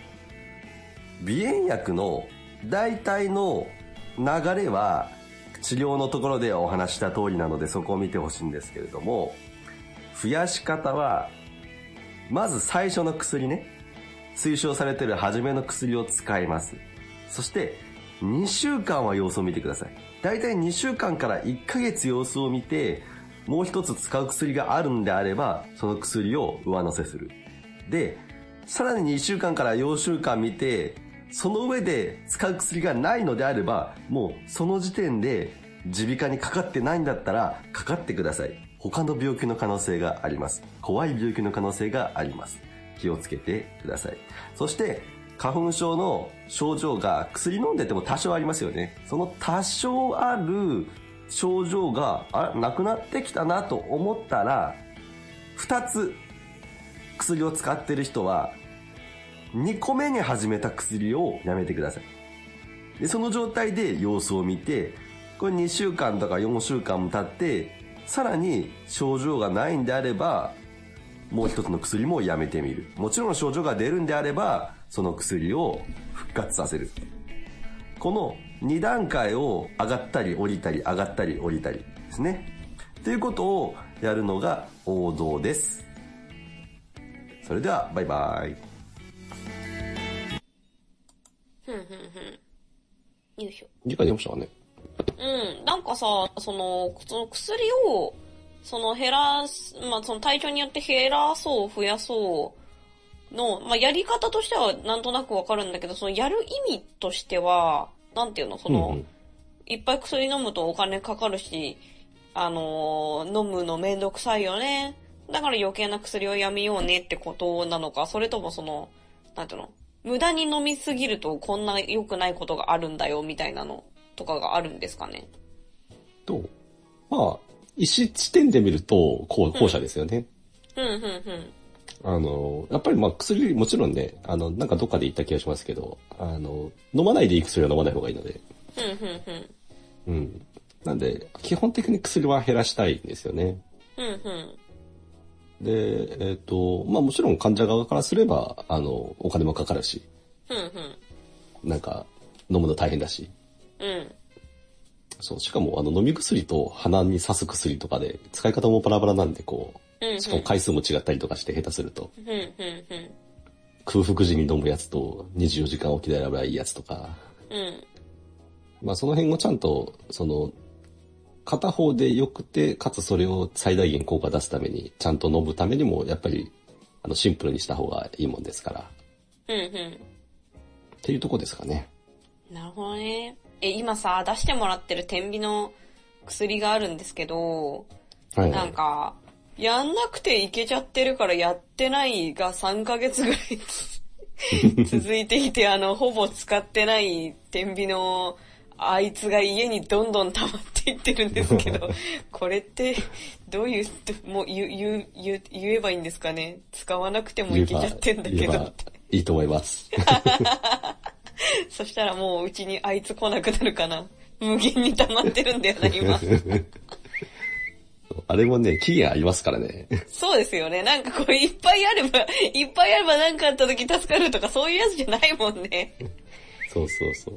鼻炎薬の大体の流れは治療のところでお話した通りなのでそこを見てほしいんですけれども、増やし方はまず最初の薬ね、推奨されている初めの薬を使います。そしてにしゅうかんは様子を見てください。だいたいにしゅうかんからいっかげつ様子を見て、もう一つ使う薬があるんであればその薬を上乗せする。でさらににしゅうかんからよんしゅうかん見て、その上で使う薬がないのであれば、もうその時点で耳鼻科にかかってないんだったらかかってください。他の病気の可能性があります。怖い病気の可能性があります。気をつけてください。そして花粉症の症状が薬飲んでても多少ありますよね。その多少ある症状があなくなってきたなと思ったら、ふたつ薬を使ってる人はにこめに始めた薬をやめてください。でその状態で様子を見て、これにしゅうかんとかよんしゅうかんも経ってさらに症状がないんであればもう一つの薬もやめてみる。もちろん症状が出るんであればその薬を復活させる。このにだんかいを上がったり降りたり上がったり降りたりですね。ということをやるのが王道です。それではバイバイ。 ふんふんふん。よいしょ。 理解できましたかね。 うん。なんかさ、その、その薬を、その減らす、まあ、その体調によって減らそう、増やそうの、まあ、やり方としてはなんとなくわかるんだけど、そのやる意味としては、なんていうの、その、うんうん、いっぱい薬飲むとお金かかるし、あのー、飲むのめんどくさいよね。だから余計な薬をやめようねってことなのか、それともその、なんていうの、無駄に飲みすぎるとこんな良くないことがあるんだよみたいなのとかがあるんですかね。 と、まあ、意思地点で見ると、後者ですよね。 うん、うん、うん、うん。あの、やっぱりまあ薬、もちろんね、あの、なんかどっかで言った気がしますけど、あの、飲まないでいい薬は飲まない方がいいので。 うん、うん、うん。 うん。なんで、基本的に薬は減らしたいんですよね。 うん、うん。 で、えっと、まあもちろん患者側からすれば、あの、お金もかかるし。 うん、うん。なんか、飲むの大変だし。 うん。 そう、しかもあの飲み薬と鼻に刺す薬とかで使い方もバラバラなんでこう、うんうん、しかも回数も違ったりとかして下手すると、 うんうんうん、 空腹時に飲むやつとにじゅうよじかんおきでやればいいやつとか、 うん、 まあその辺をちゃんとその片方で良くてかつそれを最大限効果出すためにちゃんと飲むためにもやっぱりあのシンプルにした方がいいもんですから、 うんうん、 っていうとこですかね。 なるほどね。え、今さ、出してもらってる点鼻の薬があるんですけど、はい、なんか、やんなくていけちゃってるからやってないがさんかげつぐらい続いていて、あの、ほぼ使ってない点鼻のあいつが家にどんどん溜まっていってるんですけど、これってどういう、もう言う、言う、言う、言えばいいんですかね。使わなくてもいけちゃってんだけど。 いいと思います。 そしたらもううちにあいつ来なくなるかな。無限に溜まってるんだよな、今。 あれもね、期限ありますからね。 そうですよね。なんかこういっぱいあれば、いっぱいあればなんかあった時助かるとかそういうやつじゃないもんね。 そうそうそう。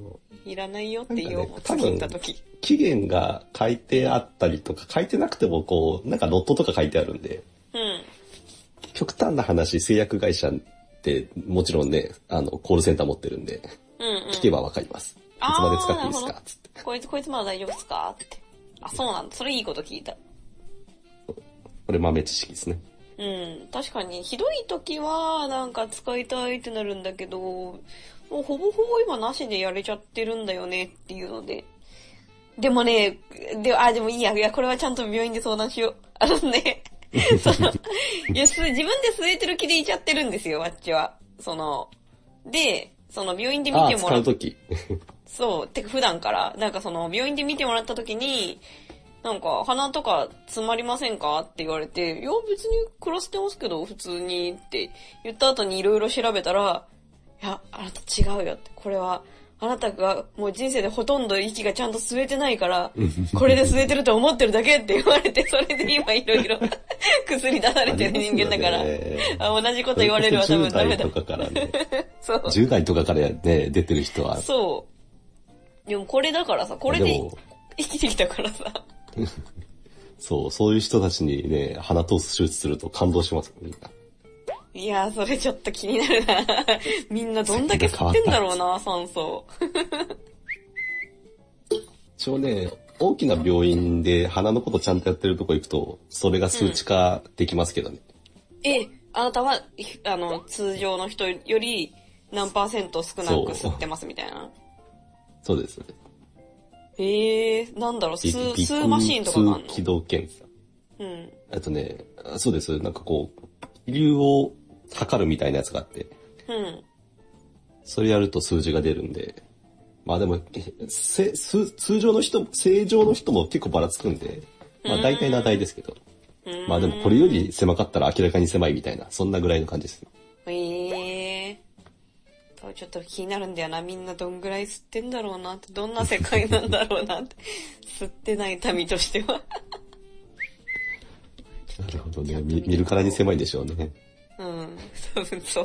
いらないよって言おう、ね、次行った時。 期限が書いてあったりとか、書いてなくてもこう、なんかロットとか書いてあるんで。 うん。 極端な話、製薬会社ってもちろんね、あの、コールセンター持ってるんで。 うんうん、 聞けばわかります。いつまで使っていいですかつって。 こいつ、こいつまだ大丈夫ですかって。あ、そうなんだ。それいいこと聞いた。 これ豆知識ですね。 うん。確かに、ひどい時は、なんか使いたいってなるんだけど、もうほぼほぼ今なしでやれちゃってるんだよねっていうので。でもね、で、あ、でもいいや。いや、これはちゃんと病院で相談しよう。あのね、その、いや、自分で吸えてる気でいちゃってるんですよ、あっちは。その、で、その病院で見てもらっ使う時そう、てか普段から、なんかその病院で見てもらった時に、なんか鼻とか詰まりませんかって言われて、いや別に暮らしてますけど普通にって言った後にいろいろ調べたら、いや、あなた違うよって、これはあなたがもう人生でほとんど息がちゃんと吸えてないから、これで吸えてると思ってるだけって言われて、それで今いろいろ薬出されてる人間だから。 ね、 あ、同じこと言われるわ、多分ダメだ。 じゅう代とかからね。 そう。 じゅう代とかからね、出てる人は。 そう。でもこれだからさ、これで生きてきたからさ。 そう、そういう人たちにね、鼻通す手術すると感動します、みんな。 いやー、それちょっと気になるな。みんなどんだけ吸ってんだろうな、酸素。 一応ね、大きな病院で鼻のことちゃんとやってるとこ行くと、それが数値化できますけどね。 うん、え、あなたは、あの、通常の人より何パーセント少なく吸ってますみたいな。 そうです。 へえー、なんだろう、吸、吸うマシーンとかがあるの？ 気道検査。 うん。 あとね、そうです。なんかこう、気流を測るみたいなやつがあって。 うん。それやると数字が出るんで。まあでも、せ通常の人、正常の人も結構ばらつくんで、まあ大体の値ですけど。まあでもこれより狭かったら明らかに狭いみたいな、そんなぐらいの感じです。 へえー。ちょっと気になるんだよな。みんなどんぐらい吸ってんだろうなって、どんな世界なんだろうなって。吸ってない民としては。 なるほどね。見、見るからに狭いでしょうね。 うん、多分そう。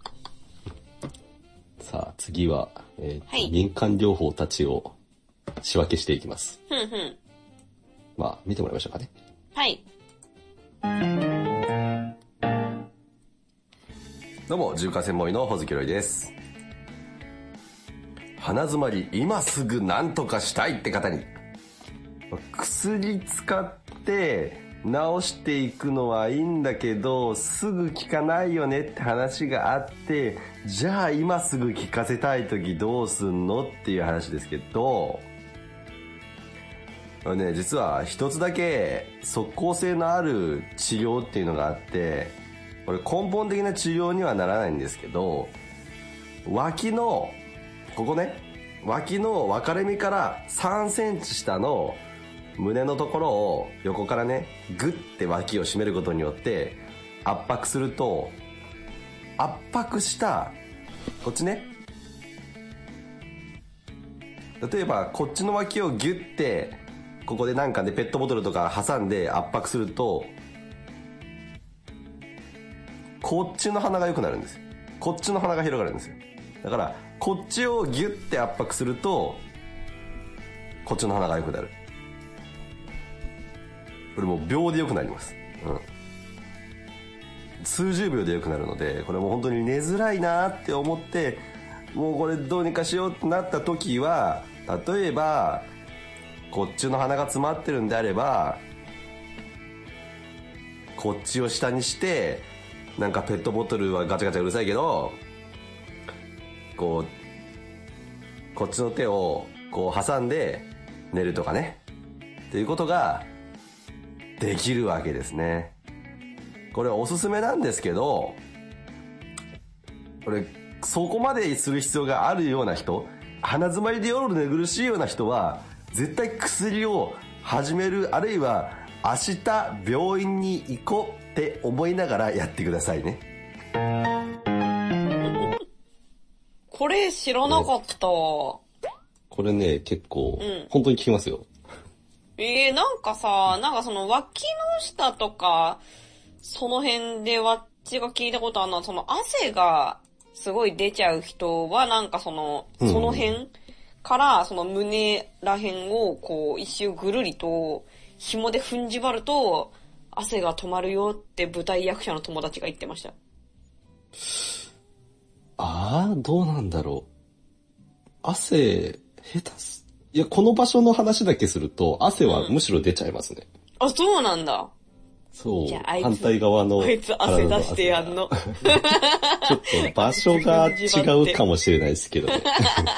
さあ次は、えーはい、 民間療法たちを仕分けしていきます。 ふんふん。 まあ見てもらいましょうかね。 はい。 どうも、重化専門医のほずきろいです。鼻詰まり、今すぐ何とかしたいって方に、薬使って治していくのはいいんだけど、すぐ効かないよねって話があって、じゃあ今すぐ効かせたい時どうすんのっていう話ですけど、これね、実は一つだけ即効性のある治療っていうのがあって、これ根本的な治療にはならないんですけど、脇のここね、脇の分かれ目からさんセンチ下の胸のところを横からね、グッて脇を締めることによって圧迫すると、圧迫したこっちね、例えばこっちの脇をギュッてここでなんかね、ペットボトルとか挟んで圧迫すると、こっちの鼻が良くなるんですよ。こっちの鼻が広がるんですよ。だからこっちをギュッて圧迫すると、こっちの鼻が良くなる。これもう秒で良くなります。うん。数十秒で良くなるので、これもう本当に寝づらいなって思って、もうこれどうにかしようってなった時は、例えばこっちの鼻が詰まってるんであれば、こっちを下にして、なんかペットボトルはガチャガチャうるさいけど、こうこっちの手をこう挟んで寝るとかね、っていうことができるわけですね。これおすすめなんですけど、これそこまでする必要があるような人、鼻詰まりで夜寝苦しいような人は絶対薬を始める、あるいは明日病院に行こうって思いながらやってくださいね。 これ知らなかった。これね、結構、うん、本当に効きますよ。 えー、なんかさ、なんかその脇の下とか、その辺でわっちが聞いたことあるのは、その汗がすごい出ちゃう人は、なんかその、その辺からその胸ら辺をこう一周ぐるりと紐で踏んじばると、汗が止まるよって舞台役者の友達が言ってました。 ああ、どうなんだろう。汗、下手す。いや、この場所の話だけすると、汗はむしろ出ちゃいますね。 うん、あ、そうなんだ。 そう。反対側の。 あいつ汗出してやんの。 ちょっと場所が違うかもしれないですけどね。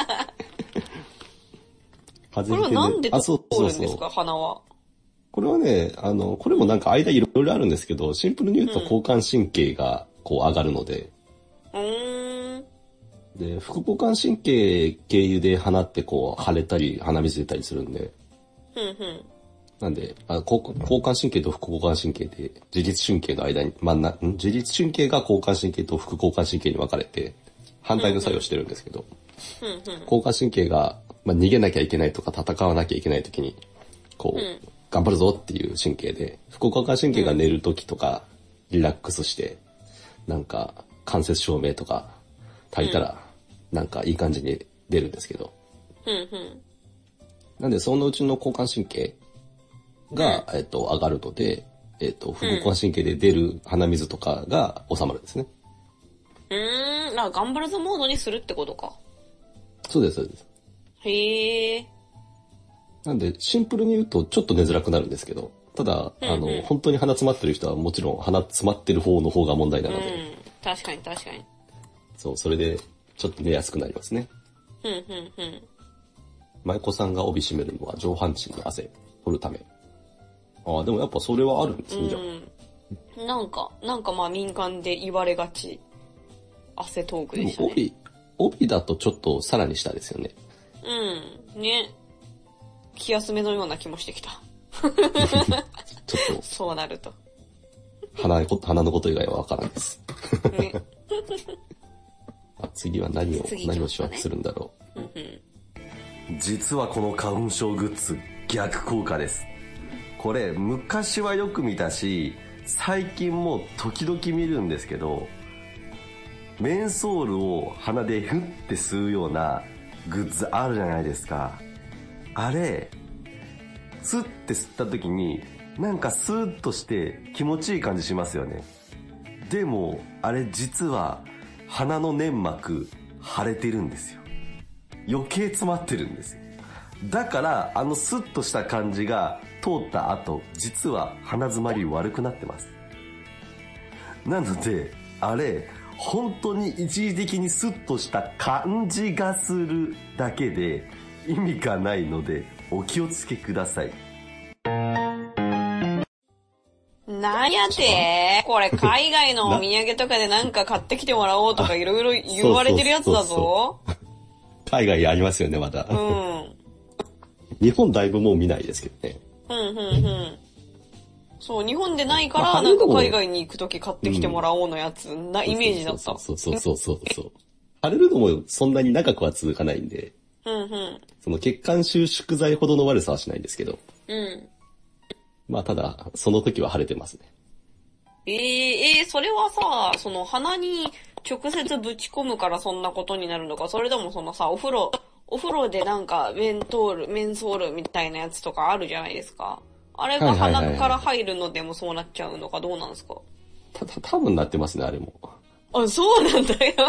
これはなんで通るんですか、鼻は。 これはね、あの、これもなんか間いろいろあるんですけど、シンプルに言うと交感神経がこう上がるので。 うーん。 で、副交感神経経由で鼻ってこう腫れたり鼻水出たりするんで。 ふんふん。 なんで、あ交、交感神経と副交感神経で自律神経の間に、まあ、な自律神経が交感神経と副交感神経に分かれて反対の作用してるんですけど、 ふんふん。 交感神経が、まあ、逃げなきゃいけないとか戦わなきゃいけないときに、こう、うん、 頑張るぞっていう神経で、副交感神経が寝る時とか、リラックスして、なんか間接照明とか焚いたら、なんかいい感じに出るんですけど。 うんうん。 なんでそのうちの交感神経が、えっと、上がるので、えっと、副交感神経で出る鼻水とかが収まるんですね。 うーん、なんか頑張るぞモードにするってことか。 そうです、そうです。 へー。 なんで、シンプルに言うとちょっと寝づらくなるんですけど、ただ、 うんうん、 あの、本当に鼻詰まってる人はもちろん鼻詰まってる方の方が問題なので、 うん、確かに確かに。 そう、それでちょっと寝やすくなりますね。 うんうんうん。 舞妓さんが帯締めるのは上半身に汗取るため。ああ、でもやっぱそれはあるんですね、じゃあ。 うん。なんか、なんかまあ民間で言われがち。汗トークでしたね。 帯、帯だとちょっとさらに下ですよね。 うん。ね。気休めのような気もしてきた。 ちょっと。 そうなると。 鼻、鼻のこと以外はわからんです。 ね、 あ次は何を、 ね、 何を主役するんだろう。 うんうん、 実はこの花粉症グッズ、逆効果です。これ、昔はよく見たし、最近も時々見るんですけど、メンソールを鼻でフッて吸うようなグッズあるじゃないですか。あれ、スッて吸った時に、なんかスーッとして気持ちいい感じしますよね。でも、あれ実は鼻の粘膜腫れてるんですよ。余計詰まってるんですよ。だからあのスッとした感じが通った後、実は鼻詰まり悪くなってます。なのであれ本当に一時的にスッとした感じがするだけで意味がないのでお気をつけください。 なんやてこれ海外のお土産とかでなんか買ってきてもらおうとかいろいろ言われてるやつだぞ。そうそうそうそう海外ありますよね、まだ。 うん。 日本だいぶもう見ないですけどね。 うんうんうん。そう、日本でないから、なんか海外に行くとき買ってきてもらおうのやつなイメージだった。 そうそうそうそうそう。腫れるのもそんなに長くは続かないんで。 うんうん。 その血管収縮剤ほどの悪さはしないんですけど。 うん。 まあただ、その時は腫れてますね。 えー、えー、それはさ、その鼻に直接ぶち込むからそんなことになるのか、それともそのさ、お風呂、お風呂でなんかメントール、メンソールみたいなやつとかあるじゃないですか。あれが鼻から入るのでもそうなっちゃうのかどうなんですか？ た、た、多分なってますね、あれも。 あ、そうなんだよ。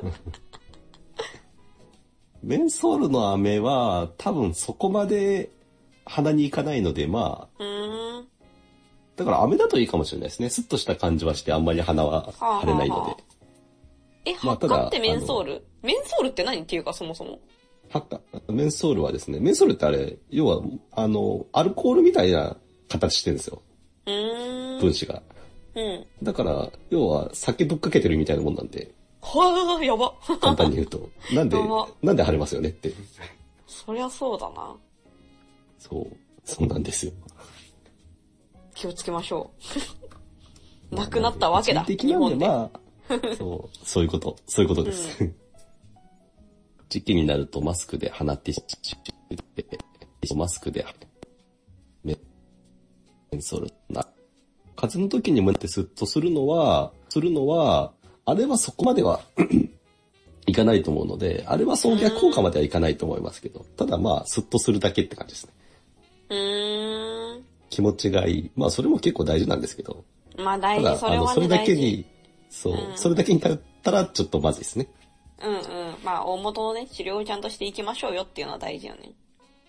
メンソールの飴は多分そこまで鼻に行かないので、まあ。 うーん。 だから飴だといいかもしれないですね。スッとした感じはしてあんまり鼻は腫れないので。はあはあはあ、 え、発火ってメンソール？メンソールって何っていうかそもそも。 発火、メンソールはですね、メンソールってあれ、要は、あの、アルコールみたいな形してるんですよ。 うーん。 分子が。 うん。 だから、要は酒ぶっかけてるみたいなもんなんで。 はぁ、やば。 簡単に言うと。なんで、なんで腫れますよねって。 そりゃそうだな。 そう、そうなんですよ。 気をつけましょう。なくなったわけだ。 日本で。まあ、そう、そういうこと、そういうことです。うん、時期になるとマスクで鼻ティッシュ、マスクで、メンソールな。風邪の時に胸ってスッとするのは、するのは、あれはそこまではいかないと思うので、あれはその逆効果まではいかないと思いますけど、ただまあ、スッとするだけって感じですね。 うーん。 気持ちがいい。まあ、それも結構大事なんですけど。 まあ大事、それはね、 それだけに、そう、うん、それだけに頼ったらちょっとまずいですね。 うんうん。まあ、大元のね、治療をちゃんとしていきましょうよっていうのは大事よね。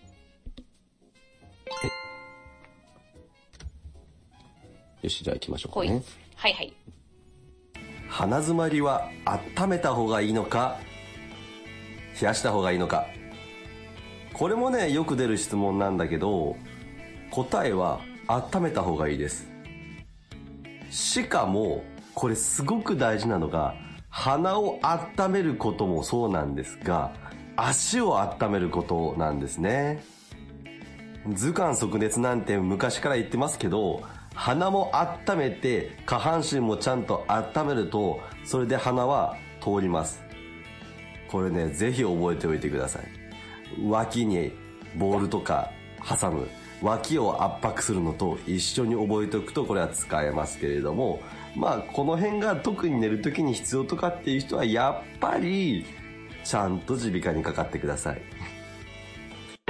よし、じゃあ行きましょうかね。 はいはい。 鼻づまりは温めた方がいいのか、冷やした方がいいのか。これもね、よく出る質問なんだけど、答えは温めた方がいいです。しかも、これすごく大事なのが、鼻を温めることもそうなんですが、足を温めることなんですね。頭寒足熱なんて昔から言ってますけど、鼻も温めて下半身もちゃんと温めると、それで鼻は通ります。これね、ぜひ覚えておいてください。脇にボールとか挟む。 脇を圧迫するのと一緒に覚えておくとこれは使えますけれども、まあこの辺が特に寝るときに必要とかっていう人はやっぱりちゃんと耳鼻科にかかってください。 う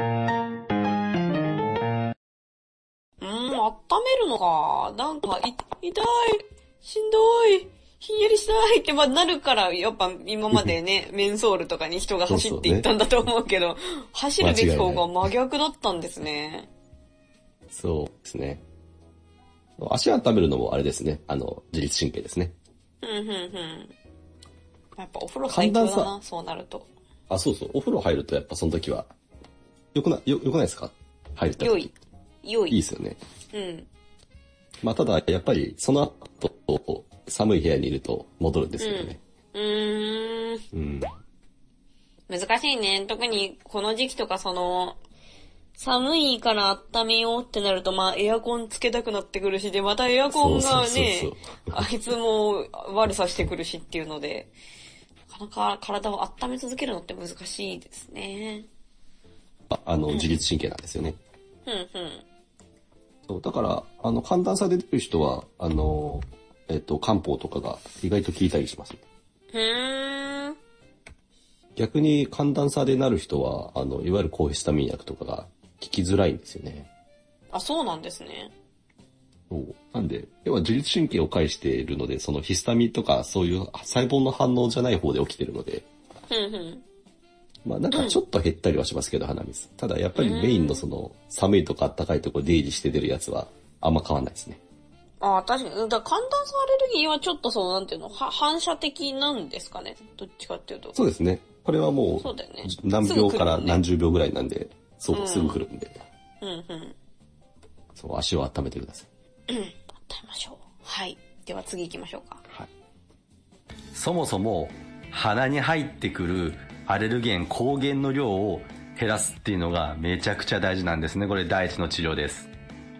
ーん、温めるのか。なんか、い、痛い、しんどい、ひんやりしたいって、まあ、なるから、やっぱ今までね、メンソールとかに人が走っていったんだと思うけど、そうそうね、走るべき方が真逆だったんですね。 そうですね。足温めるのもあれですね。あの、自律神経ですね。 うん、うん、うん。やっぱお風呂最強だな、そうなると。 あ、そうそう。お風呂入るとやっぱその時は、よくな、よ、よくないですか？入った時。 良い。良い。 いいですよね。 うん。 まあただ、やっぱりその後、寒い部屋にいると戻るんですけどね。 うん。うーん。 うん。 難しいね。特にこの時期とかその、寒いから温めようってなると、まあエアコンつけたくなってくるし、で、またエアコンがね、あいつも悪さしてくるしっていうので、なかなか体を温め続けるのって難しいですね。 あ, あの、自律神経なんですよね。 うん、うん。 そう、だから、あの、寒暖差で出る人は、あの、えっと、漢方とかが意外と効いたりします。 ふーん。 逆に寒暖差でなる人は、あの、いわゆる抗ヒスタミン薬とかが効きづらいんですよね。 あ、そうなんですね。 そうなんで、要は自律神経を介しているので、そのヒスタミンとかそういう細胞の反応じゃない方で起きてるので、 ふんふん。 まあなんかちょっと減ったりはしますけど、鼻水。ただやっぱりメインのその寒いとか暖かいところ出入りして出るやつはあんま変わんないですね。 ああ、確かに。だから寒暖差アレルギーはちょっとそう、なんていうの、は反射的なんですかね。どっちかっていうと。 そうですね。これはもう、 そうだよね、 何秒から何十秒ぐらいなんで、そう、 うん、 すぐ来るんで。 うんうん。 そう、足を温めてください。 うん、温めましょう。はい。では次行きましょうか。 はい。 そもそも鼻に入ってくるアレルゲン、抗原の量を減らすっていうのがめちゃくちゃ大事なんですね。これ第一の治療です。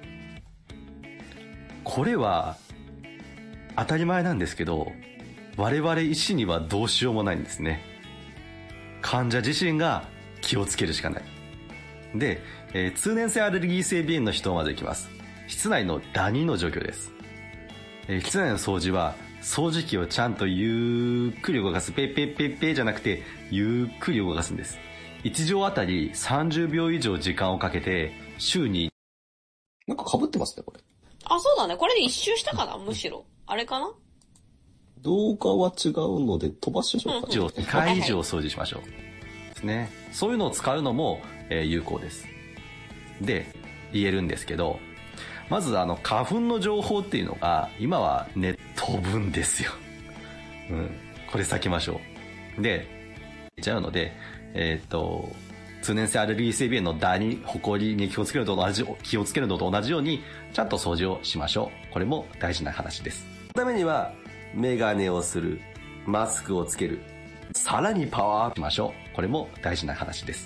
これは当たり前なんですけど、我々医師にはどうしようもないんですね。患者自身が気をつけるしかない。で、えー、通年性アレルギー性鼻炎の人をまずいきます。室内のダニの除去です。えー、室内の掃除は掃除機をちゃんとゆっくり動かす、ペッペッペッペッじゃなくてゆっくり動かすんです。いち錠あたりさんじゅうびょう以上時間をかけて週に、 なんか被ってますね、これ。 あ、そうだね。これで一周したかな、むしろ。あれかな。 動画は違うので飛ばしましょうか。 にかい以上掃除しましょう。ですね。そういうのを使うのも、えー、有効です。で、言えるんですけど、まずあの花粉の情報っていうのが今はね、飛ぶんですよ。うん。これ避けましょう。で、言っちゃうので、えー、っと、通年性アレルギー性鼻炎のダニ、ホコリに気をつけるのと同じ、気をつけるのと同じように、ちゃんと掃除をしましょう。これも大事な話です。そのためには、メガネをする、マスクをつける、さらにパワーアップしましょう。これも大事な話です。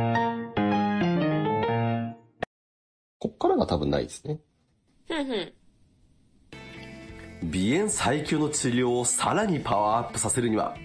こっからが多分ないですね。 ふんふん。 鼻炎最強の治療をさらにパワーアップさせるには、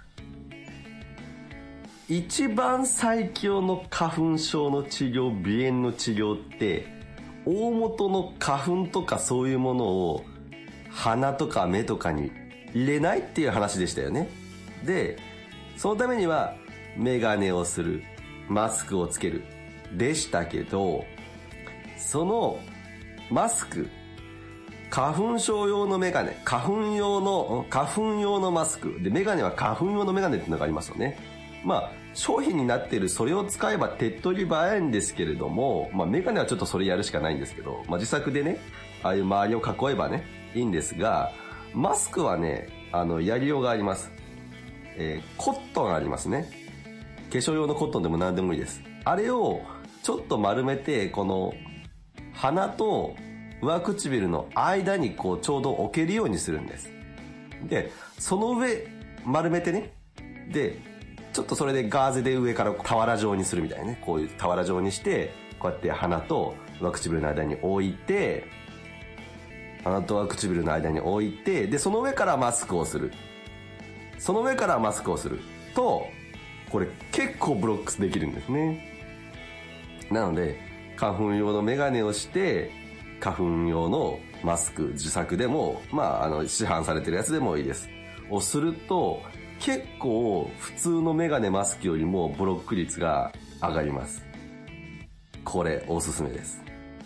一番最強の花粉症の治療、鼻炎の治療って、大元の花粉とかそういうものを鼻とか目とかに入れないっていう話でしたよね。で、そのためにはメガネをする、マスクをつけるでしたけど、そのマスク、花粉症用のメガネ、花粉用の花粉用のマスクで、メガネは花粉用のメガネっていうのがありますよね。まあ商品になっているそれを使えば手っ取り早いんですけれども、まあメガネはちょっとそれやるしかないんですけど、まあ自作でね、ああいう周りを囲えばねいいんですが、マスクはね、あのやりようがあります。えー、コットンありますね。化粧用のコットンでも何でもいいです。あれをちょっと丸めて、この鼻と上唇の間にこうちょうど置けるようにするんです。で、その上丸めてね、でちょっとそれでガーゼで上から俵状にするみたいなね、こういう俵状にしてこうやって鼻と上唇の間に置いて、鼻と上唇の間に置いて、でその上からマスクをする、その上からマスクをすると、これ結構ブロックスできるんですね。なので花粉用のメガネをして、花粉用のマスク、自作でも、まあ、あの、市販されてるやつでもいいです。をすると、結構普通のメガネマスクよりもブロック率が上がります。これ、おすすめです。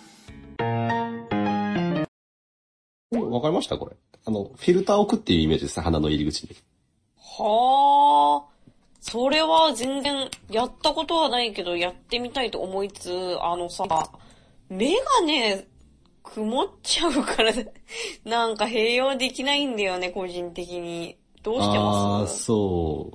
わかりましたこれ。あの、フィルターを置くっていうイメージですね、鼻の入り口に。 はあ。それは全然やったことはないけど、やってみたいと思いつつ、あのさ、メガネ曇っちゃうから、なんか併用できないんだよね、個人的に。どうしてます？ ああ、そう。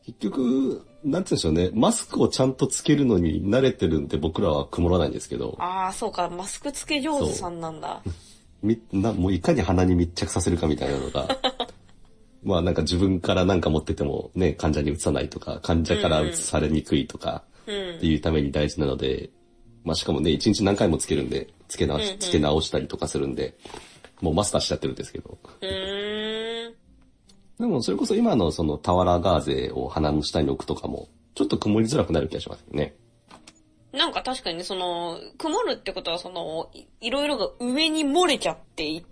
結局、なんて言うんでしょうね。マスクをちゃんとつけるのに慣れてるんで僕らは曇らないんですけど。 ああ、そうか。マスクつけ上手さんなんだ。 みなもういかに鼻に密着させるかみたいなのが。まあなんか自分からなんか持っててもね、患者に移さないとか、患者から移されにくいとか、っていうために大事なので、うんうん、まあしかもね、一日何回もつけるんで、つけ直し、うんうん、つけ直したりとかするんで、もうマスターしちゃってるんですけど。 うーんでもそれこそ今のその俵ガーゼを鼻の下に置くとかも、ちょっと曇りづらくなる気がしますよね。 なんか確かにね、その、曇るってことはその、い, いろいろが上に漏れちゃっていって、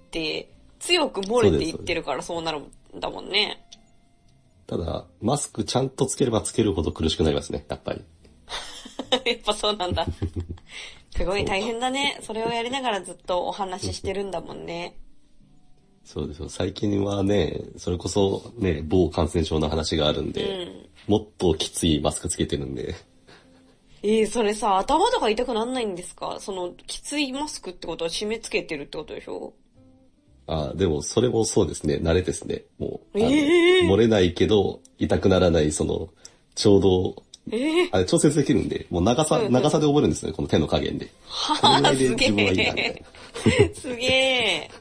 強く漏れていってるからそうなるんだもんね。 ただ、マスクちゃんとつければつけるほど苦しくなりますね、やっぱり。 やっぱそうなんだ。すごい大変だね。それをやりながらずっとお話ししてるんだもんね。 そうですよ。最近はね、それこそね、某感染症の話があるんで、うん、もっときついマスクつけてるんで。 えー、それさ、頭とか痛くなんないんですか？その、きついマスクってことは締め付けてるってことでしょ？ あ、でもそれもそうですね、慣れですね。もう、 えー、 漏れないけど、痛くならない、その、ちょうど、 えー、 あれ調節できるんで、もう長さ、うんうん、長さで覚えるんですね、この手の加減で。 はぁ、すげえ。すげえ。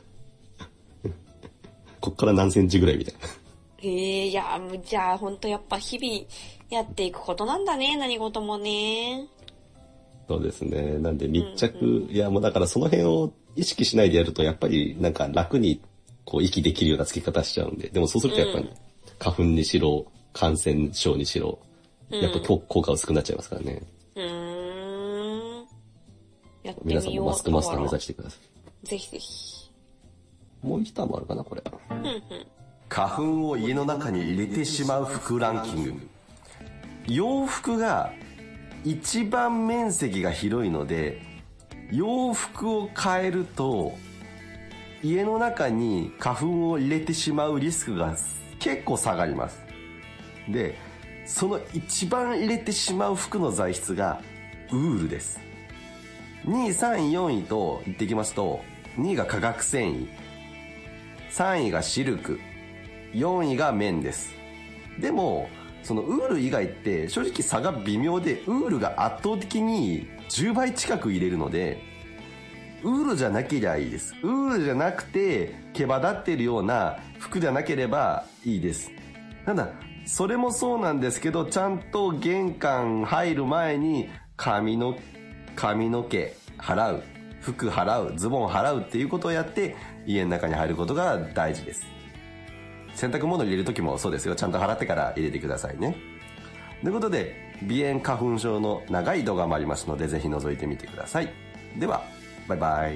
こっから何センチぐらいみたいな。 ええー、いや、じゃあほんとやっぱ日々やっていくことなんだね、何事もね。 そうですね。なんで密着、うんうん、いやもうだからその辺を意識しないでやるとやっぱりなんか楽にこう息できるような付け方しちゃうんで、でもそうするとやっぱり、うん、花粉にしろ、感染症にしろ、やっぱ効果薄くなっちゃいますからね。 うーん。やってみよう。 皆さんもマスクマスター目指してください。ぜひぜひ。 もう一ターンもあるかな、これ。 うんうん。 花粉を家の中に入れてしまう服ランキング。洋服が一番面積が広いので、洋服を変えると家の中に花粉を入れてしまうリスクが結構下がります。で、その一番入れてしまう服の材質がウールです。にい、さんい、よんいと言っていきますと、にいが化学繊維、さんいがシルク、よんいが綿です。でもそのウール以外って正直差が微妙で、ウールが圧倒的にじゅうばい近く入れるので、ウールじゃなければいいです。ウールじゃなくて毛羽立ってるような服じゃなければいいです。ただそれもそうなんですけど、ちゃんと玄関入る前に髪の髪の毛払う、服払う、ズボン払うっていうことをやって家の中に入ることが大事です。洗濯物入れる時もそうですよ。ちゃんと払ってから入れてくださいね。ということで、鼻炎花粉症の長い動画もありますので、ぜひ覗いてみてください。では、バイバイ。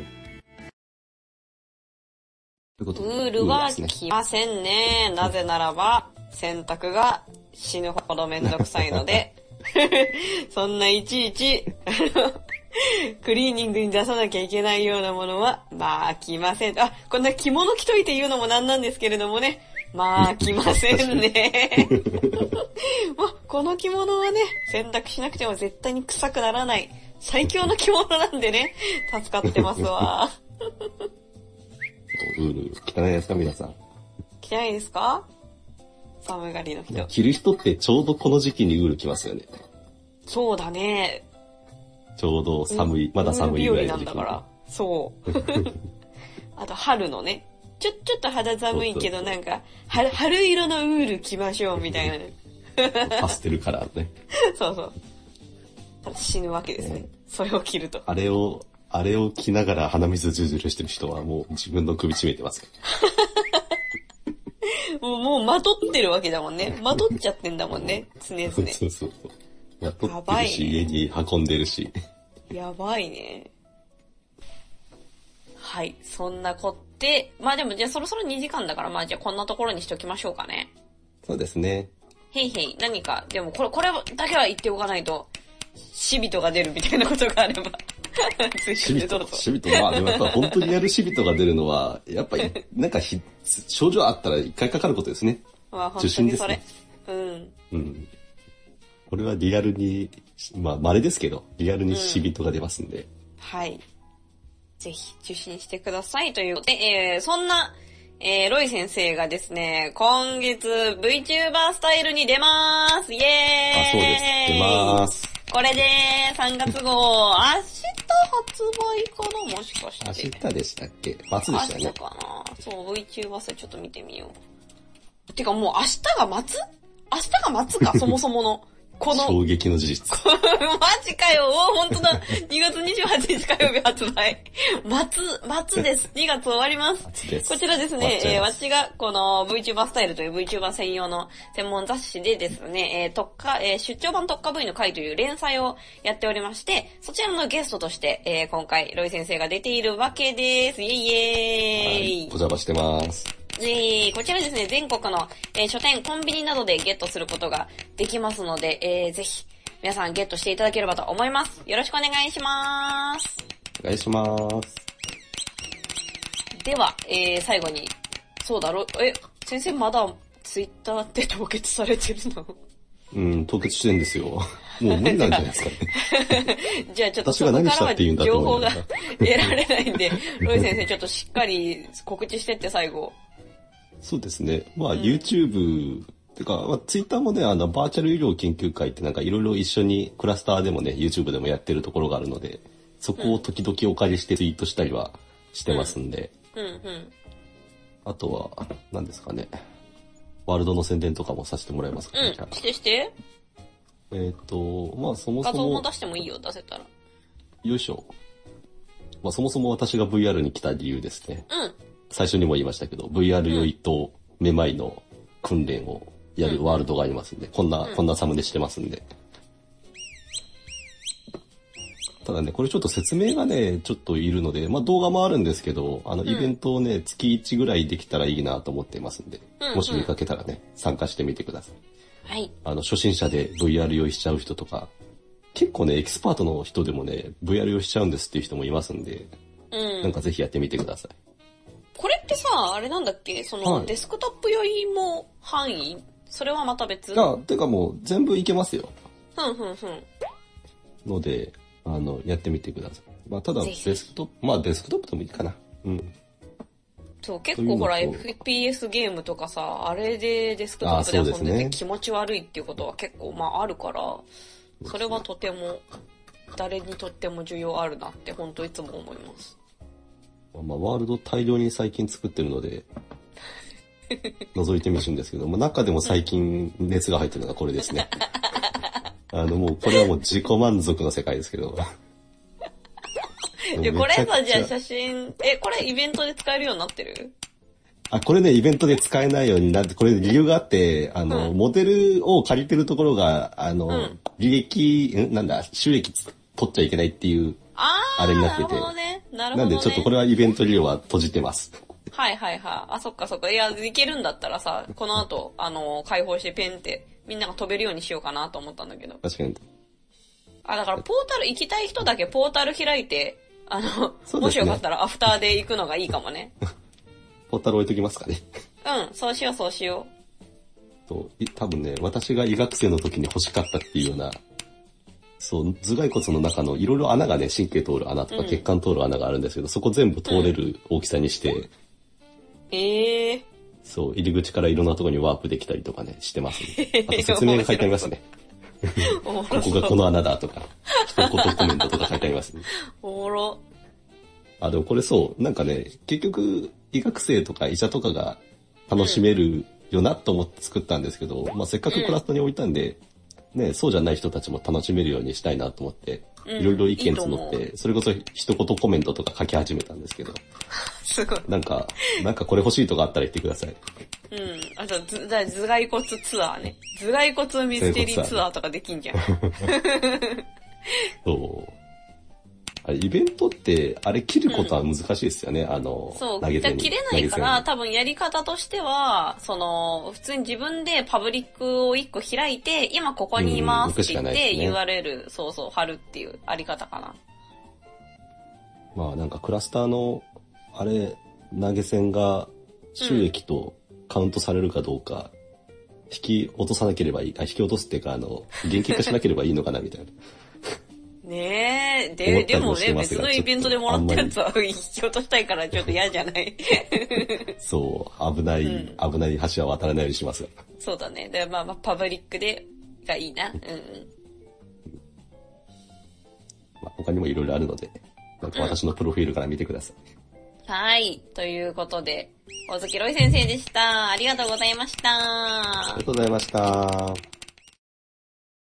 ウールは着ませんね。なぜならば、洗濯が死ぬほどめんどくさいので、そんないちいち、クリーニングに出さなきゃいけないようなものは、まあ着ません。あ、こんな着物着といて言うのもなんなんですけれどもね。まあ着ませんね。まあ、この着物はね、洗濯しなくても絶対に臭くならない最強の着物なんでね、助かってますわ。 ウール汚いですか皆さん。 着ないですか？寒がりの人。 着る人ってちょうどこの時期にウール着ますよね。 そうだね。 ちょうど寒い、まだ寒いぐらいの時期。 ウール日和なんだから。そう。あと春のね、ちょ、ちょっと肌寒いけどなんか、春、春色のウール着ましょうみたいなね。 パステルカラーね。 そうそう。ただ死ぬわけですね。ね、それを着ると。 あれを、あれを着ながら鼻水ジュジュルしてる人はもう自分の首絞めてます。 もう、もうまとってるわけだもんね。まとっちゃってんだもんね。常々。 そうそうそう。まとってるし、ね、家に運んでるし。 やばいね。はい、そんなこって、まあでもじゃあそろそろにじかんだから、まあじゃあこんなところにしときましょうかね。 そうですね。 へいへい、何か、でもこれ、これだけは言っておかないと、死人が出るみたいなことがあれば。 死人、死人、まあでもやっぱ本当にやる死人が出るのは、やっぱりなんかひ症状あったら一回かかることですね。 まあ本当にそれ。うん。 うん。これはリアルに、まあ稀ですけど、リアルに死人が出ますんで。うん、 はい。ぜひ受診してくださいということで、えー、そんな、えー、ロイ先生がですね、今月 VTuber スタイルに出まーす。イェーイ。 あ、そうです。出まーす。 これでさんがつ号、明日発売かな、もしかして。 明日でしたっけ？末でしたよね。 明日かな。そう、VTuber スタイルちょっと見てみよう。てかもう明日が末？明日が末か、そもそもの。この。 衝撃の事実。 マジかよ。お、ほんとだ。にがつにじゅうはちにち火曜日発売。末、末です。にがつ終わります。 末です。 こちらですね、えー、私がこの VTuber スタイルという VTuber 専用の専門雑誌でですね、えー、特化、えー、出張版特化 V の会という連載をやっておりまして、そちらのゲストとして、えー、今回、ロイ先生が出ているわけです。イェイイェーイ。 はい、お邪魔してます。 えー、こちらですね、全国の、えー、書店、コンビニなどでゲットすることができますので、えー、ぜひ、皆さんゲットしていただければと思います。よろしくお願いします。 お願いします。 では、えー、最後に、そうだろ、え、先生まだツイッターって凍結されてるの？ うん、凍結してるんですよ。もう無理なんじゃないですかね。 じゃあちょっとそこからは情報が得られないんで、ロイ先生ちょっとしっかり告知してって最後。 そうですね。まあ、うん、YouTube、てか、まあ、Twitter もね、あの、バーチャル医療研究会ってなんかいろいろ一緒にクラスターでもね、YouTube でもやってるところがあるので、そこを時々お借りしてツイートしたりはしてますんで。 うん、うん、うん。 あとは、何ですかね。ワールドの宣伝とかもさせてもらえますかね。 うん、してして。 えっと、まあそもそも。 画像も出してもいいよ、出せたら。 よいしょ。まあそもそも私が ブイアール に来た理由ですね。 うん。 最初にも言いましたけど、ブイアール 酔いとめまいの訓練をやるワールドがありますんで、うん、こんな、うん、こんなサムネしてますんで。ただね、これちょっと説明がね、ちょっといるので、まあ動画もあるんですけど、あの、イベントをね、うん、月いちぐらいできたらいいなと思っていますんで、うんうん、もし見かけたらね、参加してみてください。 はい。 あの、初心者で ブイアール 酔いしちゃう人とか、結構ね、エキスパートの人でもね、ブイアール 酔いしちゃうんですっていう人もいますんで、うん、なんかぜひやってみてください。 これってさ、あれなんだっけ、その、はい、デスクトップ酔いも範囲？それはまた別？ あ、てかもう全部いけますよ。 ふんふんふん。 ので、あの、やってみてください。まあ、ただ、デスクトップ、まあ、デスクトップでもいいかな。うん。 そう、結構ほら、エフピーエス ゲームとかさ、あれでデスクトップで遊んでて気持ち悪いっていうことは結構、まあ、あるから、それはとても、誰にとっても需要あるなって、本当いつも思います。 まあ、ワールド大量に最近作ってるので、覗いてみるんですけど、まあ、中でも最近熱が入ってるのがこれですね。あの、もう、これはもう自己満足の世界ですけど。 いや、これさ、じゃあ写真、え、これイベントで使えるようになってる？ あ、これね、イベントで使えないようになって、これ理由があって、あの、うん、モデルを借りてるところが、あの、うん、履歴、んなんだ、収益取っちゃいけないっていう、あれになってて。 なるほどね。なるほどね。 なんで、ちょっとこれはイベント利用は閉じてます。 はいはいはい。あ、そっかそっか。いや、いけるんだったらさ、この後、あの、開放してペンって、みんなが飛べるようにしようかなと思ったんだけど。 確かに。 あ、だからポータル、行きたい人だけポータル開いて、あの、ね、もしよかったらアフターで行くのがいいかもね。 ポータル置いときますかね。 うん、そうしようそうしよう。そう、多分ね、私が医学生の時に欲しかったっていうような、そう、頭蓋骨の中のいろいろ穴がね、神経通る穴とか血管通る穴があるんですけど、うん、そこ全部通れる大きさにして、うん、 ええー。 そう、入り口からいろんなところにワープできたりとかね、してます、ね。あと説明が書いてありますね。ここがこの穴だとか、一言コメントとか書いてありますね。 おもろ。 あ、でもこれそう、なんかね、結局、医学生とか医者とかが楽しめるよなと思って作ったんですけど、うん、まあせっかくクラスタに置いたんで、うん、ね、そうじゃない人たちも楽しめるようにしたいなと思って、うん、いろいろ意見募って、いいそれこそ一言コメントとか書き始めたんですけど。 すごい。 なんか、なんかこれ欲しいとかあったら言ってください。 うん。あと、ず、頭蓋骨ツアーね。頭蓋骨ミステリーツアーとかできんじゃん。 そう。 あれイベントって、あれ切ることは難しいですよね、うん、あの、 そう、 投げ銭切れないから、多分やり方としては、その、普通に自分でパブリックを一個開いて、今ここにいますって言って、うんね、ユーアールエル、そうそう、貼るっていうあり方かな。 まあなんかクラスターの、あれ、投げ銭が収益とカウントされるかどうか、うん、引き落とさなければいい、あ、引き落とすっていうか、あの、現金化しなければいいのかなみたいな。 ねえ、で、でもね、別のイベントでもらったやつは引き落としたいからちょっと嫌じゃないそう、危ない、うん、危ない橋は渡らないようにしますが。 そうだね。で、まあまあ、パブリックで、がいいな。うんうん。 まあ、他にもいろいろあるので、なんか私のプロフィールから見てください。 うん、はい。ということで、大月ロイ先生でした。ありがとうございました。 ありがとうございました。